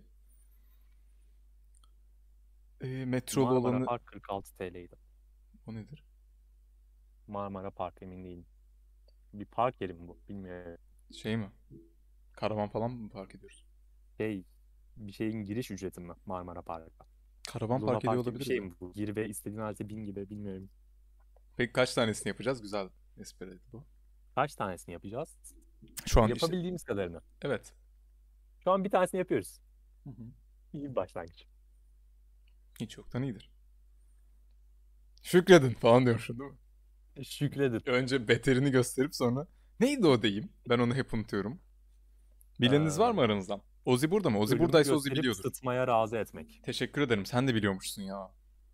Metrolu Marmara olanı... Park 46 TL'ydi. O nedir? Marmara Park, emin değilim. Bir park yeri mi bu? Bilmiyorum. Şey mi? Karavan falan mı park ediyoruz? Şey, bir şeyin giriş ücreti mi Marmara Park'a? Karavan Luna park ediyor Park gibi bir olabiliriz şey ya. mi bu? Gir ve istediğin halde bin gibi, bilmiyorum. Peki kaç tanesini yapacağız? Güzel espriydi bu. Kaç tanesini yapacağız? Şu an işte... Yapabildiğimiz kadarını. Evet. Şu an bir tanesini yapıyoruz. Hı hı. İyi bir başlangıç. Hiç yoktan iyidir. Şükredin falan diyormuşsun değil mi? Şükredin. Önce beterini gösterip sonra neydi o deyim? Ben onu hep unutuyorum. Bileniniz var mı Ee, aranızdan? Ozi burada mı? Ozi Ölümü buradaysa Ozi gösterip biliyordur. sıtmaya razı etmek. Teşekkür ederim. Sen de biliyormuşsun ya.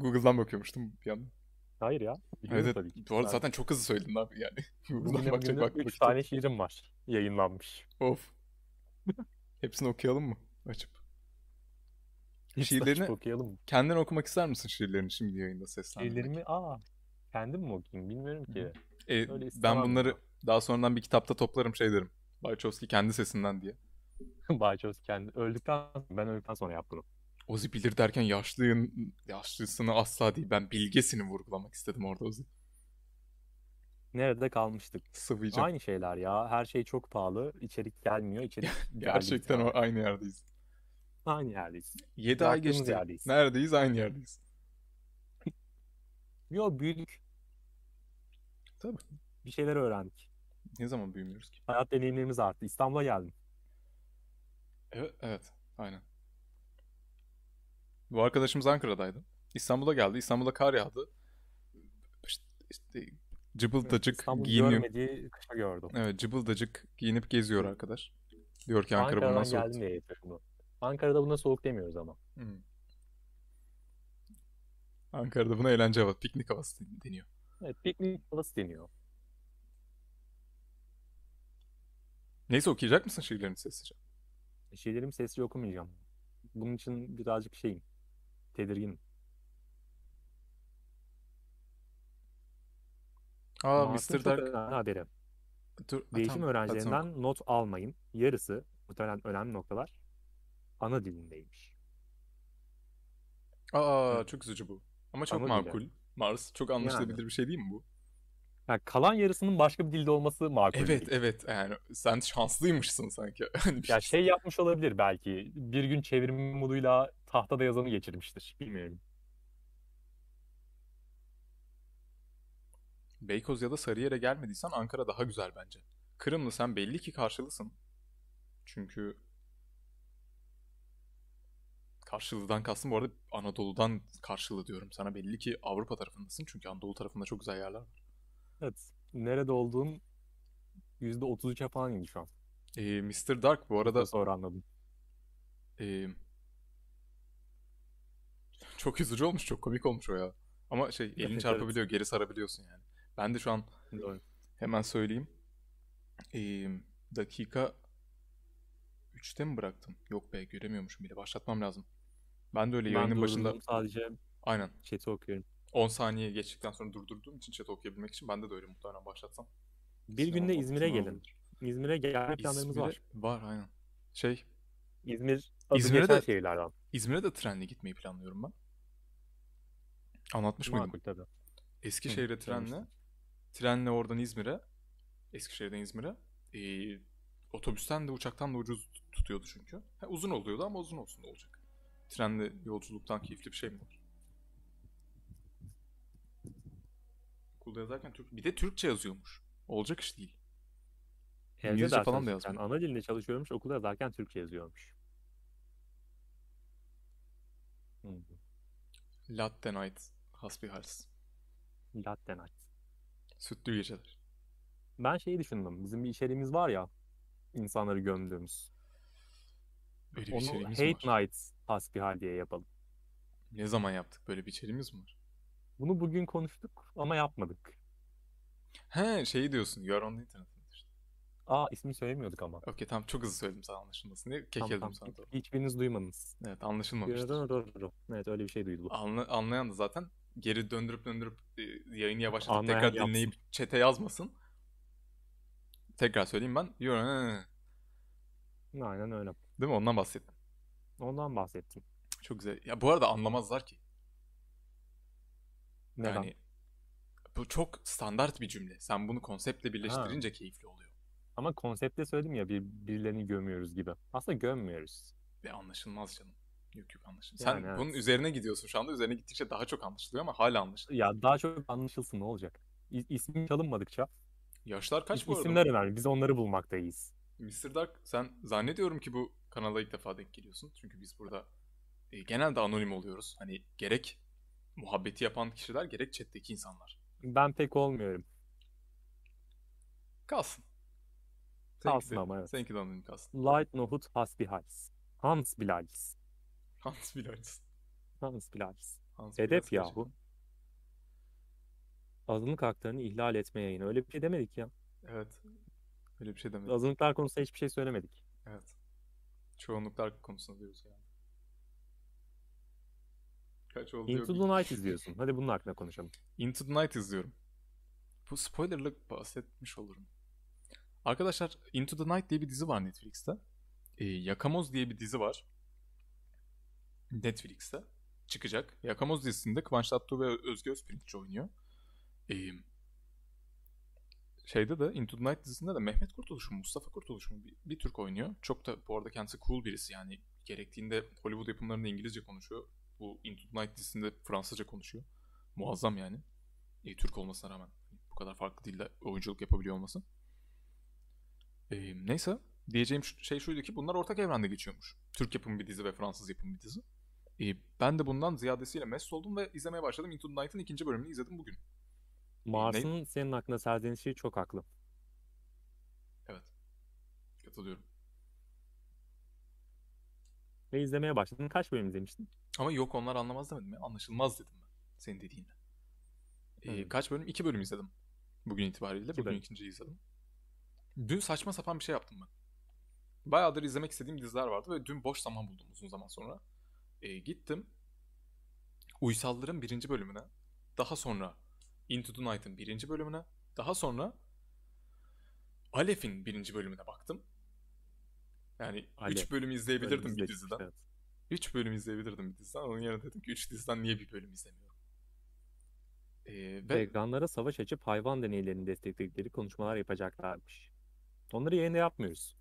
Google'dan bakıyormuştum bir yandan. Hayır ya. Evet, Biliyorum evet. tabii ki. Bu arada Ben, zaten çok hızlı söyledin abi yani. Google'dan bugüne bakacak bugüne 3 vakit yok. tane şiirim var. Yayınlanmış. Of. Hepsini okuyalım mı? Açıp. Hepsini açıp Şiirlerini okuyalım. kendin okumak ister misin, şiirlerini şimdi yayında seslendirmek? Şiirlerimi kendim mi okuyayım bilmiyorum Hı hı. ki. Öyle Ben istemem bunları ya. daha sonradan bir kitapta toplarım, şey derim. Bayçovski kendi sesinden diye. Bağcılar kendi ben öldükten sonra yaptım. Ozi bilir derken yaşlısını asla değil. Ben bilgesini vurgulamak istedim orada Ozi. Nerede kalmıştık? Sıvayacağım. Aynı şeyler ya. Her şey çok pahalı. İçerik gelmiyor. İçerik geldi bir Gerçekten tane. aynı yerdeyiz. Aynı yerdeyiz. 7 ay Bıraktığımız geçti. yerdeyiz. Neredeyiz? Aynı yerdeyiz. Yo büyüdük. Tabii. Bir şeyler öğrendik. Ne zaman büyümüyoruz ki? Hayat deneyimlerimiz arttı. İstanbul'a geldim. Evet, evet. Aynen. Bu arkadaşımız Ankara'daydı. İstanbul'a geldi. İstanbul'da kar yağdı. İşte Evet, cıbıldacık İstanbul giyiniyor. görmediği kışa gördüm. Evet, cıbıldacık giyinip geziyor arkadaş. Diyor ki Ankara bundan Ankara'dan soğuktu. geldim diye yapıyorum bunu. Ankara'da buna soğuk demiyoruz ama. Hmm. Ankara'da buna eğlence havası, piknik havası deniyor. Evet, piknik havası deniyor. Neyse, okuyacak mısın şiirlerini sessizce? Şeylerimi sesli okumayacağım. Bunun için birazcık tedirgin. Mart'ın Mr. çok Dark. önemli haberi. Dur, Değişim tamam. Hadi sen oku. öğrencilerinden not almayın. Yarısı, muhtemelen önemli noktalar, ana dilindeymiş. Hı. Çok üzücü bu. Ama çok Ana dili. makul. Mars çok Yani. anlaşılabilir bir şey değil mi bu? Kalan yarısının başka bir dilde olması makul Evet, değil. evet. Yani sen şanslıymışsın sanki. Hani Ya yapmış olabilir belki. Bir gün çevrim moduyla tahtada yazanı geçirmiştir. Bilmiyorum. Beykoz ya da Sarıyer'e gelmediysen Ankara daha güzel bence. Kırımlı, sen belli ki karşılısın. Çünkü karşılıdan kastım bu arada Anadolu'dan karşılı diyorum. Sana belli ki Avrupa tarafındasın. Çünkü Anadolu tarafında çok güzel yerler var. Evet. Nerede olduğum %33'e falan indi şu an. Mr. Dark bu Bir süre arada sonra anladım. e, çok üzücü olmuş. Çok komik olmuş o ya. Ama elini Evet, evet. çarpabiliyor. Geri sarabiliyorsun yani. Ben de şu an Doğru. hemen söyleyeyim. Ee, dakika 3'te mi bıraktım? Yok be, göremiyormuşum bile. Başlatmam lazım. Ben de öyle Ben yayının başında durdurdum, sadece aynen chat'i okuyorum. 10 saniye geçtikten sonra durdurduğum için chat okuyabilmek için ben de öyle muhtemelen başlatsam. Bir Sinir günde olmam, İzmir'e sinir gelin. olabilir. İzmir'e gelme planlarımız İzmir'e var. var aynen. Şey İzmir adı İzmir'e geçen de şehirlerden. İzmir'e de trenle gitmeyi planlıyorum ben. Anlatmış mıydım? Makul tabii. Hı, Eskişehir'e trenle. demiştin. Trenle oradan İzmir'e. Eskişehir'den İzmir'e. Ee, otobüsten de uçaktan da ucuz tutuyordu çünkü. Uzun oluyordu ama uzun olsun da olacak. Trenle yolculuktan keyifli bir şey mi var? Okulda yazarken bir de Türkçe yazıyormuş. Olacak iş değil. Evde İngilizce ders falan da çalışırken yazmıyor. ana dilinde çalışıyormuş, okulda yazarken Türkçe yazıyormuş. Hı. Latte Night. Hasbihals. Latte night. Sütlü geceler. Ben düşündüm. Bizim bir içeriğimiz var ya, insanları gömdüğümüz. Öyle bir Onu içeriğimiz mi Hate var? Night hasbihal diye yapalım. Ne zaman yaptık? Böyle bir içeriğimiz mi var? Bunu bugün konuştuk ama yapmadık. Diyorsun. You are on the internet. İşte. İsmini söylemiyorduk ama. Okey, tamam, çok hızlı söyledim sana anlaşılmasın diye. Tamam, Kekeledim tamam. sana doğru. Hiçbiriniz duymadınız. Evet, anlaşılmamıştır. Evet, öyle bir şey duydu. Anlayan da zaten geri döndürüp yayını yavaşlatıp Anlayan tekrar yapsın. dinleyip chat'e yazmasın. Tekrar söyleyeyim ben. Aynen öyle. Değil mi? Ondan bahsettim. Ondan bahsettim. Çok güzel. Ya bu arada anlamazlar ki. Neden? Yani bu çok standart bir cümle. Sen bunu konseptle Ha. birleştirince keyifli oluyor. Ama konsepte söyledim ya, birilerini gömüyoruz gibi. Aslında gömmüyoruz. Ve anlaşılmaz canım. Yok yok, anlaşılmaz. Yani Sen bunun evet. üzerine gidiyorsun şu anda. Üzerine gittikçe daha çok anlaşılıyor ama hala anlaşılmıyor. Ya daha çok anlaşılsın, ne olacak? İsmi çalınmadıkça. Yaşlar kaç bu arada? İsimler önemli. Biz onları bulmaktayız. Mr. Dark, sen zannediyorum ki bu kanala ilk defa denk geliyorsun. Çünkü biz burada genelde anonim oluyoruz. Hani gerek muhabbeti yapan kişiler gerek chat'teki insanlar. Ben pek olmuyorum. Kalsın. Kalsın ama, evet. Seninki de anonim kalsın. Light Nohut Hasbihals. Hans Bilalis. Hans Bilalis. Hans Bilalis. Hans biraz Hedef yahu. gerçekten. Azınlık haklarını ihlal etme yayını. Öyle bir şey demedik ya. Evet. Öyle bir şey demedik. Azınlıklar konusunda hiçbir şey söylemedik. Evet. Çoğunluklar konusunda diyoruz yani. Kaç oldu yok. Into the Night izliyorsun. Hadi bunun hakkında konuşalım. Into the Night izliyorum. Bu spoilerlı bahsetmiş olurum. Arkadaşlar Into the Night diye bir dizi var Netflix'te. Yakamoz diye bir dizi var. Netflix'te. Çıkacak. Yakamoz dizisinde Kıvanç Tatlıtuğ ve Özge Özpirinççi oynuyor. Ee, Şeyde de Into the Night dizisinde de Mehmet Kurtuluş mu Mustafa Kurtuluş mu bir Türk oynuyor. Çok da bu arada kendisi cool birisi yani. Gerektiğinde Hollywood yapımlarında İngilizce konuşuyor. Bu Into the Night dizisinde Fransızca konuşuyor. Muazzam yani. Türk olmasına rağmen bu kadar farklı dilde oyunculuk yapabiliyor olması. Neyse diyeceğim şey şuydu ki bunlar ortak evrende geçiyormuş. Türk yapımı bir dizi ve Fransız yapımı bir dizi. Ben de bundan ziyadesiyle mest oldum ve izlemeye başladım. Into the Night'ın ikinci bölümünü izledim bugün. Ne? Mars'ın senin hakkında serzenişi çok haklı. Evet. Katılıyorum. Ve izlemeye başladın. Kaç bölüm izlemiştin? Ama yok onlar anlamaz demedim ya. Anlaşılmaz dedim ben. Senin dediğinle. Kaç bölüm? 2 bölüm izledim. Bugün itibariyle. İki Bugün bölüm. ikinciyi izledim. Dün saçma sapan bir şey yaptım ben. Bayağıdır izlemek istediğim diziler vardı ve dün boş zaman buldum uzun zaman sonra. Gittim. Uysalların birinci bölümüne. Daha sonra Into the Night'ın birinci bölümüne. Daha sonra Alef'in birinci bölümüne baktım. Yani Alev. 3 bölüm Böyle bir izleyebilirdim dizi bir de çıkmış, diziden. evet. 3 bölüm izleyebilirdim bir diziden. Onun yerine dedim ki 3 diziden niye bir bölüm izlemiyorum? Ve Veganlara savaş açıp hayvan deneylerini destekledikleri konuşmalar yapacaklarmış. Onları yayında yapmıyoruz.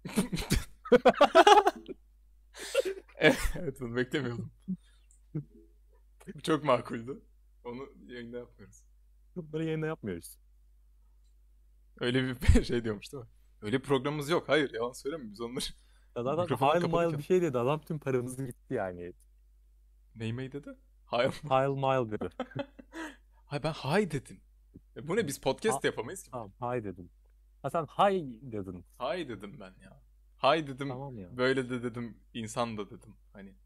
evet bunu beklemiyordum. Bu çok makuldü. Onu yayında yapmıyoruz. Bunları yayında yapmıyoruz. Öyle bir şey diyormuş değil mi? Öyle bir programımız yok. Hayır yalan söyleme biz onları Ya zaten mikrofonlar Heil Mile kapalıyken. bir şey dedi. Adam tüm paramızı gitti yani. Ney dedi? Hayır. Heil Mile dedi. Hayır ben hay dedim. Bu ne biz Ha, podcast da yapamayız ki böyle. tamam hay dedim. Ha sen hay dedin. Hay dedim ben ya. Hay dedim. Tamam ya. Böyle de dedim. İnsan da dedim. Hani.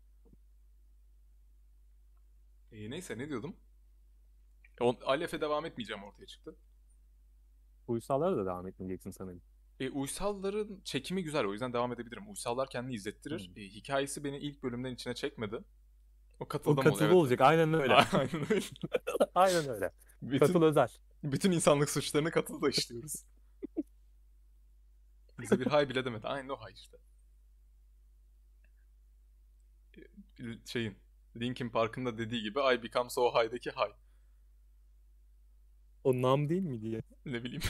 Neyse ne diyordum? Alep'e devam etmeyeceğim ortaya çıktı. Uysallara da devam etmeyeceksin sanırım. Uysalların çekimi güzel o yüzden devam edebilirim. Uysallar kendini izlettirir. Hmm. Hikayesi beni ilk bölümden içine çekmedi. O O katıldım katılı evet. olacak. Aynen öyle. Aynen öyle. Aynen öyle. Katıl Bütün özel. bütün insanlık suçlarını katılı işliyoruz. Bize bir hay bile demedi. Aynen o hay işte. Şeyin Linkin Park'ın da dediği gibi I become so high'daki hay. O nam değil mi diye. Ne bileyim.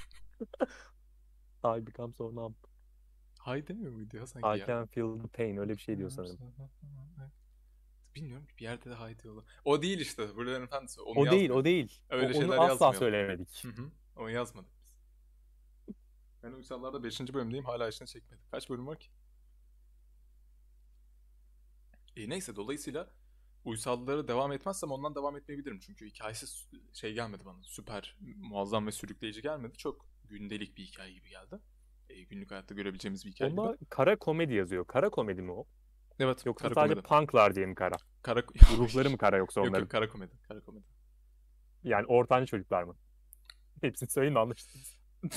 I become so numb. Hay demiyor muydu ya sanki I ya? can feel the pain. Öyle bir şey diyor sanırım. Bilmiyorum bir yerde de hay diyorlar. O değil işte. Buraların Efendisi. Onu O değil, yazmıyor. o değil. Öyle Onu şeyler asla yazmıyor. söylemedik. Hı hı. Onu yazmadık biz. Ben Uysallar'da 5. bölümdeyim. Hala işini çekmedi. Kaç bölüm var ki? Neyse dolayısıyla Uysallara devam etmezsem ondan devam etmeyebilirim. Çünkü hikayesi şey gelmedi bana. Süper, muazzam ve sürükleyici gelmedi. Çok gündelik bir hikaye gibi geldi. Günlük hayatta görebileceğimiz bir hikaye gibi. Onda kara komedi yazıyor. Kara komedi mi o? Evet, Yoksa kara sadece komedi. punklar diye mi kara? Kara... Ruhları mı kara yoksa Yok onların? yok kara komedi. Kara komedi. Yani ortanca çocuklar mı? Hepsini söyleyin de anlaşılsın.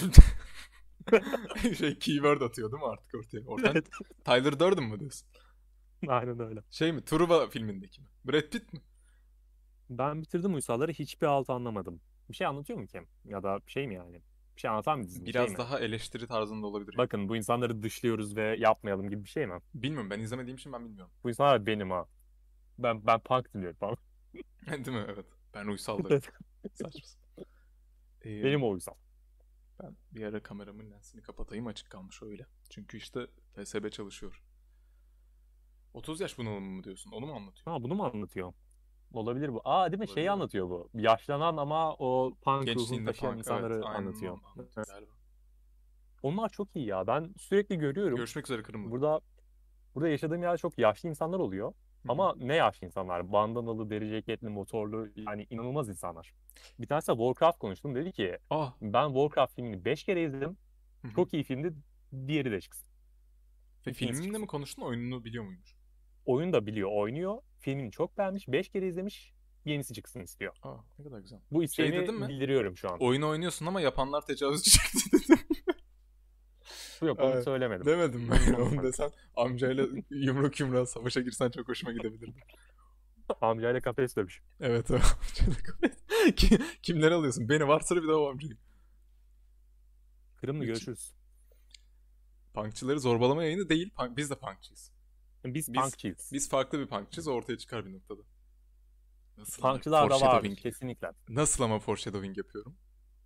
Şey keyword atıyor değil mi artık ortaya? Ortan... Evet. Tyler Durden mı diyorsun? Aynen öyle. Şey mi? Truva filmindeki mi? Brad Pitt mi? Ben bitirdim Uysalları, hiçbir alt anlamadım. Bir şey anlatıyor mu ki? Ya da bir şey mi yani? Bir şey anlatan bir dizi mi? Şey Biraz mi? daha eleştiri tarzında olabilir. Bakın bu insanları dışlıyoruz ve yapmayalım gibi bir şey mi? Bilmiyorum ben izlemediğim için ben bilmiyorum. Bu insanlar benim ha. Ben punk dinliyorum falan. Değil mi? Evet. Ben uysallarım. Saçma sapan. Benim o Uysal. Ben bir ara kameramın lensini kapatayım açık kalmış öyle. Çünkü işte TSB çalışıyor. 30 yaş bunalımı mı diyorsun? Onu mu anlatıyor? Ha, bunu mu anlatıyor? Olabilir bu. Aa, değil mi? Şeyi Olabilir. anlatıyor bu. Yaşlanan ama o punk ruhunu Gençliğinde taşıyan punk. Evet. insanları Aynen anlatıyor. onu anlatıyor galiba. Onlar çok iyi ya. Ben sürekli görüyorum. Görüşmek üzere Kırımlı. Burada yaşadığım yerde çok yaşlı insanlar oluyor. Hı hı. Ama ne yaşlı insanlar? Bandanalı, deri ceketli, motorlu, yani inanılmaz insanlar. Bir tanesi de Warcraft konuştum. Dedi ki Ah. ben Warcraft filmini 5 kere izledim. Çok iyi filmdi. Diğeri de çıksın. Ve İkincisi filminde çıksın. mi konuştun oyununu biliyor muymuş? oyun da biliyor, oynuyor. Filmini çok beğenmiş. 5 kere izlemiş. Yenisi çıksın istiyor. Aa, ne kadar güzel. Bu Şey dedin isteğimi mi? bildiriyorum şu an. Oyun oynuyorsun ama yapanlar tecavüzcü çıktı dedim. Yok, onu söylemedim. Demedim mi? Bunu Onu unutmadım. desen amcayla yumruk yumruğa savaşa girsen çok hoşuma gidebilirdi. Amcayla kafes dövüş. Evet o. Kimleri alıyorsun? Beni varsa bir daha o amcayı. Kırım'la Üç. görüşürüz. Punkçıları zorbalama yayını değil. Biz de punkçıyız. Biz Biz punkçıyız. biz farklı bir punkçıyız. Ortaya çıkar bir noktada. Nasıl ama Punkçılar da vardır foreshadowing? kesinlikle. Nasıl ama foreshadowing yapıyorum?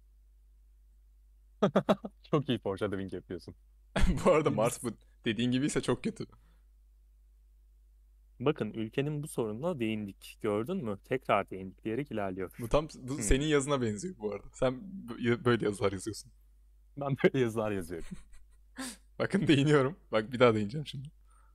Çok iyi foreshadowing yapıyorsun. Bu arada Mars bu dediğin gibiyse çok kötü. Bakın, ülkenin bu sorununa değindik. Gördün mü? Tekrar değindik diyerek ilerliyor. Bu tam senin yazına benziyor bu arada. Sen böyle yazılar yazıyorsun. Ben böyle yazılar yazıyorum. Bakın değiniyorum. Bak bir daha değineceğim şimdi.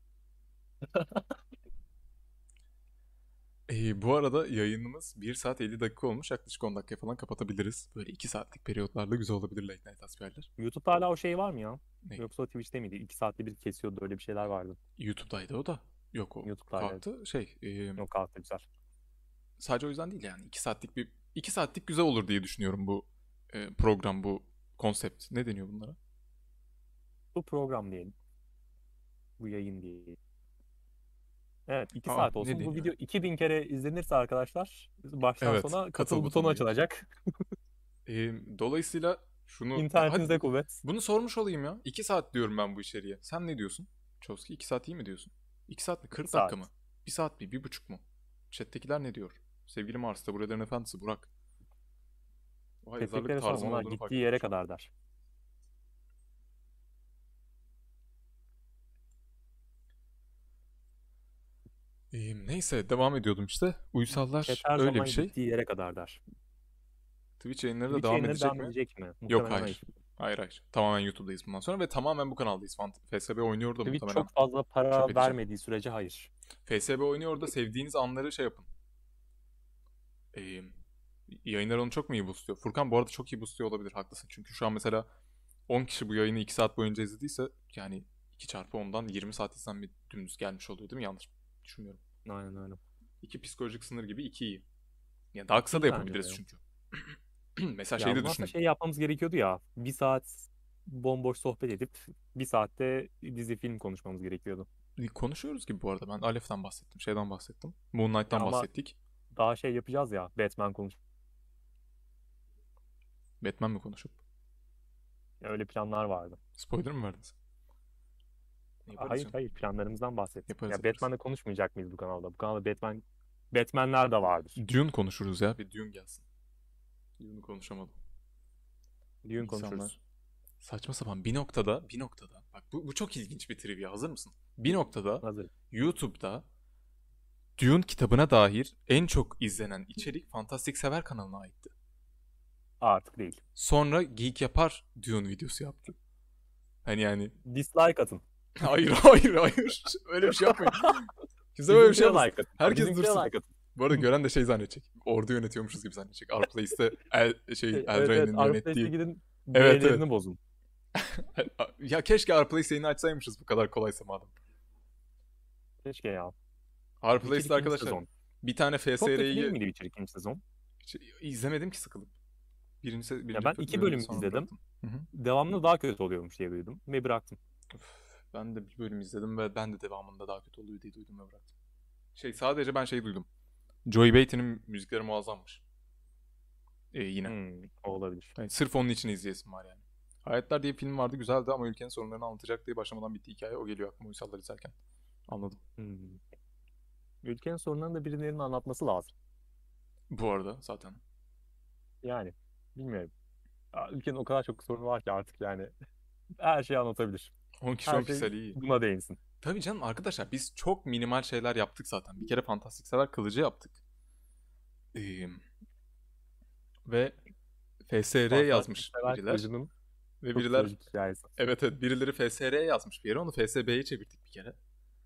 Bu arada yayınımız 1 saat 50 dakika olmuş. Yaklaşık 10 dakika falan kapatabiliriz. Böyle 2 saatlik periyotlarla güzel olabilir Late Night hasbihaliler. YouTube'da hala o şey var mı ya? Ne? Yoksa o Twitch'te miydi? 2 saatte bir kesiyordu, öyle bir şeyler vardı. YouTube'daydı o da. Yok o YouTube'daydı. kalktı. Yok, kalktı, güzel. Sadece o yüzden değil yani. 2 saatlik güzel olur diye düşünüyorum bu program, bu konsept. Ne deniyor bunlara? Bu program diyelim. Bu yayın diyelim. Evet, 2 Aa, saat ne olsun. Bu deniyor? video 2000 kere izlenirse arkadaşlar, baştan Evet, sona katıl katıl butonu butonu. açılacak. Dolayısıyla şunu... İnternetinize Hadi kuvvet. bunu sormuş olayım ya. 2 saat diyorum ben bu içeriye. Sen ne diyorsun? Çoski 2 saat iyi mi diyorsun? 2 saat mi? 2 40 dakika saat. mı? 1 saat mi? 1,5 mu? Chat'tekiler ne diyor? Sevgili Mars'ta, Buraların Efendisi Burak. Oha, yazarlık Chat'tekilere sorun. tarzım Onlar olduğunu fark gittiği ettim yere şu an. kadar der. Neyse devam ediyordum işte. Chat Uysallar her öyle bir zaman şey. gittiği yere kadar der. Twitch yayınları da Twitch devam yayınları edecek devam mi? edecek mi? Yok Muhtemelen hayır. hayır. Hayır hayır. Tamamen YouTube'dayız bundan sonra ve tamamen bu kanaldayız. FSB oynuyor da Twitch muhtemelen çok fazla çöp para edeceğim. vermediği sürece hayır. FSB oynuyor da sevdiğiniz anları şey yapın. Ee, Yayınlar onu çok mu iyi boostluyor? Furkan bu arada çok iyi boostluyor olabilir. Haklısın. Çünkü şu an mesela 10 kişi bu yayını 2 saat boyunca izlediyse yani 2 çarpı 10'dan 20 saat izlenme dümdüz gelmiş oluyor değil mi? Yanlış düşünmüyorum. Aynen öyle. 2 psikolojik sınır gibi 2 iyi. Yani daha kısa da İyi bence yapabiliriz de ya. çünkü. Mesela Ya şeyi de bundan sonra düşünün. şey yapmamız gerekiyordu ya. 1 saat bomboş sohbet edip 1 saatte dizi film konuşmamız gerekiyordu. Konuşuyoruz gibi bu arada. Ben Alef'ten bahsettim. Şeyden bahsettim. Ya Moonlight'tan ama bahsettik. daha şey yapacağız ya. Batman konuş. Batman mi konuşup? Ya öyle planlar vardı. Spoiler mı verdin sen? Yaparız Hayır canım. hayır, planlarımızdan bahsettim. Yaparız Ya yaparız. Batman'le konuşmayacak mıyız bu kanalda? Bu kanalda Batman'ler de vardır. Dune konuşuruz ya. Bir Dune gelsin. Dune'u konuşamadım. Dune İnsanlar konuşuruz. saçma sapan bir noktada bak bu çok ilginç bir trivia, hazır mısın? Bir noktada Hazır. YouTube'da Dune kitabına dair en çok izlenen içerik Fantastik Sever kanalına aitti. Artık değil. Sonra Geek Yapar Dune videosu yaptı. Hani yani Dislike atın. hayır hayır hayır öyle bir şey yapmayın. Kimse böyle bir şey Bizimkine yapmasın. like atın. Herkes Bizimkine dursun. like atın. Bu arada gören de şey zannedecek. Ordu yönetiyormuşuz gibi zannedecek. Outplace'te Evet evet, Eldrain'in Arpace'e yönettiği. gidin, Evet evet. D'lerini bozun. Ya keşke Outplace yayını açsaymışız bu kadar kolaysa madem. Keşke ya. Witcher Outplace'te 2. arkadaşlar sezon. bir tane Çok kötü değil FSR'yi miydi Witcher 2. sezon? izlemedim ki sıkılıp. Ya ben 2 bölüm sonra izledim. bıraktım. Hı hı. Devamında daha kötü oluyormuş diye duydum ve bıraktım. Ben de bir bölüm izledim ve ben de devamında daha kötü oluyor diye duydum ve bıraktım. Sadece ben duydum. Joey Beatty'nin müzikleri muazzammış. Yine. O olabilir. Yani sırf onun için izleyesim var yani. Hayatlar diye bir film vardı, güzeldi ama ülkenin sorunlarını anlatacak diye başlamadan bitti hikaye. O geliyor aklıma Uysallar izlerken. Anladım. Ülkenin sorunlarını da birilerinin anlatması lazım. Bu arada zaten. Yani bilmiyorum. Ya, ülkenin o kadar çok sorunu var ki artık yani her şeyi anlatabilir. 10 kişi Her 10 şey piksel iyi. buna değinsin. Tabii canım arkadaşlar biz çok minimal şeyler yaptık zaten. Bir kere Fantastik Sever Kılıcı yaptık. Ve FSR yazmış Sever biriler. Kılıcı'nın Ve çok biriler trajik hikayesi. evet birileri FSR yazmış bir yere. Onu FSB'ye çevirdik bir kere.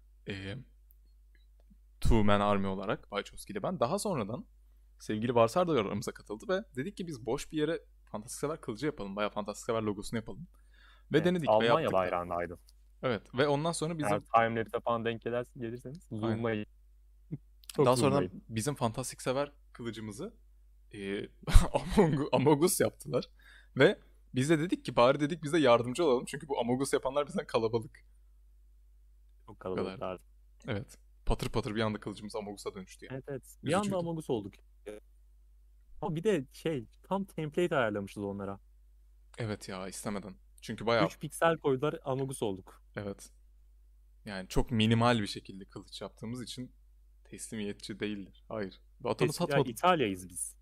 Two Man Army olarak Wachowski ile ben. Daha sonradan sevgili Varsar da aramıza katıldı ve dedik ki biz boş bir yere Fantastik Sever Kılıcı yapalım. Bayağı Fantastik Sever logosunu yapalım. Ve Evet, denedik ve Almanya yaptık da. bayrağındaydı. Evet ve ondan sonra Eğer bizim timelapse'e falan denk gelirseniz aynen. zoomlayın. Çok Daha sonra zoomlayın. bizim fantastik sever kılıcımızı e, Among Us yaptılar. Ve biz de dedik ki bari dedik bize yardımcı olalım. Çünkü bu Among Us yapanlar bizden kalabalık. Çok Bu kadardı. kalabalıklardı. Evet. Patır patır bir anda kılıcımız Among Us'a dönüştü yani. Evet evet. Bir anda Üzücüydü. Among Us olduk. Ama bir de tam template ayarlamışız onlara. Evet ya istemeden. Çünkü bayağı 3 piksel koydular, Among Us olduk. evet. Yani çok minimal bir şekilde kılıç yaptığımız için teslimiyetçi değildir. Hayır. Baton'u Ya satmadım. İtalya'yız biz.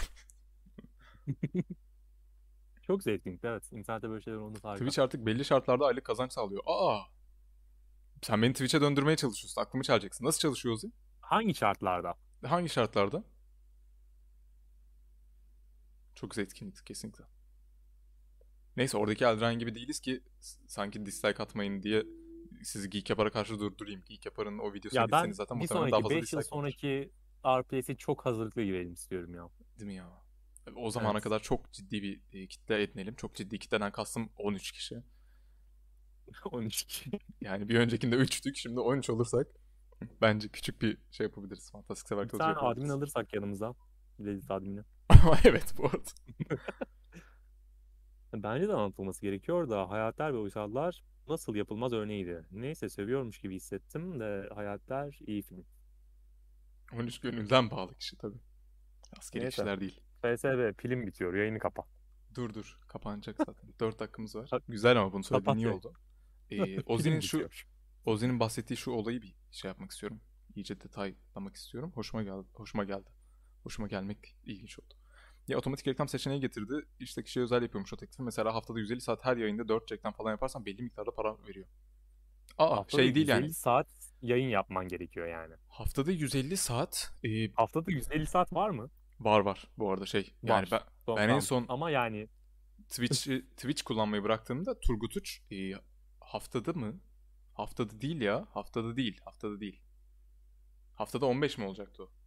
Çok zevkliydi, evet. İnternette böyle şeyler olması harika. Twitch artık belli şartlarda aylık kazanç sağlıyor. Aa! Sen beni Twitch'e döndürmeye çalışıyorsun. Aklımı çalacaksın. Nasıl çalışıyor Ozi? Hangi şartlarda? Hangi şartlarda? Çok güzel etkinlik kesinlikle. Neyse oradaki Eldrain gibi değiliz ki sanki dislike atmayın diye sizi Geek Yapar'a karşı durdurayım. Geek Yapar'ın o videosuna Ya gitseniz ben zaten bir muhtemelen daha sonraki fazla 5 yıl dislike vardır. sonraki RPS'i çok hazırlıklı girelim istiyorum ya. Değil mi ya? O zamana Evet. kadar çok ciddi bir kitle edinelim. Çok ciddi kitleden kastım 13 kişi. 13. Yani bir öncekinde 3'tük. Şimdi 13 olursak bence küçük bir şey yapabiliriz. Fantastik sever Bir kılıcı tane admin yapabiliriz. alırsak yanımıza. Reddit admini. Ama evet bu arada. Bence de anlatılması gerekiyor da hayaller ve uysallar nasıl yapılmaz örneğiydi. Neyse seviyormuş gibi hissettim de hayaller iyi film. 13 gönülden bağlı kişi tabii. Askeri Neyse. kişiler değil. FSB film bitiyor. Yayını kapa. Dur. Kapanacak zaten. 4 dakikamız var. Ha- Güzel ama bunu söylediğin Kapat iyi yayını. oldu. Film bitiyor. Ozi'nin bahsettiği şu olayı bir şey yapmak istiyorum. İyice detaylamak istiyorum. Hoşuma geldi. Hoşuma geldi. Hoşuma gelmek ilginç oldu. Ya otomatik reklam seçeneği getirdi. İşte kişiye özel yapıyormuş o teklifi. Mesela haftada 150 saat her yayında 4 reklam falan yaparsan belli miktarda para veriyor. Aa Haftada şey değil yani. 150 saat yayın yapman gerekiyor yani. Haftada 150 saat Haftada 150 saat var mı? var bu arada şey. Yani Var. ben en Tamam. son Ama yani Twitch kullanmayı bıraktığımda Turgut Uç haftada mı? Haftada değil ya. Haftada değil. Haftada değil. Haftada 15 mi olacaktı o?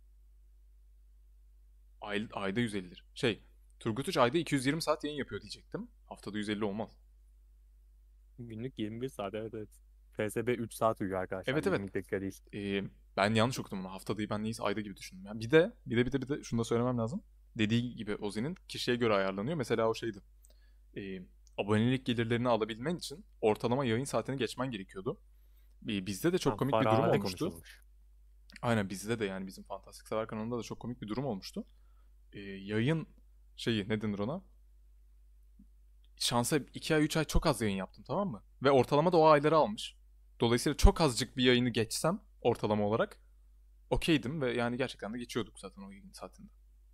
Ayda 150'dir. Turgut Uç ayda 220 saat yayın yapıyor diyecektim. Haftada 150 olmaz. günlük 21 saat, evet evet. FSB 3 saat uyuyor arkadaşlar. Evet evet. 20 dakika değil. Ben yanlış okudum bunu. Haftayı ben neyse ayda gibi düşündüm. Yani bir de şunu da söylemem lazım. Dediği gibi Ozi'nin kişiye göre ayarlanıyor. Mesela o şeydi. Ee, Abonelik gelirlerini alabilmen için ortalama yayın saatini geçmen gerekiyordu. Bizde de çok komik bir durum Farazi olmuştu. konuşulmuş. Aynen bizde de yani bizim Fantastik Sever kanalında da çok komik bir durum olmuştu. Yayın ne denir ona? Şansa 2 ay 3 ay çok az yayın yaptım tamam mı? Ve ortalama da o ayları almış. Dolayısıyla çok azıcık bir yayını geçsem ortalama olarak okeydim ve yani gerçekten de geçiyorduk zaten o yayın saatinde.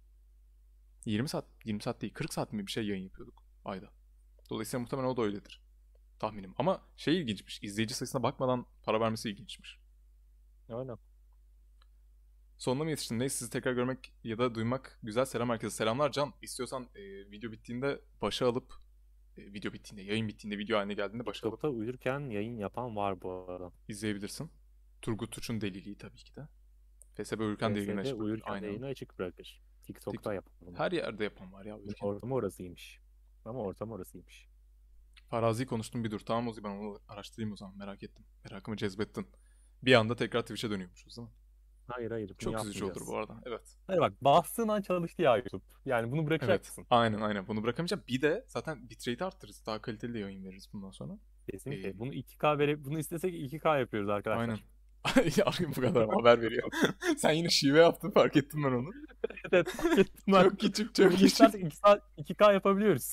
20 saat değil 40 saat mi bir şey yayın yapıyorduk ayda. Dolayısıyla muhtemelen o da öyledir. Tahminim. Ama ilginçmiş. İzleyici sayısına bakmadan para vermesi ilginçmiş. Öyle. Sonuna mı yetiştin? Neyse sizi tekrar görmek ya da duymak güzel. Selam herkese. Selamlar Can. İstiyorsan video bittiğinde başa alıp video bittiğinde, yayın bittiğinde, video haline geldiğinde başa alıp TikTok'ta uyurken yayın yapan var bu arada. izleyebilirsin. Turgut Tuç'un deliliği tabii ki de. FSB uyurken de yayını FSB açık bırakır. uyurken de Aynı yayını anda. açık bırakır. TikTok'ta TikTok. yapalım. Her yerde yapan var ya uyurken. Ortamı orasıymış. Ama ortam orasıymış. Farazi konuştum bir dur. Tamam o zaman ben onu araştırayım o zaman. Merak ettim. Merakımı cezbettin. Bir anda tekrar Twitch'e dönüyormuşuz değil mi? Hayır hayır, bunu Çok üzücü olur yapmayacağız. bu arada. Evet. Hayır bak, bastığın an çalıştı ya YouTube. Yani bunu bırakacak Evet. mısın? Aynen. Bunu bırakamayacağım. Bir de zaten bitrate'i arttırırız. Daha kaliteli de yayın veririz bundan sonra. Ee, Kesinlikle. Bunu 2K bunu istesek 2K yapıyoruz aynen. arkadaşlar. Arayın bu kadar haber veriyor. Sen yine şive yaptın fark ettim ben onu. Evet evet, fark ettim ben. Çok küçük çok Bunu küçük. istersek 2K yapabiliyoruz.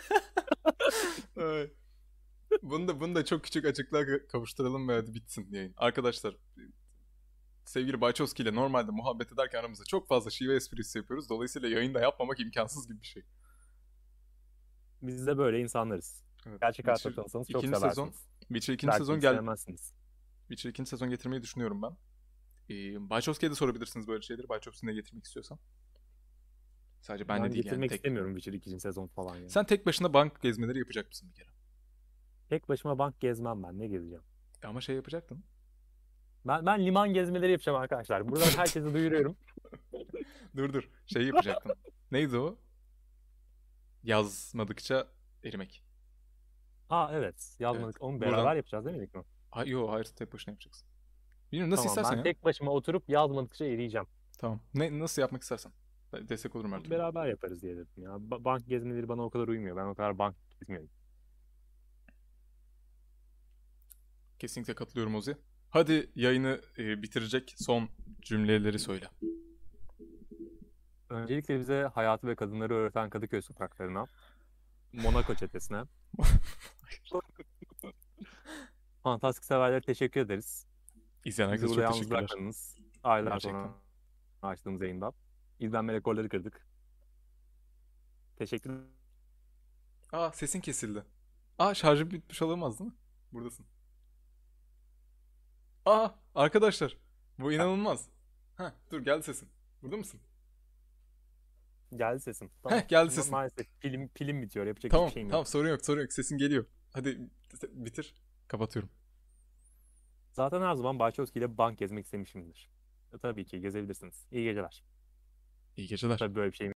Ay. Bunu da çok küçük açıklığa kavuşturalım ve hadi bitsin yayın. Arkadaşlar sevgili Bayçoski ile normalde muhabbet ederken aramızda çok fazla şive esprisi yapıyoruz. Dolayısıyla yayında yapmamak imkansız gibi bir şey. Biz de böyle insanlarız. Evet. Gerçek hayatta tanısanız çok seversiniz. Witcher 2. Belki sezon hiç sevmezsiniz. Witcher 2. sezon getirmeyi düşünüyorum ben. Bayçovski'ye de sorabilirsiniz böyle şeyleri. Bayçovski ne getirmek istiyorsan. Sadece ben de Ben değil yani getirmek tek. istemiyorum Witcher 2. sezon falan yani. Sen tek başına bank gezmeleri yapacak mısın bir kere? Tek başıma bank gezmem ben. Ne gezeceğim? Ama şey yapacaktın. Ben liman gezmeleri yapacağım arkadaşlar. Buradan herkese duyuruyorum. Dur. Şey yapacaktın. Neydi o? Yazmadıkça erimek. Ha evet. Evet. Yazmadık. Onu Buradan... beraber yapacağız değil mi İlknur? Yo, hayır, tek başına yapacaksın. Bilmiyorum, nasıl Tamam, istersen ben ya. tek başıma oturup yazmadıkça eriyeceğim. Tamam. Nasıl yapmak istersen. Ben destek olurum her türlü. Beraber yaparız diye dedim ya. Bank gezmeleri bana o kadar uymuyor. Ben o kadar bank gezmiyorum. Kesinlikle katılıyorum Ozi. Hadi yayını bitirecek son cümleleri söyle. Öncelikle bize hayatı ve kadınları öğreten Kadıköy sokaklarına, Monaco çetesine, fantastik severlere teşekkür ederiz. İzleyen Bizi herkese burada çok yalnız teşekkürler. bırakmadınız. Aylar Gerçekten. sonra açtığımız yayında. İzlenme rekorları kırdık. Teşekkür. Aa, sesin kesildi. Aa, şarjım bitmiş olamaz değil mi? Buradasın. Aa, arkadaşlar. Bu inanılmaz. Heh, dur, geldi sesin. Burada mısın? Geldi sesim. Tamam. Heh, geldi sesin. Maalesef pilim bitiyor. Yapacak hiçbir Tamam, şeyim tamam, yok. sorun yok, sorun yok. Sesin geliyor. Hadi bitir. Kapatıyorum. Zaten her zaman Bayçovski ile bank gezmek istemişimdir. Tabii ki gezebilirsiniz. İyi geceler. İyi geceler. Tabii böyle bir şey